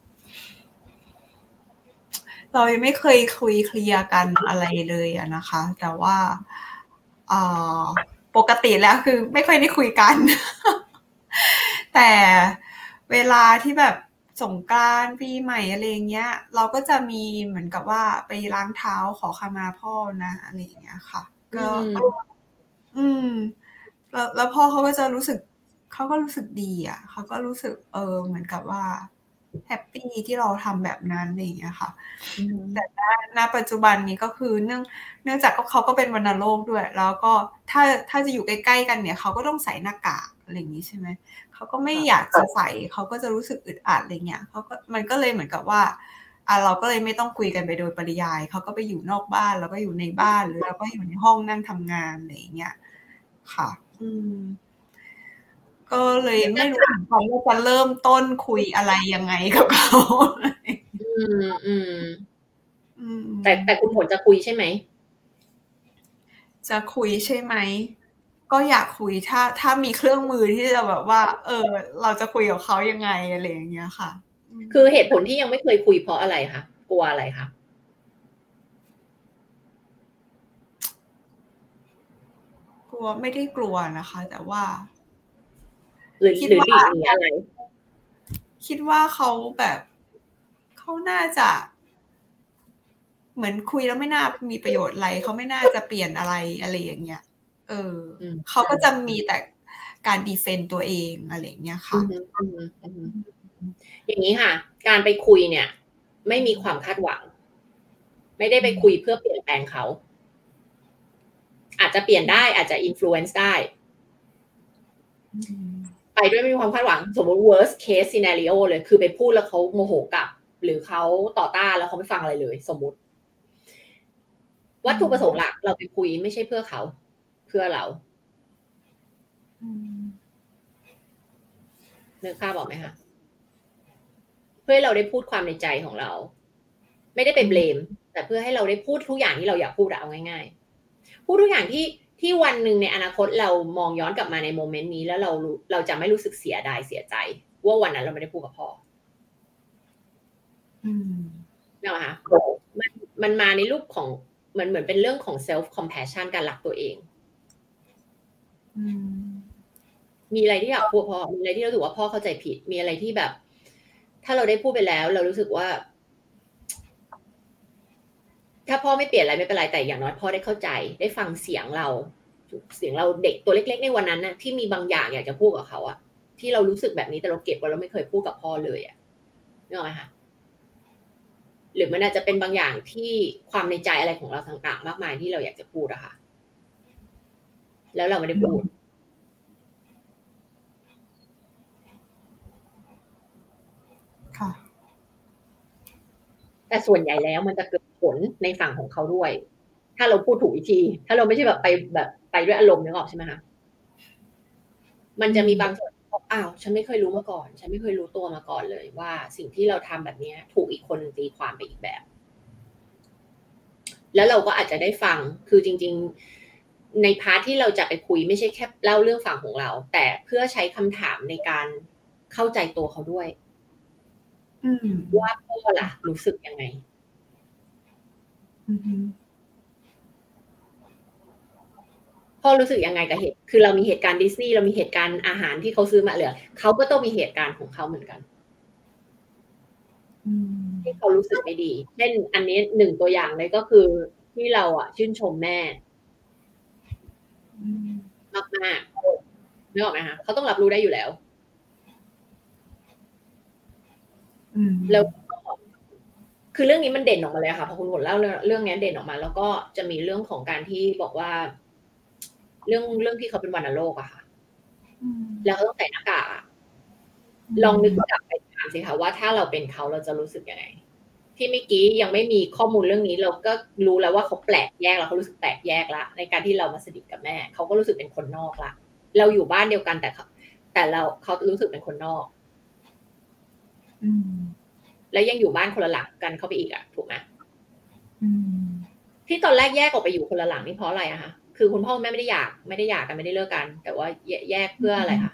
เรายังไม่เคยคุยเคลียร์กันอะไรเลยอะนะคะ แต่ว่าอ่าปกติแล้วคือไม่ค่อยได้คุยกัน แต่เวลาที่แบบสงกรานต์ปีใหม่อะไรเงี้ย เราก็จะมีเหมือนกับว่าไปล้างเท้าขอขมาพ่อนะอะไรอย่างเงี้ยค่ะ ก็ อืม แล้วแล้วพ่อเขาก็จะรู้สึกเขาก็รู้สึกดีอ่ะเขาก็รู้สึกเออเหมือนกับว่าแฮปปี้ที่เราทำแบบนั้นอะไรอย่างเงี้ยค่ะ แต่ณปัจจุบันนี้ก็คือเนื่องเนื่องจากเขาก็เป็นวัณโรคด้วย แล้วก็ถ้าถ้าจะอยู่ใกล้ๆกันเนี่ยเขาก็ต้องใส่หน้ากากอะไรอย่างนี้ใช่ไหมเขาก็ไม่อยากจะใส่เขาก็จะรู้สึกอึดอัดอะไรเงี้ยเขาก็มันก็เลยเหมือนกับว่าอ่ะเราก็เลยไม่ต้องคุยกันไปโดยปริยายเขาก็ไปอยู่นอกบ้านแล้วก็อยู่ในบ้านหรือเราก็อยู่ในห้องนั่งทำงานอะไรอย่างเงี้ยค่ะ อืม ก็เลยไม่รู้เหมือนกันว่าจะเริ่มต้นคุยอะไรยังไงกับเขาอืมอืมอืมแต่แต่คุณฝนจะคุยใช่ไหมจะคุยใช่ไหม ก็อยากคุยถ้าถ้ามีเครื่องมือที่จะแบบว่า เออ เราจะคุยกับเขายังไงอะไรอย่างเงี้ยค่ะคือเหตุผลที่ยังไม่เคยคุยเพราะอะไรคะกลัวอะไรคะกลัวไม่ได้กลัวนะคะ แต่ว่าหรือคิดหรือว่าหลีกหนีอะไรคิดว่าเขาแบบเขาน่าจะ เหมือนคุยแล้วไม่น่ามีประโยชน์อะไรเขาไม่น่าจะเปลี่ยนอะไรอะไรอย่างเงี้ย เอออืมเขาก็จะมีแต่การ defend ตัวเองอะไรอย่างเงี้ยอืค่ะอฮึอือฮึอือฮึอย่างงี้ค่ะ การไปคุยเนี่ย ไม่มีความคาดหวัง ไม่ได้ไปคุยเพื่อเปลี่ยนแปลงเขา อาจจะเปลี่ยนได้ อาจจะ influence ได้อืมไปด้วยไม่มีความคาดหวัง สมมุติ worst case scenario เลย คือไปพูดแล้วเขาโมโหกลับ หรือเขาต่อต้านแล้วเขาไม่ฟังอะไรเลย สมมุติ วัตถุประสงค์หลักเราไปคุยไม่ใช่เพื่อเขา เพื่อเราอืมนึกภาพออกไหมคะ เพื่อให้เราได้พูดความในใจของเรา ไม่ได้ไป blame แต่เพื่อให้เราได้พูดทุกอย่างที่เราอยากพูดอะเอาง่ายๆ พูดทุกอย่างที่ ที่วันหนึ่งในอนาคตเรามองย้อนกลับมาในโมเมนต์นี้ แล้วเรารู้ เราจะไม่รู้สึกเสียดายเสียใจว่าวันนั้นเราไม่ได้พูดกับพ่ออืมนึกออกไหมคะ มัน มันมาในรูปของ เหมือน เหมือนเป็นเรื่องของ self compassion การรักตัวเองอืมมีอะไรที่อยากพูดกับพ่อ มีอะไรที่เรารู้สึกว่าพ่อเข้าใจผิด มีอะไรที่แบบ ถ้าเราได้พูดไปแล้วเรารู้สึกว่า ถ้าพ่อไม่เปลี่ยนอะไรไม่เป็นไร แต่อย่างน้อยพ่อได้เข้าใจ ได้ฟังเสียงเรา เสียงเราเด็กตัวเล็กๆในวันนั้นน่ะ ที่มีบางอย่างอยากจะพูดกับเขาอะ ที่เรารู้สึกแบบนี้แต่เราเก็บไว้เราไม่เคยพูดกับพ่อเลยอะ นึกออกไหมคะ? หรือมันอาจจะเป็นบางอย่างที่ความในใจอะไรของเราต่าง ๆ มากมายที่เราอยากจะพูดอะค่ะ แล้วเราไม่ได้พูดค่ะแต่ส่วนใหญ่แล้วมันจะเกิดผลในฝั่งของเขาด้วย ถ้าเราพูดถูกวิธี ถ้าเราไม่ใช่แบบไป แบบไปด้วยอารมณ์ นึกออกใช่ไหมคะ? มันจะมีบางส่วนที่บอก อ้าว ฉันไม่เคยรู้มาก่อน ฉันไม่เคยรู้ตัวมาก่อนเลยว่า สิ่งที่เราทำแบบเนี้ยถูกอีกคนหนึ่งตีความไปอีกแบบ แล้วเราก็อาจจะได้ฟัง คือจริง ๆ ในพาร์ตที่เราจะไปคุยไม่ใช่แค่เล่าเรื่องฝั่งของเรา แต่เพื่อใช้คำถามในการเข้าใจตัวเขาด้วยอืมว่าพ่อล่ะรู้สึกยังไง? อือฮึพ่อรู้สึกยังไงกับเหตุ คือเรามีเหตุการณ์ดิสนีย์ เรามีเหตุการณ์อาหารที่เขาซื้อมาเหลือ เขาก็ต้องมีเหตุการณ์ของเขาเหมือนกันอืที่มเขารู้สึกไม่ดี เช่น อันนี้ หนึ่ง ตัวอย่างเลยก็คือที่เราอะชื่นชมแม่อืมมาก ๆ นึกออกไหมคะ? เขาต้องรับรู้ได้อยู่แล้วอืมแล้วก็ คือเรื่องนี้มันเด่นออกมาเลยอะค่ะ พอคุณฝนเล่าเรื่อง เรื่องเนี้ยเด่นออกมา แล้วก็จะมีเรื่องของการที่บอกว่า เรื่อง เรื่องที่เขาเป็นวัณโรคอะค่ะอืมแล้วเขาต้องใส่หน้ากากอะอืลองนึกมกลับไปถามสิคะว่า ถ้าเราเป็นเขาเราจะรู้สึกยังไง? ที่เมื่อกี้ยังไม่มีข้อมูลเรื่องนี้ เราก็รู้แล้วว่าเขาแปลกแยกแล้ว เขารู้สึกแปลกแยกแล้ว ในการที่เรามาสนิทกับแม่ เขาก็รู้สึกเป็นคนนอกแล้ว เราอยู่บ้านเดียวกัน แต่ ข แต่เรา เขารู้สึกเป็นคนนอกอืมแล้วยังอยู่บ้านคนละหลังกันเข้าไปอีกอ่ะถูกไหมอืมที่ตอนแรกแยกออกไปอยู่คนละหลังนี่เพราะอะไรอะคะคือคุณพ่อแม่ไม่ได้อยากไม่ได้อยากกันไม่ได้เลิกกัน แต่ว่าแยกเพื่ออะไรคะ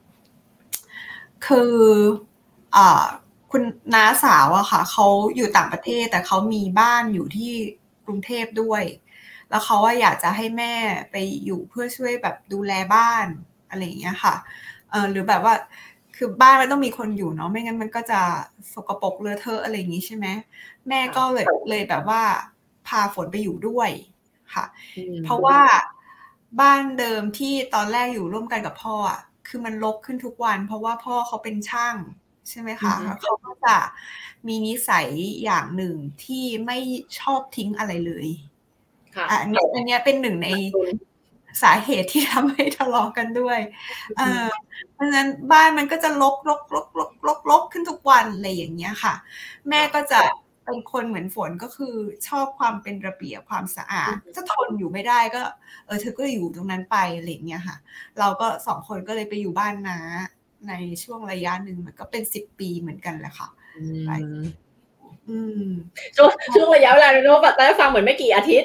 คืออ่าคุณน้าสาวอะค่ะเขาอยู่ต่างประเทศแต่เขามีบ้านอยู่ที่กรุงเทพด้วย แล้วเขาว่าอยากจะให้แม่ไปอยู่เพื่อช่วยแบบดูแลบ้านอะไรอย่างเงี้ยค่ะเออหรือแบบว่าคือบ้านมันต้องมีคนอยู่เนาะไม่งั้นมันก็จะสกปรกเลอะเทอะอะไรอย่างงี้ใช่ไหมแม่ก็เลยเลยแบบว่าพาฝนไปอยู่ด้วยค่ะเพราะว่าบ้านเดิมที่ตอนแรกอยู่ร่วมกันกับพ่ออะคือมันรกขึ้นทุกวันเพราะว่าพ่อเขาเป็นช่างใช่ไหมคะแล้วเขาก็จะมีนิสัยอย่างหนึ่งที่ไม่ชอบทิ้งอะไรเลยอันนี้อันนี้เป็นหนึ่งในสาเหตุที่ทำให้ทะเลาะกันด้วยเออเพราะฉะนั้นบ้านมันก็จะรกรกรกรกรกรกขึ้นทุกวันอะไรอย่างเงี้ยค่ะแม่ก็จะเป็นคนเหมือนฝนก็คือชอบความเป็นระเบียบความสะอาดถ้าทนอยู่ไม่ได้ก็เออเธอก็อยู่ตรงนั้นไปอะไรอย่างเงี้ยค่ะเราก็สองคนก็เลยไปอยู่บ้านน้าในช่วงระยะหนึ่งมันก็เป็นสิบปีเหมือนกันแหละค่ะอืมช่วงช่วงระยะเวลาโน้ตได้ฟังเหมือนไม่กี่อาทิตย์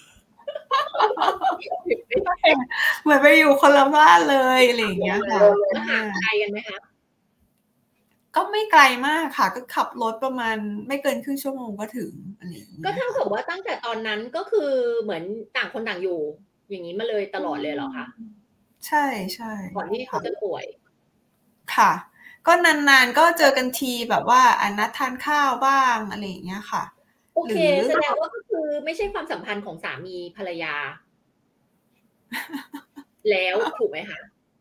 เหมือนไปอยู่คนละบ้านเลยอะไรอย่างเงี้ยค่ะห่างไกลกันไหมคะก็ไม่ไกลมากค่ะก็ขับรถประมาณไม่เกินครึ่งชั่วโมงก็ถึงอะไรอย่างเงี้ยก็เท่ากับว่าตั้งแต่ตอนนั้นก็คือเหมือนต่างคนต่างอยู่อย่างนี้มาเลยตลอดเลยเหรอคะใช่ใช่ก่อนที่เขาจะป่วยค่ะก็นานๆก็เจอกันทีแบบว่าอันนัดทานข้าวบ้างอะไรอย่างเงี้ยค่ะโอเคแสดงว่าก็คือไม่ใช่ความสัมพันธ์ของสามีภรรยาแล้วถูกไหมคะ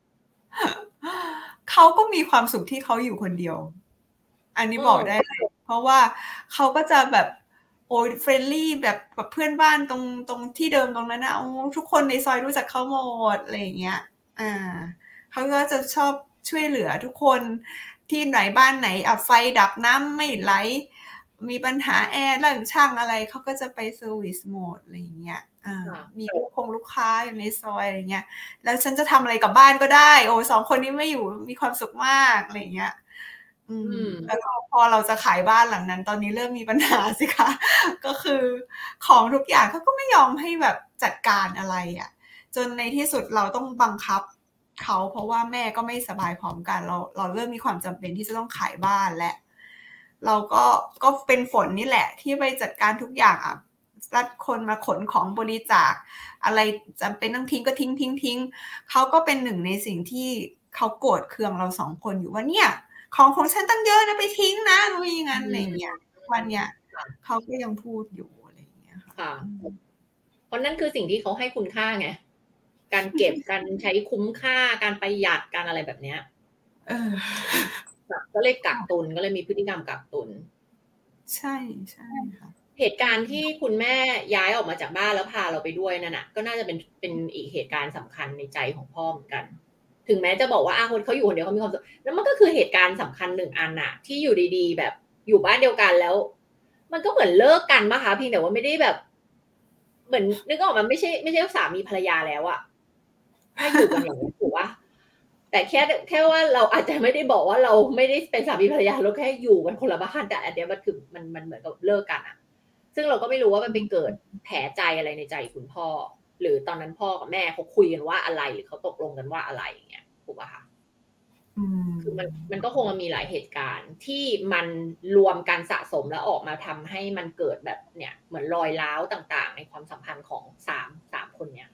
เขาก็มีความสุขที่เขาอยู่คนเดียวอันนี้บอกได้เลยเพราะว่าเขาก็จะแบบโอ้ยเฟรนลี่แบบกับเพื่อนบ้านตรงตรงที่เดิมตรงนั้นนะโอ้ทุกคนในซอยรู้จักเขาหมดอะไรอย่างเงี้ยอ่าเขาก็จะชอบช่วยเหลือทุกคนที่ไหนบ้านไหนอ่ะไฟดับน้ำไม่ไหลมีปัญหาแอร์เรื่องช่างอะไรเขาก็จะไปเซอร์วิสโหมดอะไรอย่างเงี้ยอ่ามีลูกคงลูกค้าอยู่ในซอยอะไรเงี้ยแล้วฉันจะทำอะไรกับบ้านก็ได้โอ้สองคนนี้ไม่อยู่มีความสุขมากอะไรเงี้ยอืมแล้วพอเราจะขายบ้านหลังนั้นตอนนี้เริ่มมีปัญหาสิคะก็คือของทุกอย่างเขาก็ไม่ยอมให้แบบจัดการอะไรอ่ะจนในที่สุดเราต้องบังคับเขาเพราะว่าแม่ก็ไม่สบายพร้อมกันเราเราเริ่มมีความจำเป็นที่จะต้องขายบ้านและเราก็ก็เป็นฝนนี่แหละที่ไปจัดการทุกอย่างอ่ะรัดคนมาขนของบริจาคอะไรจำเป็นต้องทิ้งก็ทิ้งทิ้งทิ้งเขาก็เป็นหนึ่งในสิ่งที่เขาโกรธเคืองเราสองคนอยู่ว่าเนี่ยของของฉันตั้งเยอะนะไปทิ้งนะรู้ยังงั้นอะไรเงี้ยวันเนี้ยเขาก็ยังพูดอยู่อะไรเงี้ยค่ะเพราะนั่นคือสิ่งที่เขาให้คุณค่าไงการเก็บการใช้คุ้มค่าการประหยัดการอะไรแบบเนี้ยเออก็เลยกักตุนก็เลยมีพฤติกรรมกักตุนใช่ใช่ค่ะเหตุการณ์ที่คุณแม่ย้ายออกมาจากบ้านแล้วพาเราไปด้วยนั่นน่ะก็น่าจะเป็นเป็นอีกเหตุการณ์สำคัญในใจของพ่อเหมือนกันถึงแม้จะบอกว่าอาคนเขาอยู่คนเดียวเขามีความสุขแล้วมันก็คือเหตุการณ์สำคัญหนึ่งอันน่ะที่อยู่ดีๆแบบอยู่บ้านเดียวกันแล้วมันก็เหมือนเลิกกันป่ะคะเพียงแต่ว่าไม่ได้แบบเหมือนนึกออกมันไม่ใช่ไม่ใช่สามีภรรยาแล้วอะถ้าอยู่กันอย่างนี้ถูกป่ะแต่แค่แค่ว่าเราอาจจะไม่ได้บอกว่าเราไม่ได้เป็นสามีภรรยาเราแค่อยู่กันคนละบ้านแต่อันเนี้ยมันคือมันมันเหมือนกับเลิกกันอะซึ่งเราก็ไม่รู้ว่ามันไปเกิดแผลใจอะไรในใจคุณพ่อหรือตอนนั้นพ่อกับแม่เขาคุยกันว่าอะไรหรือเขาตกลงกันว่าอะไรอย่างเงี้ยถูกป่ะคะคือมันมันก็คงมีหลายเหตุการณ์ที่มันรวมกันสะสมแล้วออกมาทำให้มันเกิดแบบเนี่ยเหมือนรอยร้าวต่างๆในความสัมพันธ์ของสามสามคนเนี้ย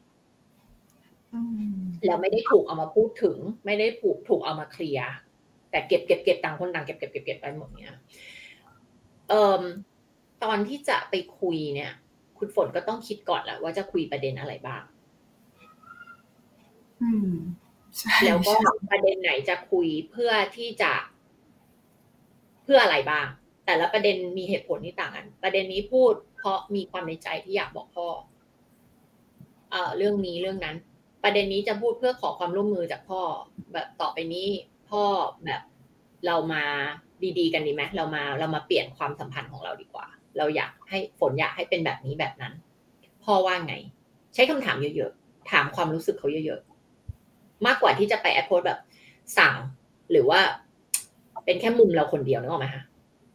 แล้วไม่ได้ถูกเอามาพูดถึงไม่ได้ถูกถูกเอามาเคลียร์แต่เก็บเก็บเก็บต่างคนต่างเก็บเก็บเก็บเก็บไปหมดเนี้ยเอ่อตอนที่จะไปคุยเนี่ยคุณฝนก็ต้องคิดก่อนแหละว่าจะคุยประเด็นอะไรบ้างแล้วก็ประเด็นไหนจะคุยเพื่อที่จะเพื่ออะไรบ้างแต่ละประเด็นมีเหตุผลที่ต่างกันประเด็นนี้พูดเพราะมีความในใจที่อยากบอกพ่อเอ่อเรื่องนี้เรื่องนั้นประเด็นนี้จะพูดเพื่อขอความร่วมมือจากพ่อแบบต่อไปนี้พ่อแบบเรามาดีๆกันดีไหมเรามาเรามาเปลี่ยนความสัมพันธ์ของเราดีกว่าเราอยากให้ฝนอยากให้เป็นแบบนี้แบบนั้นพ่อว่าไงใช้คำถามเยอะๆถามความรู้สึกเขาเยอะๆมากกว่าที่จะไปแอปโพสแบบสั่งหรือว่าเป็นแค่มุมเราคนเดียวนึกออกไหมคะ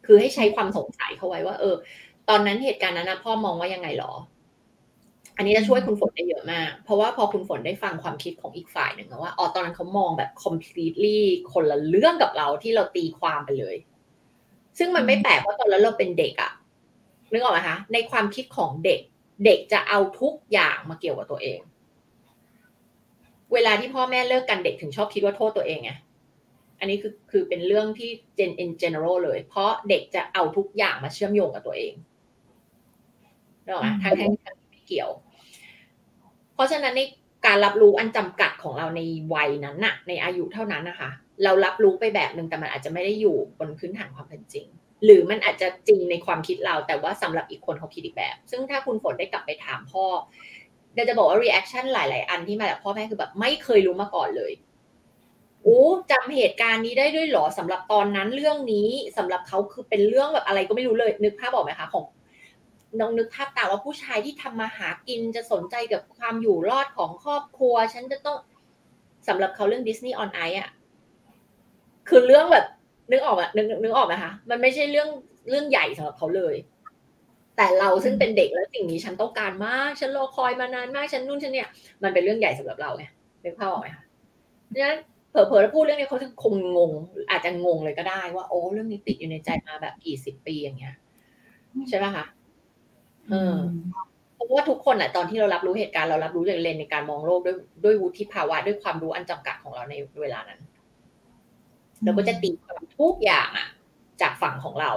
คือให้ใช้ความสงสัยเข้าไว้ว่าเออตอนนั้นเหตุการณ์นั้นนะพ่อมองว่ายังไงหรออันนี้จะช่วยคุณฝนได้เยอะมากเพราะว่าพอคุณฝนได้ฟังความคิดของอีกฝ่ายหนึ่งว่าอ๋อตอนนั้นเขามองแบบ completely คนละเรื่องกับเราที่เราตีความไปเลยซึ่งมันไม่แปลกว่าตอนนั้นเราเป็นเด็กอะนึกออกไหมคะในความคิดของเด็กเด็กจะเอาทุกอย่างมาเกี่ยวกับตัวเองเวลาที่พ่อแม่เลิกกันเด็กถึงชอบคิดว่าโทษตัวเองไงอันนี้คือคือเป็นเรื่องที่ gen in general เลยเพราะเด็กจะเอาทุกอย่างมาเชื่อมโยงกับตัวเองนึกออกไหมทั้งทั้งไม่เกี่ยวเพราะฉะนั้นในการรับรู้อันจำกัดของเราในวัยนั้นน่ะในอายุเท่านั้นนะคะเรารับรู้ไปแบบนึงแต่มันอาจจะไม่ได้อยู่บนพื้นฐานความเป็นจริงหรือมันอาจจะจริงในความคิดเราแต่ว่าสำหรับอีกคนเขาคิดอีกแบบซึ่งถ้าคุณฝนได้กลับไปถามพ่อเดี๋ยวจะบอกว่า reaction หลายๆอันที่มาจากพ่อแม่คือแบบไม่เคยรู้มาก่อนเลยโอ้จำเหตุการณ์นี้ได้ด้วยหรอสำหรับตอนนั้นเรื่องนี้สำหรับเขาคือเป็นเรื่องแบบอะไรก็ไม่รู้เลยนึกภาพออกไหมคะของน้องนึกภาพตามว่าผู้ชายที่ทำมาหากินจะสนใจกับความอยู่รอดของครอบครัวฉันจะต้องสำหรับเขาเรื่อง Disney on Ice อ่ะคือเรื่องแบบนึกออกไหมนึกนึกออกไหมคะมันไม่ใช่เรื่องเรื่องใหญ่สำหรับเขาเลยแต่เราซึ่งเป็นเด็กแล้วสิ่งนี้ฉันต้องการมากฉันรอคอยมานานมากฉันนู่นฉันเนี่ยมันเป็นเรื่องใหญ่สำหรับเราไงนึกภาพออกไหมคะเพราะฉะนั้นเผลอๆแล้วพูดเรื่องนี้เขาจะคงงงอาจจะงงเลยก็ได้ว่าโอ้เรื่องนี้ติดอยู่ในใจมาแบบกี่สิบปีอย่างเงี้ยใช่ไหมคะเออเพราะว่าทุกคนอะตอนที่เรารับรู้เหตุการณ์เรารับรู้จากเลนในการมองโลกด้วยด้วยวุฒิภาวะด้วยความรู้อันจำกัดของเราในเวลานั้นเราก็จะตีความทุกอย่างอะจากฝั่งของเรา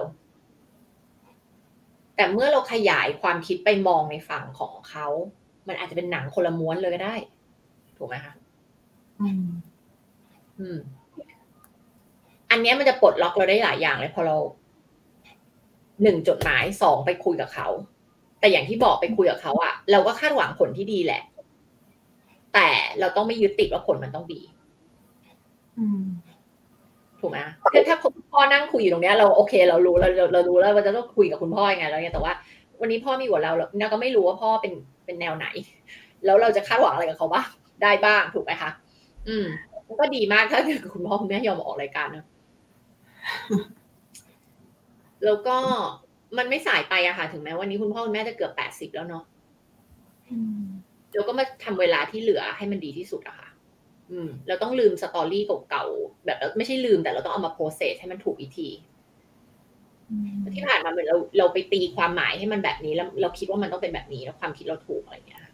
แต่เมื่อเราขยายความคิดไปมองในฝั่งของเขามันอาจจะเป็นหนังคนละม้วนเลยก็ได้ถูกไหมคะอืมอืมอันนี้มันจะปลดล็อกเราได้หลายอย่างเลยพอเราหนึ่งจดหมายสองไปคุยกับเขาแต่อย่างที่บอกไปคุยกับเขาอะเราก็คาดหวังผลที่ดีแหละแต่เราต้องไม่ยึดติดว่าผลมันต้องดีถูกไหมคือถ้าพ่อนั่งคุยอยู่ตรงนี้เราโอเคเรารู้เราเรารู้แล้วว่าจะต้องคุยกับคุณพ่อยังไงแล้วเนี่ยแต่ว่าวันนี้พ่อมีกว่าเราเราก็ไม่รู้ว่าพ่อเป็นเป็นแนวไหนแล้วเราจะคาดหวังอะไรกับเขาบ้างได้บ้างถูกไหมคะอืมมันก็ดีมากถ้าคุณพ่อคุณแม่ยอมออกรายการนะแล้วก็มันไม่สายไปอะค่ะถึงแม้วันนี้คุณพ่อคุณแม่จะเกือบแปดสิบแล้วเนาะเราก็มาทำเวลาที่เหลือให้มันดีที่สุดอะค่ะอืมเราต้องลืมสตอรี่เก่าๆแบบไม่ใช่ลืมแต่เราต้องเอามาโปรเซสให้มันถูกวิธีที่ผ่านมาเหมือนเราเราไปตีความหมายให้มันแบบนี้แล้วเราคิดว่ามันต้องเป็นแบบนี้แล้วความคิดเราถูกอะไรอย่างเงี้ย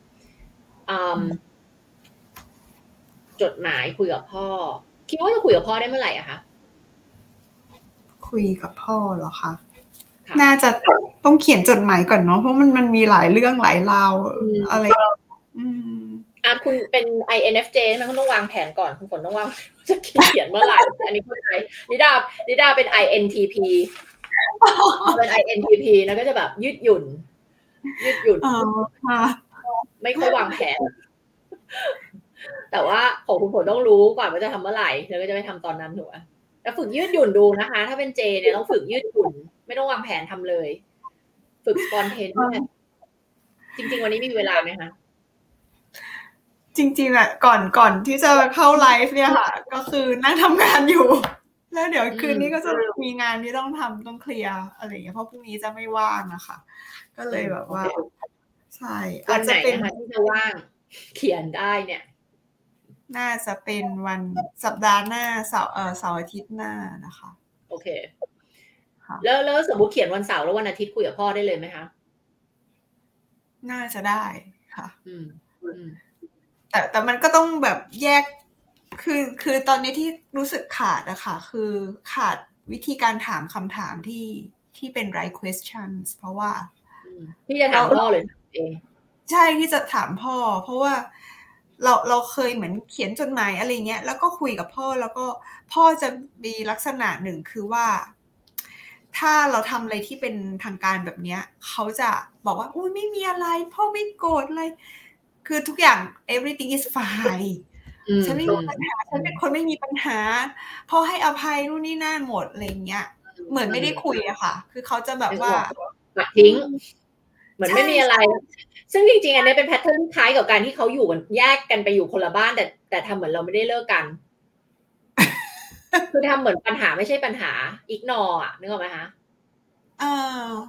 จดหมายคุยกับพ่อคิดว่าจะคุยกับพ่อได้เมื่อไหร่อะคะคุยกับพ่อเหรอคะน่าจะต้องเขียนจดหมายก่อนเนาะเพราะมันมันมีหลายเรื่องหลายราวอะไรอืมอ่ะคุณเป็น ไอ เอ็น เอฟ เจ มันต้องวางแผนก่อนคุณฝนต้องวางจะเขียนเมื่อไหร่อันนี้เข้าใจนิดานิดาเป็น ไอ เอ็น ที พี เป็น ไอ เอ็น ที พี นะก็จะแบบยืดหยุ่นยืดหยุ่นไม่ค่อยวางแผนแต่ว่าของคุณฝนต้องรู้ก่อนว่าจะทำเมื่อไหร่แล้วก็จะไม่ทำตอนนั้นถูกไหมแล้วฝึกยืดหยุ่นดูนะคะถ้าเป็นเจเนี่ยต้องฝึกยืดหยุ่นไม่ต้องวางแผนทำเลยฝึกสปอนเทนจริงๆวันนี้มีเวลาไหมคะจริงๆอะก่อนก่อนที่จะเข้าไลฟ์เนี่ยค่ะก็คือนั่งทำงานอยู่แล้วเดี๋ยวคืนนี้ก็จะมีงานที่ต้องทำต้องเคลียร์อะไรอย่างเงี้ยเพราะพรุ่งนี้จะไม่ว่างนะคะก็เลยแบบว่าใช่อาจจะเป็นวันที่จะว่างเขียนได้เนี่ยน่าจะเป็นวันสัปดาห์หน้าเสาร์เอ่อเสาร์อาทิตย์หน้านะคะโอเคแล้วแล้วสมมติเขียนวันเสาร์แล้ววันอาทิตย์คุยกับพ่อได้เลยไหมคะน่าจะได้ค่ะอืมแต่แต่มันก็ต้องแบบแยกคือคือตอนนี้ที่รู้สึกขาดอะค่ะคือขาดวิธีการถามคำถามที่ที่เป็น right questions เพราะว่าที่จะถามพ่อเลยเองใช่ที่จะถามพ่อเพราะว่าเราเราเคยเหมือนเขียนจดหมายอะไรเงี้ยแล้วก็คุยกับพ่อแล้วก็พ่อจะมีลักษณะหนึ่งคือว่าถ้าเราทำอะไรที่เป็นทางการแบบเนี้ยเขาจะบอกว่าอุ้ยไม่มีอะไรพ่อไม่โกรธเลยคือทุกอย่าง everything is fine ฉันไม่มีปัญหาฉันเป็นคนไม่มีปัญหาพ่อให้อภัยนู่นนี่นั่นหมดอะไรเงี้ยเหมือนไม่ได้คุยอะค่ะคือเขาจะแบบว่าทิ้งเหมือนไม่มีอะไรซึ่งจริงๆอันนี้เป็นแพทเทิร์นที่คล้ายกับการที่เขาอยู่กันแยกกันไปอยู่คนละบ้านแต่แต่ทำเหมือนเราไม่ได้เลิกกันคือทำเหมือนปัญหาไม่ใช่ปัญหาอิกนอร์อ่ะนึกออกไหมคะ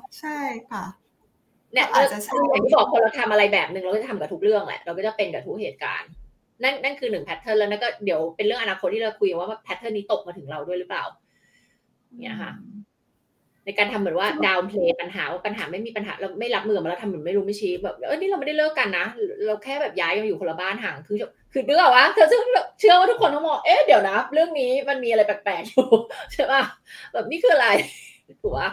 ใช่ค่ะเนี่ยอาจจะใช่อย่างที่บอกพอเราทำอะไรแบบนึงเราก็จะทำกับทุกเรื่องแหละเราก็จะเป็นกับทุกเหตุการณ์นั่นนั่นคือหนึ่งแพทเทิร์นแล้วนั่นก็เดี๋ยวเป็นเรื่องอนาคตที่เราคุยว่าแพทเทิร์นนี้ตกมาถึงเราด้วยหรือเปล่าเนี่ยค่ะในการทำเหมือนว่าดาวน์เพลย์ปัญหาว่าปัญหาไม่มีปัญหาเราไม่รับมือมาแล้วทำเหมือนไม่รู้ไม่ชี้แบบเออนี่เราไม่ได้เลิกกันนะเราแค่แบบย้ายมาอยู่คนละบ้านห่างคือคือนึกออกว่าเธอเชื่อว่าทุกคนต้องมองเอ๊ะเดี๋ยวนะเรื่องนี้มันมีอะไรแปลกๆอยู่ใช่ป่ะแบบนี่คืออะไรถูกป่ะ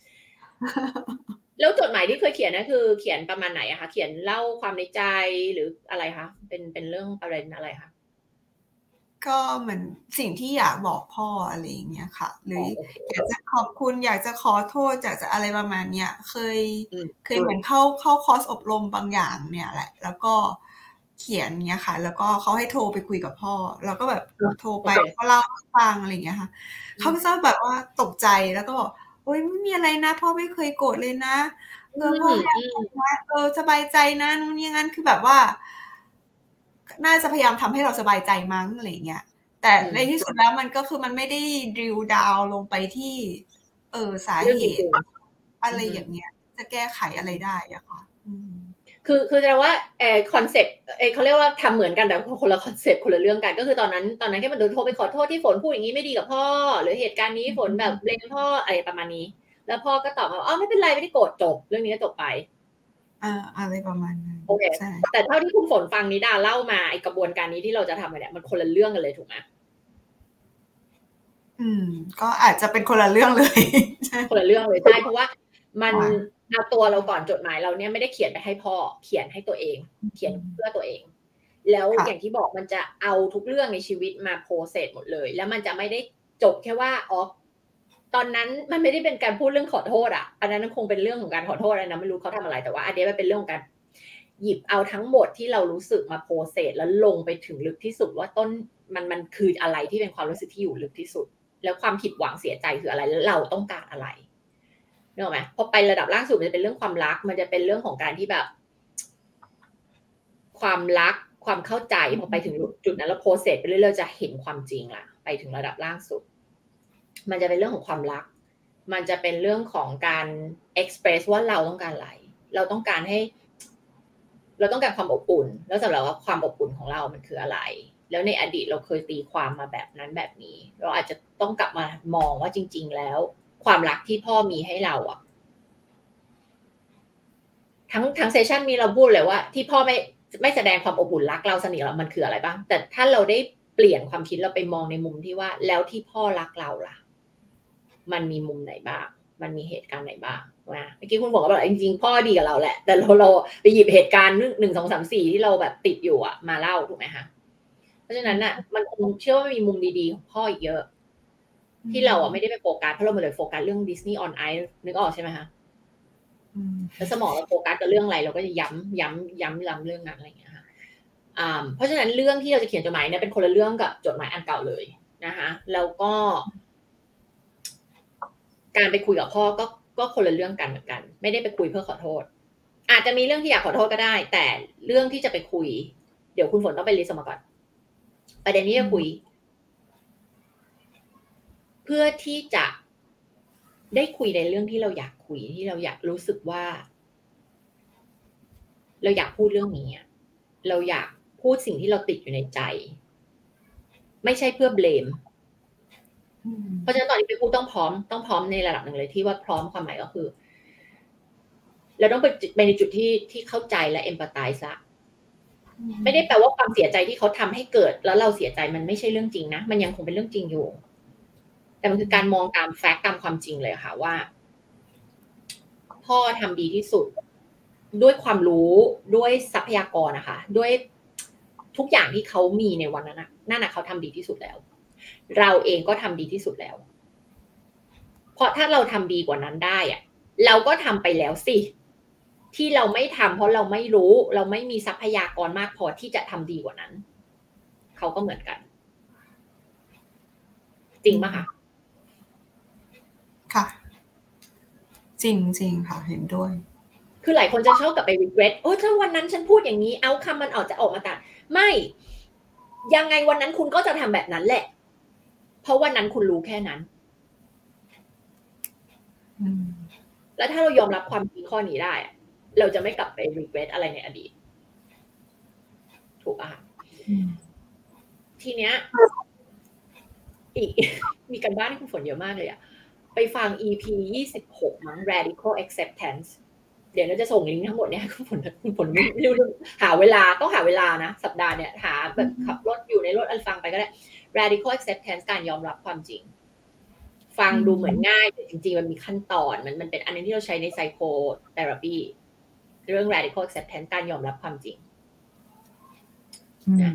แล้วจดหมายที่เคยเขียนนะคือเขียนประมาณไหนอะคะเขียนเล่าความในใจหรืออะไรคะเป็นเป็นเรื่องประเด็นอะไรคะก็เหมือนสิ่งที่อยากบอกพ่ออะไรอย่างเงี้ยค่ะหรืออยากจะขอบคุณอยากจะขอโทษอยากจะอะไรประมาณเนี้ยเคยเคยเหมือนเข้าเข้าคอร์สอบรมบางอย่างเนี่ยแหละแล้วก็เขียนเงี้ยค่ะแล้วก็เขาให้โทรไปคุยกับพ่อแล้วก็แบบโทรไปก็เล่าให้ฟังอะไรอย่างเงี้ยค่ะเขาก็จะแบบว่าตกใจแล้วก็บอกโอ๊ยไม่มีอะไรนะพ่อไม่เคยโกรธเลยนะเออพ่อให้อภัยนะเออสบายใจนะนู่นนี่งั้นคือแบบว่าน่าจะพยายามทำให้เราสบายใจมั้งอะไรเงี้ยแต่ในที่สุดแล้วมันก็คือมันไม่ได้ดิวดาวลงไปที่เออสาเหตุอะไรอย่างเงี้ยจะแก้ไขอะไรได้อะค่ะคือคือจะว่าเออคอนเซ็ปต์เออเขาเรียกว่าทำเหมือนกันแต่คนละคอนเซ็ปต์คนละเรื่องกันก็คือตอนนั้นตอนนั้นแค่มันโดนโทรไปขอโทษที่ฝนพูดอย่างนี้ไม่ดีกับพ่อหรือเหตุการณ์นี้ฝนแบบเบลมพ่ออะไรประมาณนี้แล้วพ่อก็ตอบมาอ๋อไม่เป็นไรไม่ได้โกรธจบเรื่องนี้ก็จบไปอ่าอะไรประมาณนั้นโอเคแต่เท่าที่คุณฝนฟังนิดาเล่ามาไอกระบวนการนี้ที่เราจะทำเนี่ยมันคนละเรื่องกันเลยถูกไหมอืมก็อาจจะเป็นคนละเรื่องเลยคนละเรื่องเลยใช่เพราะว่ามันเอาตัวเราก่อนจดหมายเราเนี่ยไม่ได้เขียนไปให้พ่อเขียนให้ตัวเองเขียนเพื่อตัวเองแล้วอย่างที่บอกมันจะเอาทุกเรื่องในชีวิตมาโพสเซสหมดเลยแล้วมันจะไม่ได้จบแค่ว่าอ๋อตอนนั้นมันไม่ได้เป็นการพูดเรื่องขอโทษอ่ะอันนั้นคงเป็นเรื่องของการขอโทษนะไม่รู้เขาทำอะไรแต่ว่าอันนี้มันเป็นเรื่องของการหยิบเอาทั้งหมดที่เรารู้สึกมาโพสเซสแล้วลงไปถึงลึกที่สุดว่าต้นมันมันคืออะไรที่เป็นความรู้สึกที่อยู่ลึกที่สุดแล้วความผิดหวังเสียใจคืออะไรแล้วเราต้องการอะไรนึกออกไหมพอไประดับล่างสุดมันจะเป็นเรื่องความรักมันจะเป็นเรื่องของการที่แบบความรักความเข้าใจพอไปถึงจุดนั้นแล้วโพสเซสไปเรื่อยๆจะเห็นความจริงละไปถึงระดับล่างสุดมันจะเป็นเรื่องของความรักมันจะเป็นเรื่องของการเอ็กซ์เพรสว่าเราต้องการอะไรเราต้องการให้เราต้องการความอบอุ่นแล้วสำหรับว่าความอบอุ่นของเรามันคืออะไรแล้วในอดีตเราเคยตีความมาแบบนั้นแบบนี้เราอาจจะต้องกลับมามองว่าจริงๆแล้วความรักที่พ่อมีให้เราอ่ะทั้งทั้งเซสชันนี้เราพูดเลยว่าที่พ่อไม่ไม่แสดงความอบอุ่นรักเราสนิทเรามันคืออะไรบ้างแต่ถ้าเราได้เปลี่ยนความคิดเราไปมองในมุมที่ว่าแล้วที่พ่อรักเราล่ะมันมีมุมไหนบ้างมันมีเหตุการณ์ไหนบ้างนะเมื่อกี้คุณบอกว่าจริงๆพ่อดีกับเราแหละแต่เราเราไปหยิบเหตุการณ์หนึ่งสองสามสี่ที่เราแบบติดอยู่อะมาเล่าถูกไหมคะเพราะฉะนั้นน่ะมันคงเชื่อว่ามีมุมดีๆของพ่ออีกเยอะที่เราอ่ะไม่ได้ไปโฟกัสเพราะเราเลยโฟกัสเรื่อง Disney on Ice นึกออกใช่ไหมคะแล้วสมองเราโฟกัสกับเรื่องอะไรเราก็จะย้ำย้ำย้ำย้ำเรื่องนั้นอะไรอย่างเงี้ยค่ะเพราะฉะนั้นเรื่องที่เราจะเขียนจดหมายเนี่ยเป็นคนละเรื่องกับจดหมายอันเก่าเลยนะคะแล้วก็การไปคุยกับพ่อก็ก็คนละเรื่องกันเหมือนกันไม่ได้ไปคุยเพื่อขอโทษอาจจะมีเรื่องที่อยากขอโทษก็ได้แต่เรื่องที่จะไปคุยเดี๋ยวคุณฝนต้องไปลิสต์มาก่อนประเด็นนี้จะคุยเพื่อที่จะได้คุยในเรื่องที่เราอยากคุยที่เราอยากรู้สึกว่าเราอยากพูดเรื่องนี้เราอยากพูดสิ่งที่เราติดอยู่ในใจไม่ใช่เพื่อเบลมเพราะฉะนั้นตอนนี้ไปพูดต้องพร้อมต้องพร้อมในระดับหนึ่งเลยที่ว่าพร้อมความหมายก็คือเราต้องไปในจุดที่ที่เข้าใจและเอมพัตไทซ์ละไม่ได้แปลว่าความเสียใจที่เขาทำให้เกิดแล้วเราเสียใจมันไม่ใช่เรื่องจริงนะมันยังคงเป็นเรื่องจริงอยู่แต่มันคือการมองตามแฟกต์ตามความจริงเลยค่ะว่าพ่อทำดีที่สุดด้วยความรู้ด้วยทรัพยากรนะคะด้วยทุกอย่างที่เขามีในวันนั้นนั่นน่ะเขาทำดีที่สุดแล้วเราเองก็ทำดีที่สุดแล้วเพราะถ้าเราทำดีกว่านั้นได้อะเราก็ทำไปแล้วสิที่เราไม่ทำเพราะเราไม่รู้เราไม่มีทรัพยากรมากพอที่จะทำดีกว่านั้นเขาก็เหมือนกันจริงป่ะคะค่ะจริงจริงค่ะเห็นด้วยคือหลายคนจะชอบกลับไป regret โอ้ถ้าวันนั้นฉันพูดอย่างนี้เอาคำมันออกจะออกมาต่างไม่ยังไงวันนั้นคุณก็จะทำแบบนั้นแหละเพราะวันนั้นคุณรู้แค่นั้นแล้วถ้าเรายอมรับความจริงข้อนี้ได้เราจะไม่กลับไป regret อะไรในอดีตถูกป่ะทีเนี้ยอีกมีกันบ้านที่คุณฝนเยอะมากเลยอะไปฟัง อี พี ยี่สิบหกมั้ง radical acceptance เดี๋ยวเราจะส่งลิงก์ทั้งหมดเนี่ยคุณฝนคุณฝนไม่รู้หาเวลาต้องหาเวลานะสัปดาห์เนี่ยหาแบบขับรถอยู่ในรถอันฟังไปก็ได้ radical acceptance การยอมรับความจริงฟังดูเหมือนง่ายแต่จริงๆมันมีขั้นตอนมันมันเป็นอันนึงที่เราใช้ใน psychotherapy เรื่อง radical acceptance การยอมรับความจริงนะ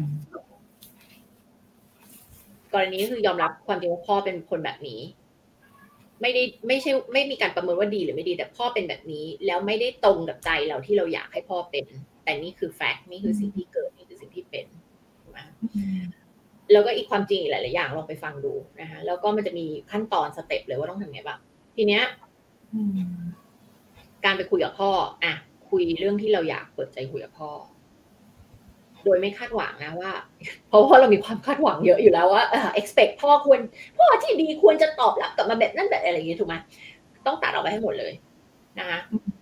กรณีคือยอมรับความจริงว่าพ่อเป็นคนแบบนี้ไม่ได้ไม่ใช่ไม่มีการประเมินว่าดีหรือไม่ดีแต่พ่อเป็นแบบนี้แล้วไม่ได้ตรงกับใจเราที่เราอยากให้พ่อเป็นแต่นี่คือแฟกต์นี่คือสิ่งที่เกิดนี่คือสิ่งที่เป็นนะแล้วก็อีกความจริงอีกหลายๆอย่างลองไปฟังดูนะคะแล้วก็มันจะมีขั้นตอนสเต็ปเลยว่าต้องทำไงบ้างทีเนี้ยการไปคุยกับพ่ออ่ะคุยเรื่องที่เราอยากเปิดใจคุยกับพ่อโดยไม่คาดหวังนะว่าเพราะว่าเรามีความคาดหวังเยอะอยู่แล้วว่าเอ่อ expect พ่อควรพ่อที่ดีควรจะตอบรับกลับมาแบบนั้นแบบอะไรอย่างงี้ถูกไหมต้องตัดออกไปให้หมดเลยนะคะ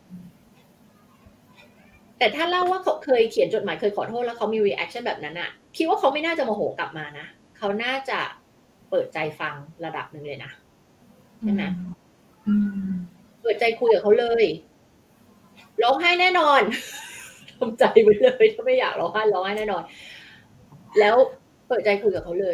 แต่ถ้าเล่าว่าเขาเคยเขียนจดหมายเคยขอโทษแล้วเขามี reaction แบบนั้นอะคิดว่าเขาไม่น่าจะโมโหกลับมานะเขาน่าจะเปิดใจฟังระดับหนึ่งเลยนะใช่ไหมเปิดใจคุยกับเขาเลยร้องไห้แน่นอนทำใจไปเลยถ้าไม่อยากร้องไห้ร้องไห้แน่นอนแล้วเปิดใจคุยกับเขาเลย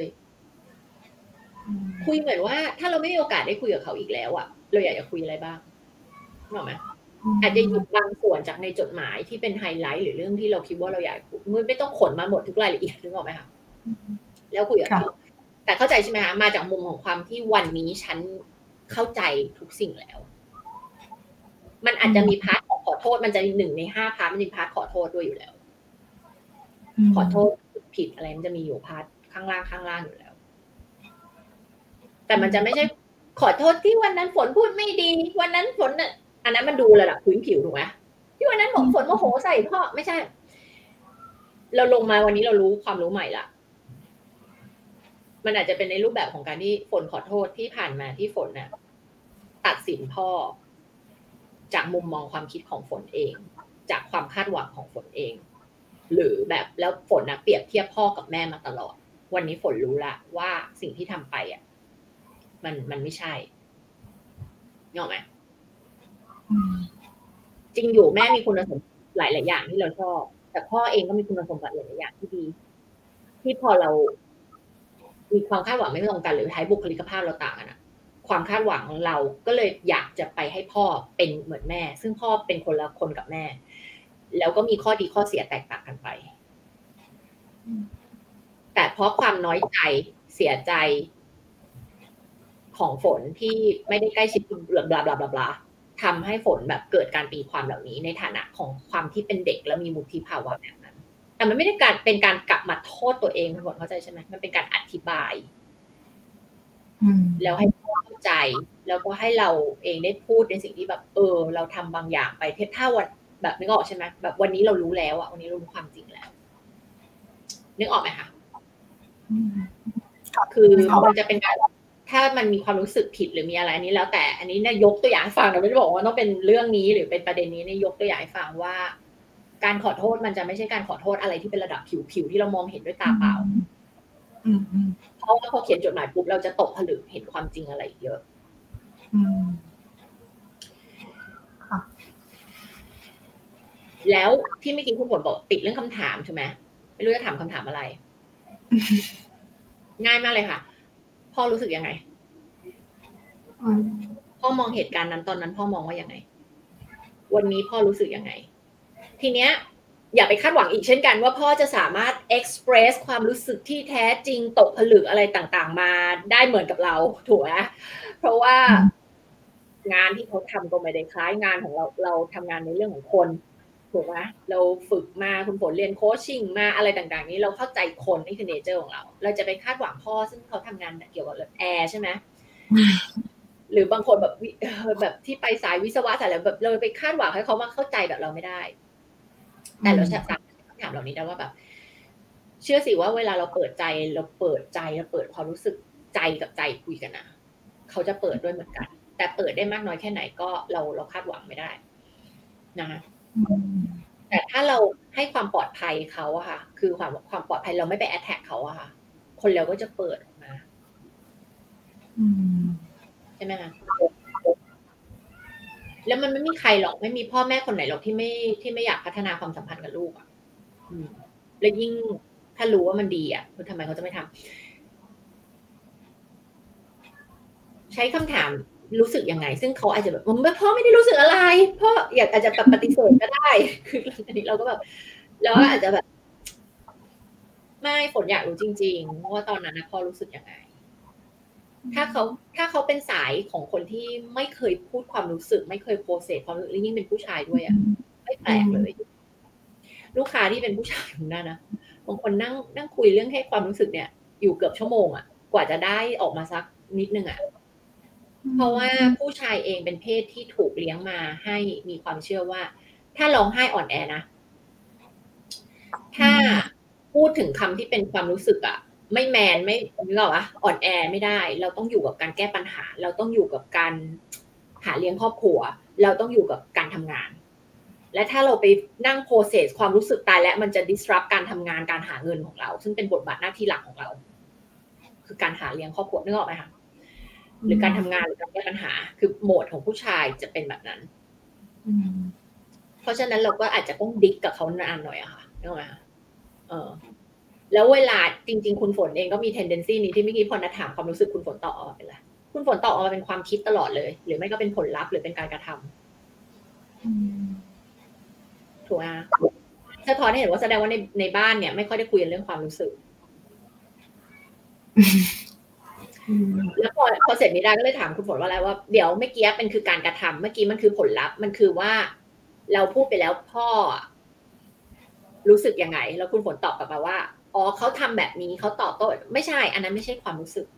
คุยเหมือนว่าถ้าเราไม่มีโอกาสได้คุยกับเขาอีกแล้วอะเราอยากจะคุยอะไรบ้างรู้ไหมอาจจะหยิบบางส่วนจากในจดหมายที่เป็นไฮไลท์หรือเรื่องที่เราคิดว่าเราอยากคุยไม่ต้องขนมาหมดทุกรายละเอียดนึกออกไหมคะแล้วคุยกับเขาแต่เข้าใจใช่ไหมคะมาจากมุมของความที่วันนี้ฉันเข้าใจทุกสิ่งแล้วมันอาจจะมีพาร์ทของขอโทษมันจะหนึ่งในห้าพาร์ทมันจะมีพาร์ทขอโทษด้วยอยู่แล้วขอโทษผิดอะไรมันจะมีอยู่พาร์ทข้างล่างข้างล่างอยู่แล้วแต่มันจะไม่ใช่ขอโทษที่วันนั้นฝนพูดไม่ดีวันนั้นฝนน่ะอันนั้นมันดูระดับพื้นผิวถูกไหมที่วันนั้นผมฝนโมโหใส่พ่อไม่ใช่เราลงมาวันนี้เรารู้ความรู้ใหม่ละมันอาจจะเป็นในรูปแบบของการที่ฝนขอโทษที่ผ่านมาที่ฝนน่ะตัดสินพ่อจากมุมมองความคิดของฝนเองจากความคาดหวังของฝนเองหรือแบบแล้วฝนน่ะเปรียบเทียบพ่อกับแม่มาตลอดวันนี้ฝนรู้ละว่าสิ่งที่ทำไปอ่ะมันมันไม่ใช่เนอะไหมจริงอยู่แม่มีคุณสมบัติหลายหลายอย่างที่เราชอบแต่พ่อเองก็มีคุณสมบัติหลายหลายอย่างที่ดีที่พอเรามีความคาดหวังไม่ตรงกันหรือท้ายบุคลิกภาพเราต่างกันอะความคาดหวังของเราก็เลยอยากจะไปให้พ่อเป็นเหมือนแม่ซึ่งพ่อเป็นคนละคนกับแม่แล้วก็มีข้อดีข้อเสียแตกต่างกันไปแต่เพราะความน้อยใจเสียใจของฝนที่ไม่ได้ใกล้ชิดบลาบลาบลาบลาบลาทำให้ฝนแบบเกิดการตีความเหล่านี้ในฐานะของความที่เป็นเด็กและมีวุฒิภาวะแบบนั้นแต่มันไม่ได้การเป็นการกลับมาโทษตัวเองคุณฝนเข้าใจใช่ไหมมันเป็นการอธิบายแล้วให้พ่อเข้าใจแล้วก็ให้เราเองได้พูดในสิ่งที่แบบเออเราทำบางอย่างไปถ้าวันแบบนึกออกใช่ไหมแบบวันนี้เรารู้แล้วอะวันนี้เรารู้ความจริงแล้วนึกออกไหมคะคือมันจะเป็นการถ้ามันมีความรู้สึกผิดหรือมีอะไรอันนี้แล้วแต่อันนี้เนี่ยยกตัวอย่างให้ฟังเราไม่ได้บอกว่าต้องเป็นเรื่องนี้หรือเป็นประเด็นนี้เนี่ยยกตัวอย่างให้ฟังว่าการขอโทษมันจะไม่ใช่การขอโทษอะไรที่เป็นระดับผิวๆที่เรามองเห็นด้วยตาเปล่าเพราะว่าพอเขียนจดหมายปุ๊บเราจะตกผลึกเห็นความจริงอะไรเยอะแล้วที่เมื่อกี้คุณฝนบอกติดเรื่องคำถามใช่ไหมไม่รู้จะถามคำถามอะไรง่ายมากเลยค่ะพ่อรู้สึกยังไงพ่อมองเหตุการณ์นั้นตอนนั้นพ่อมองว่ายังไงวันนี้พ่อรู้สึกยังไงทีเนี้ยอย่าไปคาดหวังอีกเช่นกันว่าพ่อจะสามารถ express ความรู้สึกที่แท้จริงตกผลึกอะไรต่างๆมาได้เหมือนกับเราถูกไหมเพราะว่างานที่เขาทำก็ไม่ได้คล้ายงานของเราเราทำงานในเรื่องของคนถูกไหมเราฝึกมาคุณฝนเรียนโคชชิ่งมาอะไรต่างๆนี้เราเข้าใจคนนี่คือเนเจอร์ของเราเราจะไปคาดหวังพ่อซึ่งเขาทำงานเกี่ยวกับแอร์ใช่ไหมหรือบางคนแบบแบบที่ไปสายวิศวะสายอะไรแบบเราไปคาดหวังให้เขามาเข้าใจแบบเราไม่ได้แต่เราจะถามคำถามเหล่านี้ได้ว่าแบบเชื่อสิว่าเวลาเราเปิดใจเราเปิดใจเราเปิดความรู้สึกใจกับใจคุยกันนะเขาจะเปิดด้วยเหมือนกันแต่เปิดได้มากน้อยแค่ไหนก็เราเราคาดหวังไม่ได้นะคะแต่ถ้าเราให้ความปลอดภัยเขาอะค่ะคือความความปลอดภัยเราไม่ไปแอทแทคเขาอะค่ะคนเราก็จะเปิดออกมาใช่ไหมคะแล้วมันไม่มีใครหรอกไม่มีพ่อแม่คนไหนหรอกที่ไม่ที่ไม่อยากพัฒนาความสัมพันธ์กับลูกอะและยิ่งถ้ารู้ว่ามันดีอะทำไมเขาจะไม่ทำใช้คำถามรู้สึกยังไงซึ่งเขาอาจจะแบบพ่อไม่ได้รู้สึกอะไรพ่ออยากอาจจะปฏิเสธก็ได้คืออันนี้เราก็แบบแล้วอาจจะแบบไม่ฝนอยากรู้จริงๆว่าตอนนั้นนะพ่อรู้สึกยังไงถ้าเขาถ้าเขาเป็นสายของคนที่ไม่เคยพูดความรู้สึกไม่เคยโปรเซสความรู้สึกยิ่งเป็นผู้ชายด้วยอ่ะไม่แปลกเลยลูกค้าที่เป็นผู้ชายของนั่นนะบางคนนั่งนั่งคุยเรื่องแค่ความรู้สึกเนี่ยอยู่เกือบชั่วโมงอ่ะกว่าจะได้ออกมาสักนิดนึงอ่ะเพราะว่าผู้ชายเองเป็นเพศที่ถูกเลี้ยงมาให้มีความเชื่อว่าถ้าร้องไห้อ่อนแอนะถ้าพูดถึงคำที่เป็นความรู้สึกอ่ะไม่แมนไม่นึกออกปะอ่อนแอไม่ได้เราต้องอยู่กับการแก้ปัญหาเราต้องอยู่กับการหาเลี้ยงครอบครัวเราต้องอยู่กับการทำงานและถ้าเราไปนั่งโปรเซสความรู้สึกตายและมันจะ disrupt การทำงานการหาเงินของเราซึ่งเป็นบทบาทหน้าที่หลักของเราคือการหาเลี้ยงครอบครัวนึกออกไหมคะหรือการทำงานหรือการแก้ปัญหาคือโหมดของผู้ชายจะเป็นแบบนั้นเพราะฉะนั้นเราก็อาจจะต้องดิกกับเขานานหน่อยอะค่ะนึกออกไหมคะเออแล้วเวลาจริงๆคุณฝนเองก็มี tendency นี้ที่เมื่อกี้พอนัดถามความรู้สึกคุณฝนตอบออกมาเป็นอะไรคุณฝนตอบออกมาเป็นความคิดตลอดเลยหรือไม่ก็เป็นผลลัพธ์หรือเป็นการกระทำถูกไหมสะท้อนให้เห็นว่าแสดงว่าในในบ้านเนี่ยไม่ค่อยได้คุยกันเรื่องความรู้สึกแล้วพอพอเสร็จนี้ได้ก็เลยถามคุณฝนว่าอะไรว่าเดี๋ยวเมื่อกี้มันคือการกระทำเมื่อกี้มันคือผลลัพธ์มันคือว่าเราพูดไปแล้วพ่อรู้สึกยังไงแล้วคุณฝนตอบกลับมาว่าอ๋อเขาทำแบบนี้เขาตอบโต้ไม่ใช่อันนั้นไม่ใช่ความรู้สึก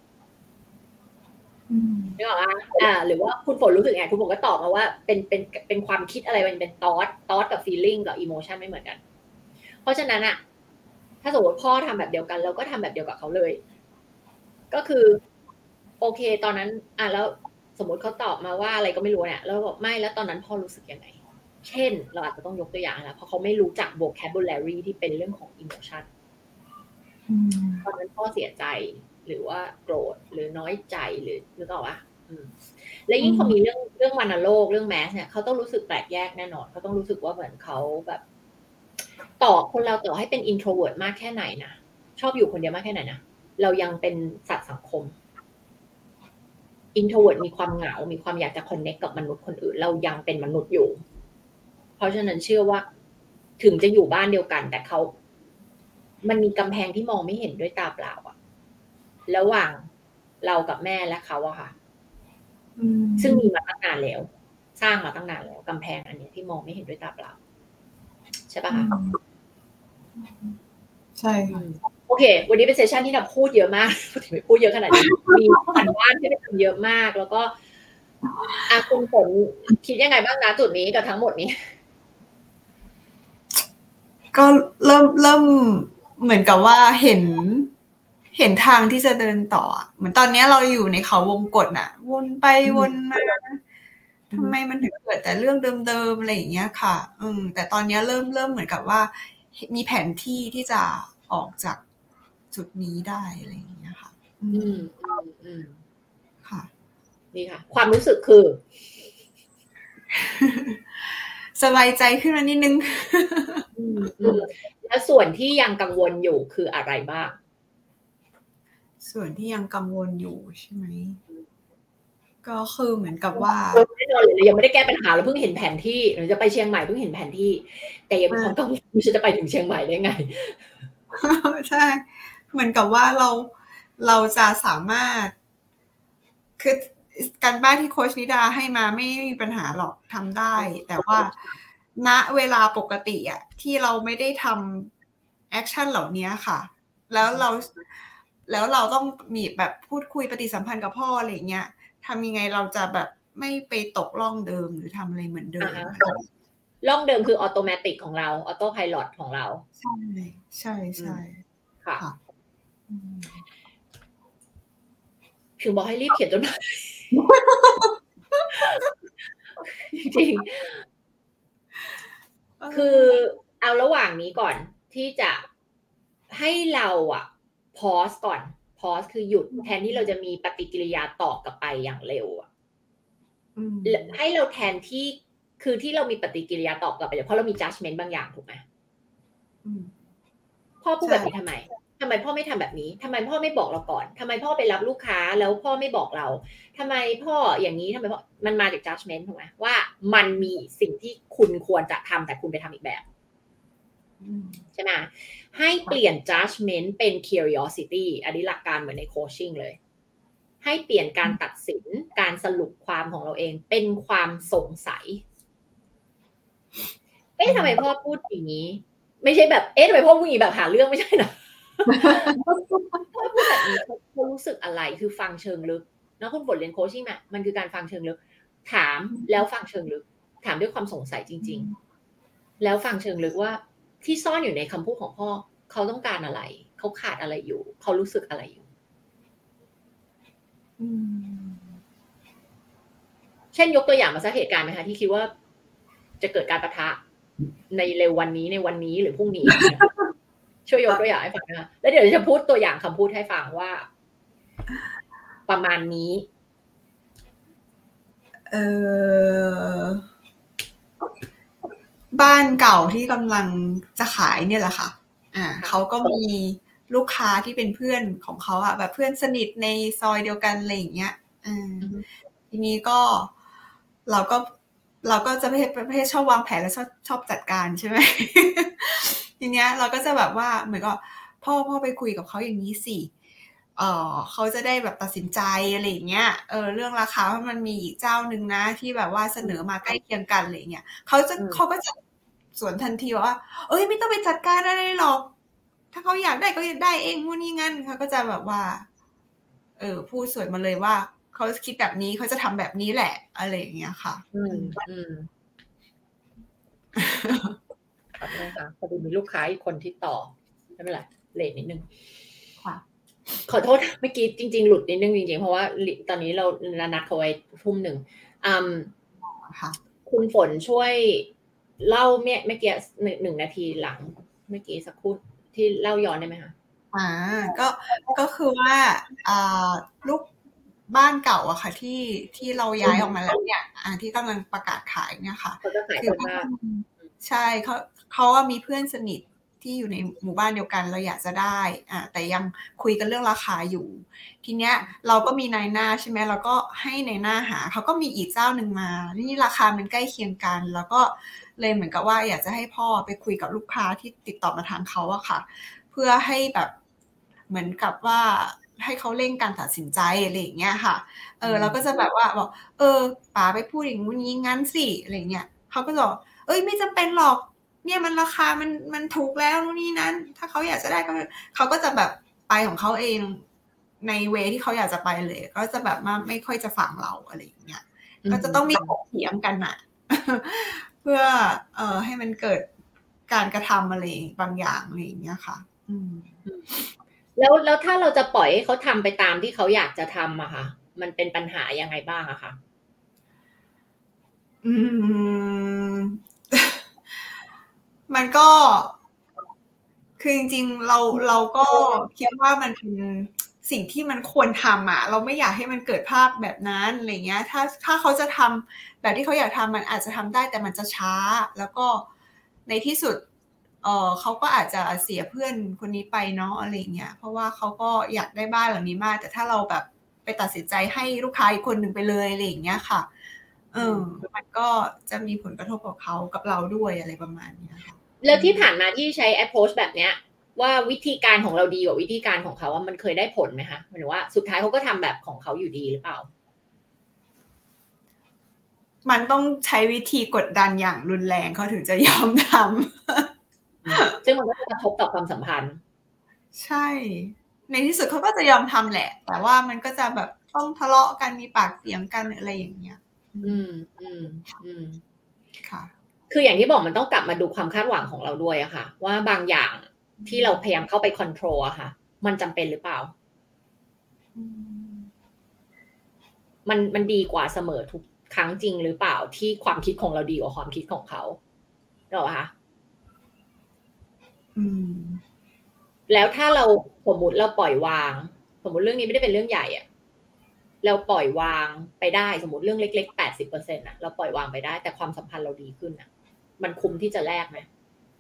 นึกออกป่ะอ่าหรือว่าคุณฝนรู้สึกไงคุณฝนก็ตอบมาว่าเป็นเป็นเป็นความคิดอะไรมันเป็น thought thought กับ feeling กับ emotion ไม่เหมือนกันเพราะฉะนั้นอะถ้าสมมติพ่อทำแบบเดียวกันเราก็ทำแบบเดียวกับเขาเลยก็คือโอเคตอนนั้นอ่ะแล้วสมมติเขาตอบมาว่าอะไรก็ไม่รู้เนี่ยแล้วบอกไม่แล้วตอนนั้นพ่อรู้สึกยังไงเช่นเราอาจจะต้องยกตัวอย่างนะเพราะเขาไม่รู้จัก vocabulary ที่เป็นเรื่องของ emotion ตอนนั้นพ่อเสียใจหรือว่าโกรธหรือน้อยใจหรือนึกออกปะและยิ่งพอมีเรื่องเรื่องวัณโรคเรื่องแมสเนี่ยเขาต้องรู้สึกแปลกแยกแน่นอนเขาต้องรู้สึกว่าเหมือนเขาแบบต่อคนเราต่อให้เป็น introvert มากแค่ไหนนะชอบอยู่คนเดียวมากแค่ไหนนะเรายังเป็นสัตว์สังคม introvert มีความเหงามีความอยากจะ connect กับมนุษย์คนอื่นเรายังเป็นมนุษย์อยู่เพราะฉะนั้นเชื่อว่าถึงจะอยู่บ้านเดียวกันแต่เขามันมีกำแพงที่มองไม่เห็นด้วยตาเปล่าอะระหว่างเรากับแม่และเขาอะค่ะซึ่งมีมาตั้งนานแล้วสร้างมาตั้งนานแล้วกำแพงอันนี้ที่มองไม่เห็นด้วยตาเปล่าใช่ปะคะใช่ค่ะโอเควันนี้เป็นเซสชันที่เราพูดเยอะมากถึงไม่พูดเยอะขนาดนี้มีการบ้านที่ได้ทำเยอะมากแล้วก็อาคุณฝนคิดยังไงบ้างนะจุดนี้กับทั้งหมดนี้ก็เริ่มเริ่มเหมือนกับว่าเห็นเห็นทางที่จะเดินต่อเหมือนตอนนี้เราอยู่ในเขาวงกฏน่ะวนไปวนมาทำไมมันถึงเกิดแต่เรื่องเดิมๆอะไรอย่างเงี้ยค่ะอืมแต่ตอนนี้เริ่มเริ่มเหมือนกับว่ามีแผนที่ที่จะออกจากจุดนี้ได้อะไรอย่างเงี้ยค่ะอืมอืมอืมค่ะนี่ค่ะความรู้สึกคือสบายใจขึ้นมานิดนึงแล้วส่วนที่ยังกังวลอยู่คืออะไรบ้างส่วนที่ยังกังวลอยู่ใช่ไหมก็คือเหมือนกับว่าแน่นอนเลยยังไม่ได้แก้ปัญหาเราเพิ่งเห็นแผนที่หรือจะไปเชียงใหม่เพิ่งเห็นแผนที่แต่ยังมีความกังวลว่าจะไปถึงเชียงใหม่ได้ไงใช่เหมือนกับว่าเราเราจะสามารถคือการบ้านที่โค้ชนิดาให้มาไม่มีปัญหาหรอกทำได้แต่ว่าณเวลาปกติอะที่เราไม่ได้ทำแอคชั่นเหล่านี้ค่ะแล้วเราแล้วเราต้องมีแบบพูดคุยปฏิสัมพันธ์กับพ่ออะไรเงี้ยทำยังไงเราจะแบบไม่ไปตกล่องเดิมหรือทำอะไรเหมือนเดิมล่องเดิมคือออโตเมติกของเราออโต้ไพลอตของเราใช่ใช่ใช่ค่ะถึงบอกให้รีบเขียนจดหมายจริงๆคือเอาระหว่างนี้ก่อนที่จะให้เราอะพอสก่อนพอสคือหยุดแทนที่เราจะมีปฏิกิริยาตอบกลับไปอย่างเร็วอะให้เราแทนที่คือที่เรามีปฏิกิริยาตอบกลับไปเพราะเรามี judgment บางอย่างถูกไหมพ่อพูดแบบนี้ทำไมทำไมพ่อไม่ทำแบบนี้ทำไมพ่อไม่บอกเราก่อนทำไมพ่อไปรับลูกค้าแล้วพ่อไม่บอกเราทำไมพ่ออย่างนี้ทำไมพ่อมันมาจาก judgment ถูกไหมว่ามันมีสิ่งที่คุณควรจะทำแต่คุณไปทำอีกแบบใช่ไหมให้เปลี่ยน judgment เป็น curiosity อันนี้หลักการเหมือนใน coaching เลยให้เปลี่ยนการตัดสินการสรุปความของเราเองเป็นความสงสัยเอ๊ะทำไมพ่อพูดอย่างนี้ไม่ใช่แบบเอ๊ะทำไมพ่อพูดอย่างนี้แบบหาเรื่องไม่ใช่นะพ่อพูดแบบนี้เขารู้สึกอะไรคือฟังเชิงลึกแล้วคุณฝนเรียนโคชชิ่งอะมันคือการฟังเชิงลึกถามแล้วฟังเชิงลึกถามด้วยความสงสัยจริงๆแล้วฟังเชิงลึกว่าที่ซ่อนอยู่ในคำพูดของพ่อเขาต้องการอะไรเขาขาดอะไรอยู่เขารู้สึกอะไรอยู่เช่นยกตัวอย่างมาสักเหตุการณ์ไหมคะที่คิดว่าจะเกิดการปะทะในเร็ววันนี้ในวันนี้หรือพรุ่งนี้ช่วยยกตัวอย่างให้ฟังนะคะแล้วเดี๋ยวจะพูดตัวอย่างคำพูดให้ฟังว่าประมาณนี้เออบ้านเก่าที่กำลังจะขายเนี่ยแหละค่ะอ่าเขาก็มีลูกค้าที่เป็นเพื่อนของเขาอะแบบเพื่อนสนิทในซอยเดียวกันอะไรอย่างเงี้ยอ่าทีนี้ก็เราก็เราก็จะประเภทประเภทชอบวางแผนและชอบชอบจัดการใช่ไหม ทีเนี้ยเราก็จะแบบว่าเหมือนกับพ่อพ่อไปคุยกับเขาอย่างนี้สิเออเขาจะได้แบบตัดสินใจอะไรอย่างเงี้ยเออเรื่องราคาเพราะมันมีอีกเจ้านึงนะที่แบบว่าเสนอมาใกล้เคียงกันอะไรเงี้ยเขาจะเขาก็จะสวนทันทีว่าเอ้ยไม่ต้องไปจัดการอะไรหรอกถ้าเขาอยากได้ก็ได้เองมูนี่งั้นเขาก็จะแบบว่าเออพูดสวยมาเลยว่าเขาคิดแบบนี้เขาจะทำแบบนี้แหละอะไรอย่างเงี้ยค่ะอืมอืมขอโทษค่ะพอดีมีลูกค้าอีกคนที่ต่อไม่เป็นไรเลทนิดนึงขอโทษเมื่อกี้จริงๆหลุดนิดนึงจริงๆเพราะว่าตอนนี้เรานัดเขาไว้ทุ่มหนึ่งอืมคุณฝนช่วยเล่าเมื่อกี้หนึ่งนาทีหลังเมื่อกี้สักครู่ที่เล่าย้อนได้ไหมคะอ่าก็ก็คือว่าอ่าลูกบ้านเก่าอะค่ะที่ที่เราย้ายออกมาแล้วเนี่ยอ่าที่กำลังประกาศขายเนี่ยค่ะคือใช่เขาเขาว่ามีเพื่อนสนิทที่อยู่ในหมู่บ้านเดียวกันเราอยากจะได้อ่าแต่ยังคุยกันเรื่องราคาอยู่ทีเนี้ยเราก็มีนายหน้าใช่ไหมเราก็ให้นายหน้าหาเขาก็มีอีกเจ้าหนึ่งมานี่ราคามันใกล้เคียงกันแล้วก็เลยเหมือนกับว่าอยากจะให้พ่อไปคุยกับลูกค้าที่ติดต่อมาทางเขาอะค่ะเพื่อให้แบบเหมือนกับว่าให้เขาเร่งการตัดสินใจอะไรอย่างเงี้ยค่ะเออเราก็จะแบบว่าบอกเออป๋าไปพูดอย่างงู้นงี้งั้นสิอะไรเงี้ยเขาก็บอกเอ้ยไม่จำเป็นหรอกเนี่ยมันราคามันมันถูกแล้วนู่นนี่นั้นถ้าเขาอยากจะได้ก็เขาก็จะแบบไปของเขาเองในเวที่เขาอยากจะไปเลยก็จะแบบว่าไม่ค่อยจะฟังเราอะไรอย่างเงี้ยก็จะต้องมีถกเถียงกันน่ะเพื่อเอ่อให้มันเกิดการกระทำอะไรบางอย่างอะไรอย่างเงี้ยค่ะแล้วแล้วถ้าเราจะปล่อยให้เขาทำไปตามที่เขาอยากจะทำอะค่ะมันเป็นปัญหายังไงบ้างอะคะอืมมันก็คือจริงๆเราเราก็คิดว่ามันเป็นสิ่งที่มันควรทำอ่ะเราไม่อยากให้มันเกิดภาพแบบนั้นอะไรเงี้ยถ้าถ้าเขาจะทำแบบที่เขาอยากทำมันอาจจะทำได้แต่มันจะช้าแล้วก็ในที่สุดเออเขาก็อาจจะเสียเพื่อนคนนี้ไปเนาะอะไรเงี้ยเพราะว่าเขาก็อยากได้บ้านหลังนี้มากแต่ถ้าเราแบบไปตัดสินใจให้ลูกค้าอีกคนหนึ่งไปเลยอะไรอย่างเงี้ยค่ะเออมันก็จะมีผลกระทบกับเขากับเราด้วยอะไรประมาณนี้ค่ะแล้วที่ผ่านมาที่ใช้ approach แบบเนี้ยว่าวิธีการของเราดีกว่าวิธีการของเขาว่ามันเคยได้ผลไหมคะหมายถึงว่าสุดท้ายเขาก็ทำแบบของเขาอยู่ดีหรือเปล่ามันต้องใช้วิธีกดดันอย่างรุนแรงเขาถึงจะยอมทำซึ่งมันก็จะกระทบต่อความสัมพันธ์ใช่ในที่สุดเขาก็จะยอมทำแหละแต่ว่ามันก็จะแบบต้องทะเลาะกันมีปากเสียงกันอะไรอย่างเงี้ยอืมอืมอืมค่ะคืออย่างที่บอกมันต้องกลับมาดูความคาดหวังของเราด้วยอะค่ะว่าบางอย่างที่เราพยายามเข้าไปคอนโทรลอะค่ะมันจำเป็นหรือเปล่ามันมันดีกว่าเสมอทุกครั้งจริงหรือเปล่าที่ความคิดของเราดีกว่าความคิดของเขาเหรอคะอืมแล้วถ้าเราสมมุติเราปล่อยวางสมมุติเรื่องนี้ไม่ได้เป็นเรื่องใหญ่อะเราปล่อยวางไปได้สมมุติเรื่องเล็กๆ แปดสิบเปอร์เซ็นต์ น่ะเราปล่อยวางไปได้แต่ความสัมพันธ์เราดีขึ้นน่ะมันคุ้มที่จะแลกมั้ย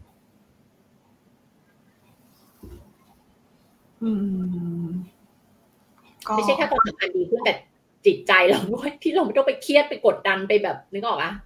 อืมก็ไม่ใช่แค่ความสัมพันธ์ดีขึ้นแต่จิตใจเราด้วยที่เราไม่ต้องไปเครียดไปกดดันไปแบบนึกออกป่ะ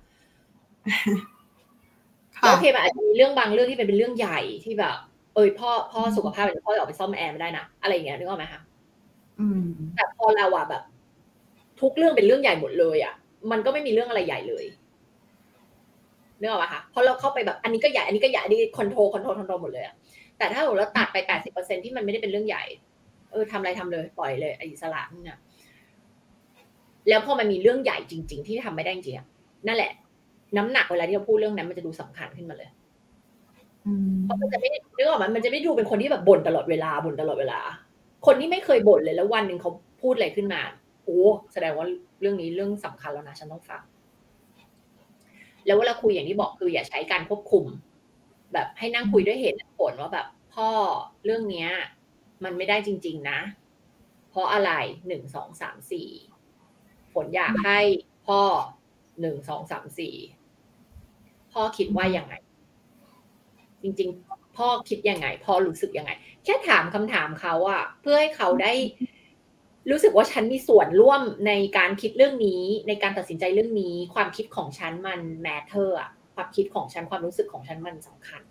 โอเคมันอาจจะมีเรื่องบางเรื่องที่เป็นเรื่องใหญ่ที่แบบเอ้ยพ่อพ่อสุขภาพพ่อออกไปซ่อมแอร์ไม่ได้นะอะไรอย่างเงี้ยนึกออกไหมคะแต่พอเราอะแบบทุกเรื่องเป็นเรื่องใหญ่หมดเลยอะมันก็ไม่มีเรื่องอะไรใหญ่เลยนึกออกป่ะคะเพราะเราเข้าไปแบบอันนี้ก็ใหญ่อันนี้ก็ใหญ่อันนี้คอนโทรลคอนโทรลคอนโทรลหมดเลยอะแต่ถ้าเราตัดไป แปดสิบเปอร์เซ็นต์ ที่มันไม่ได้เป็นเรื่องใหญ่เออทำอะไรทำเลยปล่อยเลยอิสระนี่นะแล้วพอมันมีเรื่องใหญ่จริงๆที่ทำไม่ได้จริงๆนั่นแหละน้ำหนักเวลาที่เราพูดเรื่องนั้นมันจะดูสำคัญขึ้นมาเลยเพราะมันจะไม่นึกออกไหมมันจะไม่ดูเป็นคนที่แบบบ่นตลอดเวลาบ่นตลอดเวลาคนที่ไม่เคยบ่นเลยแล้ววันหนึ่งเขาพูดอะไรขึ้นมาโอ้แสดงว่าเรื่องนี้เรื่องสำคัญแล้วนะฉันต้องฟังแล้วเวลาคุยอย่างที่บอกคืออย่าใช้การควบคุมแบบให้นั่งคุยด้วยเหตุผลว่าแบบพ่อเรื่องเนี้ยมันไม่ได้จริงๆนะเพราะอะไรหนึ่ง สอง สาม สี่ฝนอยากให้พ่อหนึ่ง สอง สาม สี่พ่อคิดว่ายังไงจริงๆพ่อคิดยังไงพ่อรู้สึกยังไงแค่ถามคำถามเขาอะเพื่อให้เขาได้รู้สึกว่าฉันมีส่วนร่วมในการคิดเรื่องนี้ในการตัดสินใจเรื่องนี้ความคิดของฉันมัน matter อะความคิดของฉันความรู้สึกของฉันมันสำคัญ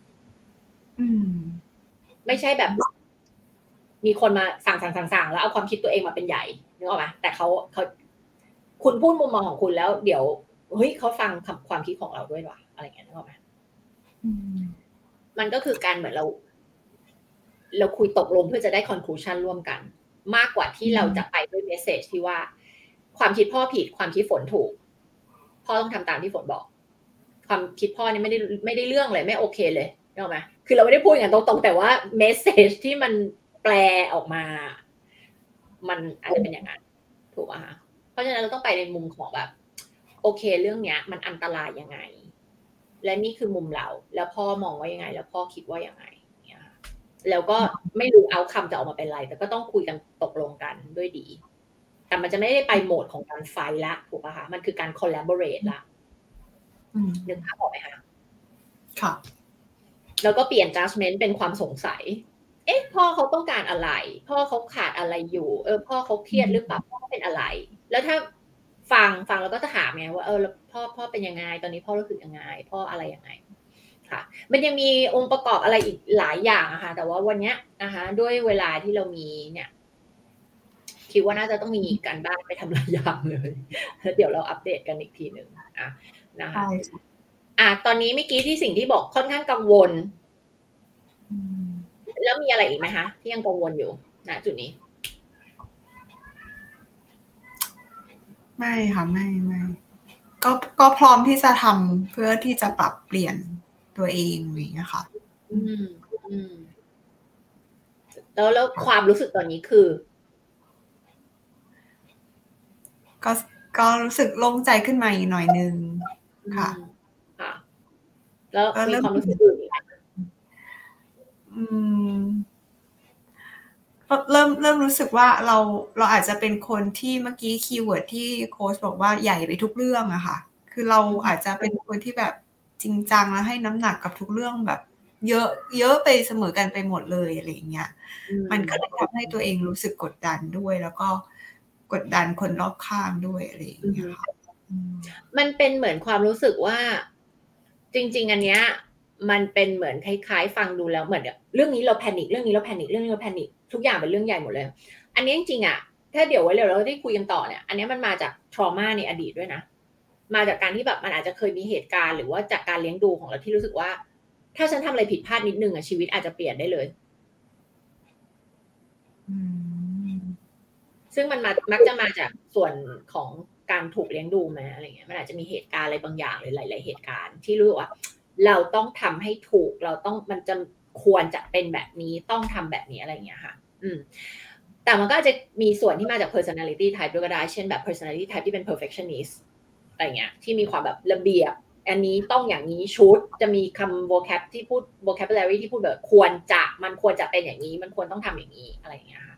ไม่ใช่แบบมีคนมาสั่งสั่งสั่งสั่งแล้วเอาความคิดตัวเองมาเป็นใหญ่นึกออกไหมแต่เขาเขาคุณพูดมุมมองของคุณแล้วเดี๋ยวเฮ้ยเขาฟังความคิดของเราด้วยว่ะอะไรอย่างเงี้ยนึกออกไหมมันก็คือการเหมือนเราเราคุยตกลงเพื่อจะได้ conclusion ร่วมกันมากกว่าที่เราจะไปด้วย message ที่ว่าความคิดพ่อผิดความคิดฝนถูกพ่อต้องทำตามที่ฝนบอกความคิดพ่อนี่ไม่ได้ไม่ได้เรื่องเลยไม่โอเคเลยนึกออกไหมคือเราไม่ได้พูดอย่างตรงๆแต่ว่า message ที่มันแปลออกมามันอาจจะเป็นอย่างนั้นถูกป่ะคะเพราะฉะนั้นเราต้องไปในมุมของแบบโอเคเรื่องเนี้ยมันอันตรายยังไงและนี่คือมุมเราแล้วพ่อมองว่ายังไงแล้วพ่อคิดว่ายังไงแล้วก็ไม่รู้เอาคำจะออกมาเป็นไรแต่ก็ต้องคุยกันตกลงกันด้วยดีแต่มันจะไม่ได้ไปโหมดของการไฟละถูกป่ะคะมันคือการ collaborate ละนึกภาพออกไหมคะค่ะแล้วก็เปลี่ยน judgment เป็นความสงสัยเอ๊ะพ่อเขาต้องการอะไรพ่อเขาขาดอะไรอยู่เออพ่อเขาเครียดหรือเปล่าพ่อเป็นอะไรแล้วถ้าฟังฟังแล้วก็จะถามไงว่าเออแล้วพ่อพ่อเป็นยังไงตอนนี้พ่อรู้สึกยังไงพ่ออะไรยังไงค่ะมันยังมีองค์ประกอบอะไรอีกหลายอย่างอะค่ะแต่ว่าวันนี้นะคะด้วยเวลาที่เรามีเนี่ยคิดว่าน่าจะต้องมีการบ้านไปทำหลายอย่างเลยแล้วเดี๋ยวเราอัปเดตกันอีกทีหนึ่งอ่ะนะคะอ่ะตอนนี้เมื่อกี้ที่สิ่งที่บอกค่อนข้างกังวลแล้วมีอะไรอีกไหมคะที่ยังกังวลอยู่ณจุดนี้ไม่ค่ะไม่ไม่ก็ก็พร้อมที่จะทำเพื่อที่จะปรับเปลี่ยนตัวเองอย่างเงี้ยค่ะอืมอืมแล้วแล้วความรู้สึกตอนนี้คือก็ก็รู้สึกโล่งใจขึ้นมาอีกหน่อยนึงค่ะค่ะแล้วมีความรู้สึกอื่นอีกไหมอืมเริ่มเริ่มรู้สึกว่าเราเราอาจจะเป็นคนที่เมื่อกี้คีย์เวิร์ดที่โค้ชบอกว่าใหญ่ไปทุกเรื่องอะค่ะคือเราอาจจะเป็นคนที่แบบจริงจังแล้วให้น้ำหนักกับทุกเรื่องแบบเยอะเยอะไปเสมอกันไปหมดเลยอะไรอย่างเงี้ยมันก็เลยทำให้ตัวเองรู้สึกกดดันด้วยแล้วก็กดดันคนรอบข้างด้วยอะไรอย่างเงี้ยค่ะมันเป็นเหมือนความรู้สึกว่าจริงๆอันเนี้ยมันเป็นเหมือนคล้ายๆฟังดูแล้วเหมือนเรื่องนี้เราแพนิคเรื่องนี้เราแพนิคเรื่องนี้เราแพนิคทุกอย่างเป็นเรื่องใหญ่หมดเลยอันนี้จริงๆอ่ะถ้าเดี๋ยวไว้เดี๋ยวเราได้คุยกันต่อเนี่ยอันนี้มันมาจาก trauma ในอดีตด้วยนะมาจากการที่แบบมันอาจจะเคยมีเหตุการณ์หรือว่าจากการเลี้ยงดูของเราที่รู้สึกว่าถ้าฉันทำอะไรผิดพลาดนิดนึงอ่ะชีวิตอาจจะเปลี่ยนได้เลยซึ่งมันมามักจะมาจากส่วนของการถูกเลี้ยงดูมาอะไรเงี้ยมันอาจจะมีเหตุการณ์อะไรบางอย่างหรือหลายๆเหตุการณ์ที่รู้ว่าเราต้องทำให้ถูกเราต้องมันจะควรจะเป็นแบบนี้ต้องทำแบบนี้อะไรเงี้ยค่ะอืมแต่มันก็อาจจะมีส่วนที่มาจาก personality type ด้วยก็ได้เช่นแบบ personality type ที่เป็น perfectionist อะไรเงี้ยที่มีความแบบระเบียบอันนี้ต้องอย่างนี้ชุดจะมีคำ vocab ที่พูด vocabulary ที่พูดแบบควรจะมันควรจะเป็นอย่างนี้มันควรต้องทำอย่างนี้อะไรอย่างเงี้ยค่ะ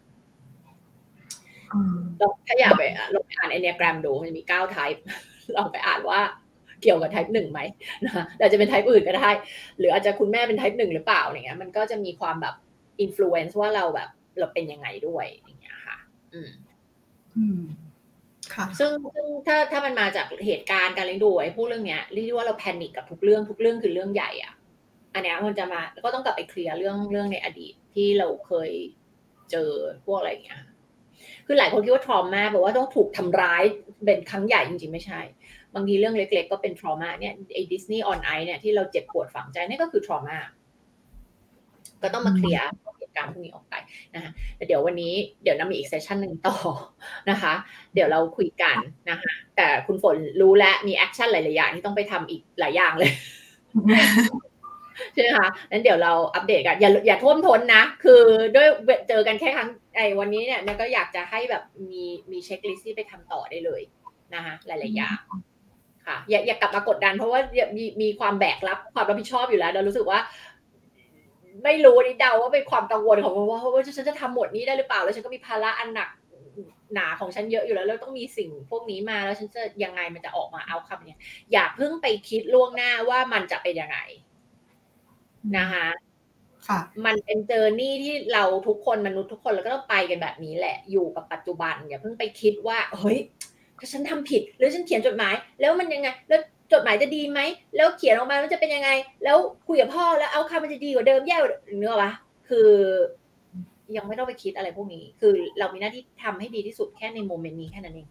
เราถ้าอยากไปลองไปอ่าน Enneagram ดูมันมีเก้า type ลองไปอ่านว่าเกี่ยวกับ type หนึ่งไหมนะแต่จะเป็น type อื่นก็ได้หรืออาจจะคุณแม่เป็น type หนึ่งหรือเปล่าอย่างเงี้ยมันก็จะมีความแบบ influence ว่าเราแบบเราเป็นยังไงด้วยอย่างเงี้ยค่ะอืมอืมค่ะซึ่งซึ่งถ้าถ้ามันมาจากเหตุการณ์การเลี้ยงดูไอ้พวกเรื่องเนี้ยเรียกว่าเราแพนิคกับทุกเรื่องทุกเรื่องคือเรื่องใหญ่อ่ะอันเนี้ยมันจะมาก็ต้องกลับไปเคลียร์เรื่องเรื่องในอดีตที่เราเคยเจอพวกอะไรอย่างเงี้ยคือหลายคนคิดว่า trauma แปลว่าต้องถูกทำร้ายเป็นครั้งใหญ่จริงๆไม่ใช่บางทีเรื่องเล็กๆก็เป็น trauma เนี่ยไอ้ Disney on Ice เนี่ยที่เราเจ็บปวดฝังใจนี่ก็คือ trauma ก็ต้องมาเคลียร์เหตุการณ์พวกนี้ออกไปนะคะแต่เดี๋ยววันนี้เดี๋ยวน้ำมีอีกเซสชันหนึ่งต่อนะคะเดี๋ยวเราคุยกันนะคะแต่คุณฝนรู้แล้วมีแอคชั่นหลายๆอย่างที่ต้องไปทำอีกหลายอย่างเลยใช่ไหมคะงั้นเดี๋ยวเราอัปเดตกันอย่าอย่าท่วมท้นนะคือด้วยเจอกันแค่ครั้งไอ้วันนี้เนี่ยมันก็อยากจะให้แบบมีมีเช็คลิสต์ที่ไปทำต่อได้เลยนะคะหลายๆอย่างค่ะอย่าอย่ากลับมากดดันเพราะว่ามีมีความแบกรับความรับผิดชอบอยู่แล้วเรารู้สึกว่าไม่รู้นี่เดาว่าเป็นความกังวลของว่าว่าฉันจะทำหมดนี้ได้หรือเปล่าแล้วฉันก็มีภาระอันหนักหนาของฉันเยอะอยู่แล้วแล้วต้องมีสิ่งพวกนี้มาแล้วฉันจะยังไงมันจะออกมาเอาคำนี้อย่าเพิ่งไปคิดล่วงหน้าว่ามันจะเป็นยังไงนะคะมันเป็นเจอร์นี่ที่เราทุกคนมนุษย์ทุกคนเราก็ต้องไปกันแบบนี้แหละอยู่กับปัจจุบันอย่าเพิ่งไปคิดว่าเฮ้ยถ้าฉันทำผิดหรือฉันเขียนจดหมายแล้วมันยังไงแล้วจดหมายจะดีไหมแล้วเขียนออกมามันจะเป็นยังไงแล้วคุยกับพ่อแล้วเอาคำมันจะดีกว่าเดิมแย่กว่าเนื้อวะคือยังไม่ต้องไปคิดอะไรพวกนี้คือเรามีหน้าที่ทำให้ดีที่สุดแค่ในโมเมนต์นี้แค่นั้นเอง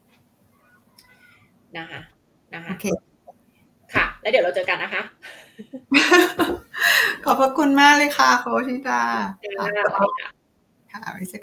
นะคะนะคะค่ะแล้วเดี๋ยวเราเจอกันนะคะขอบพระคุณมากเลยค่ะโค้ชนิดาค่ะ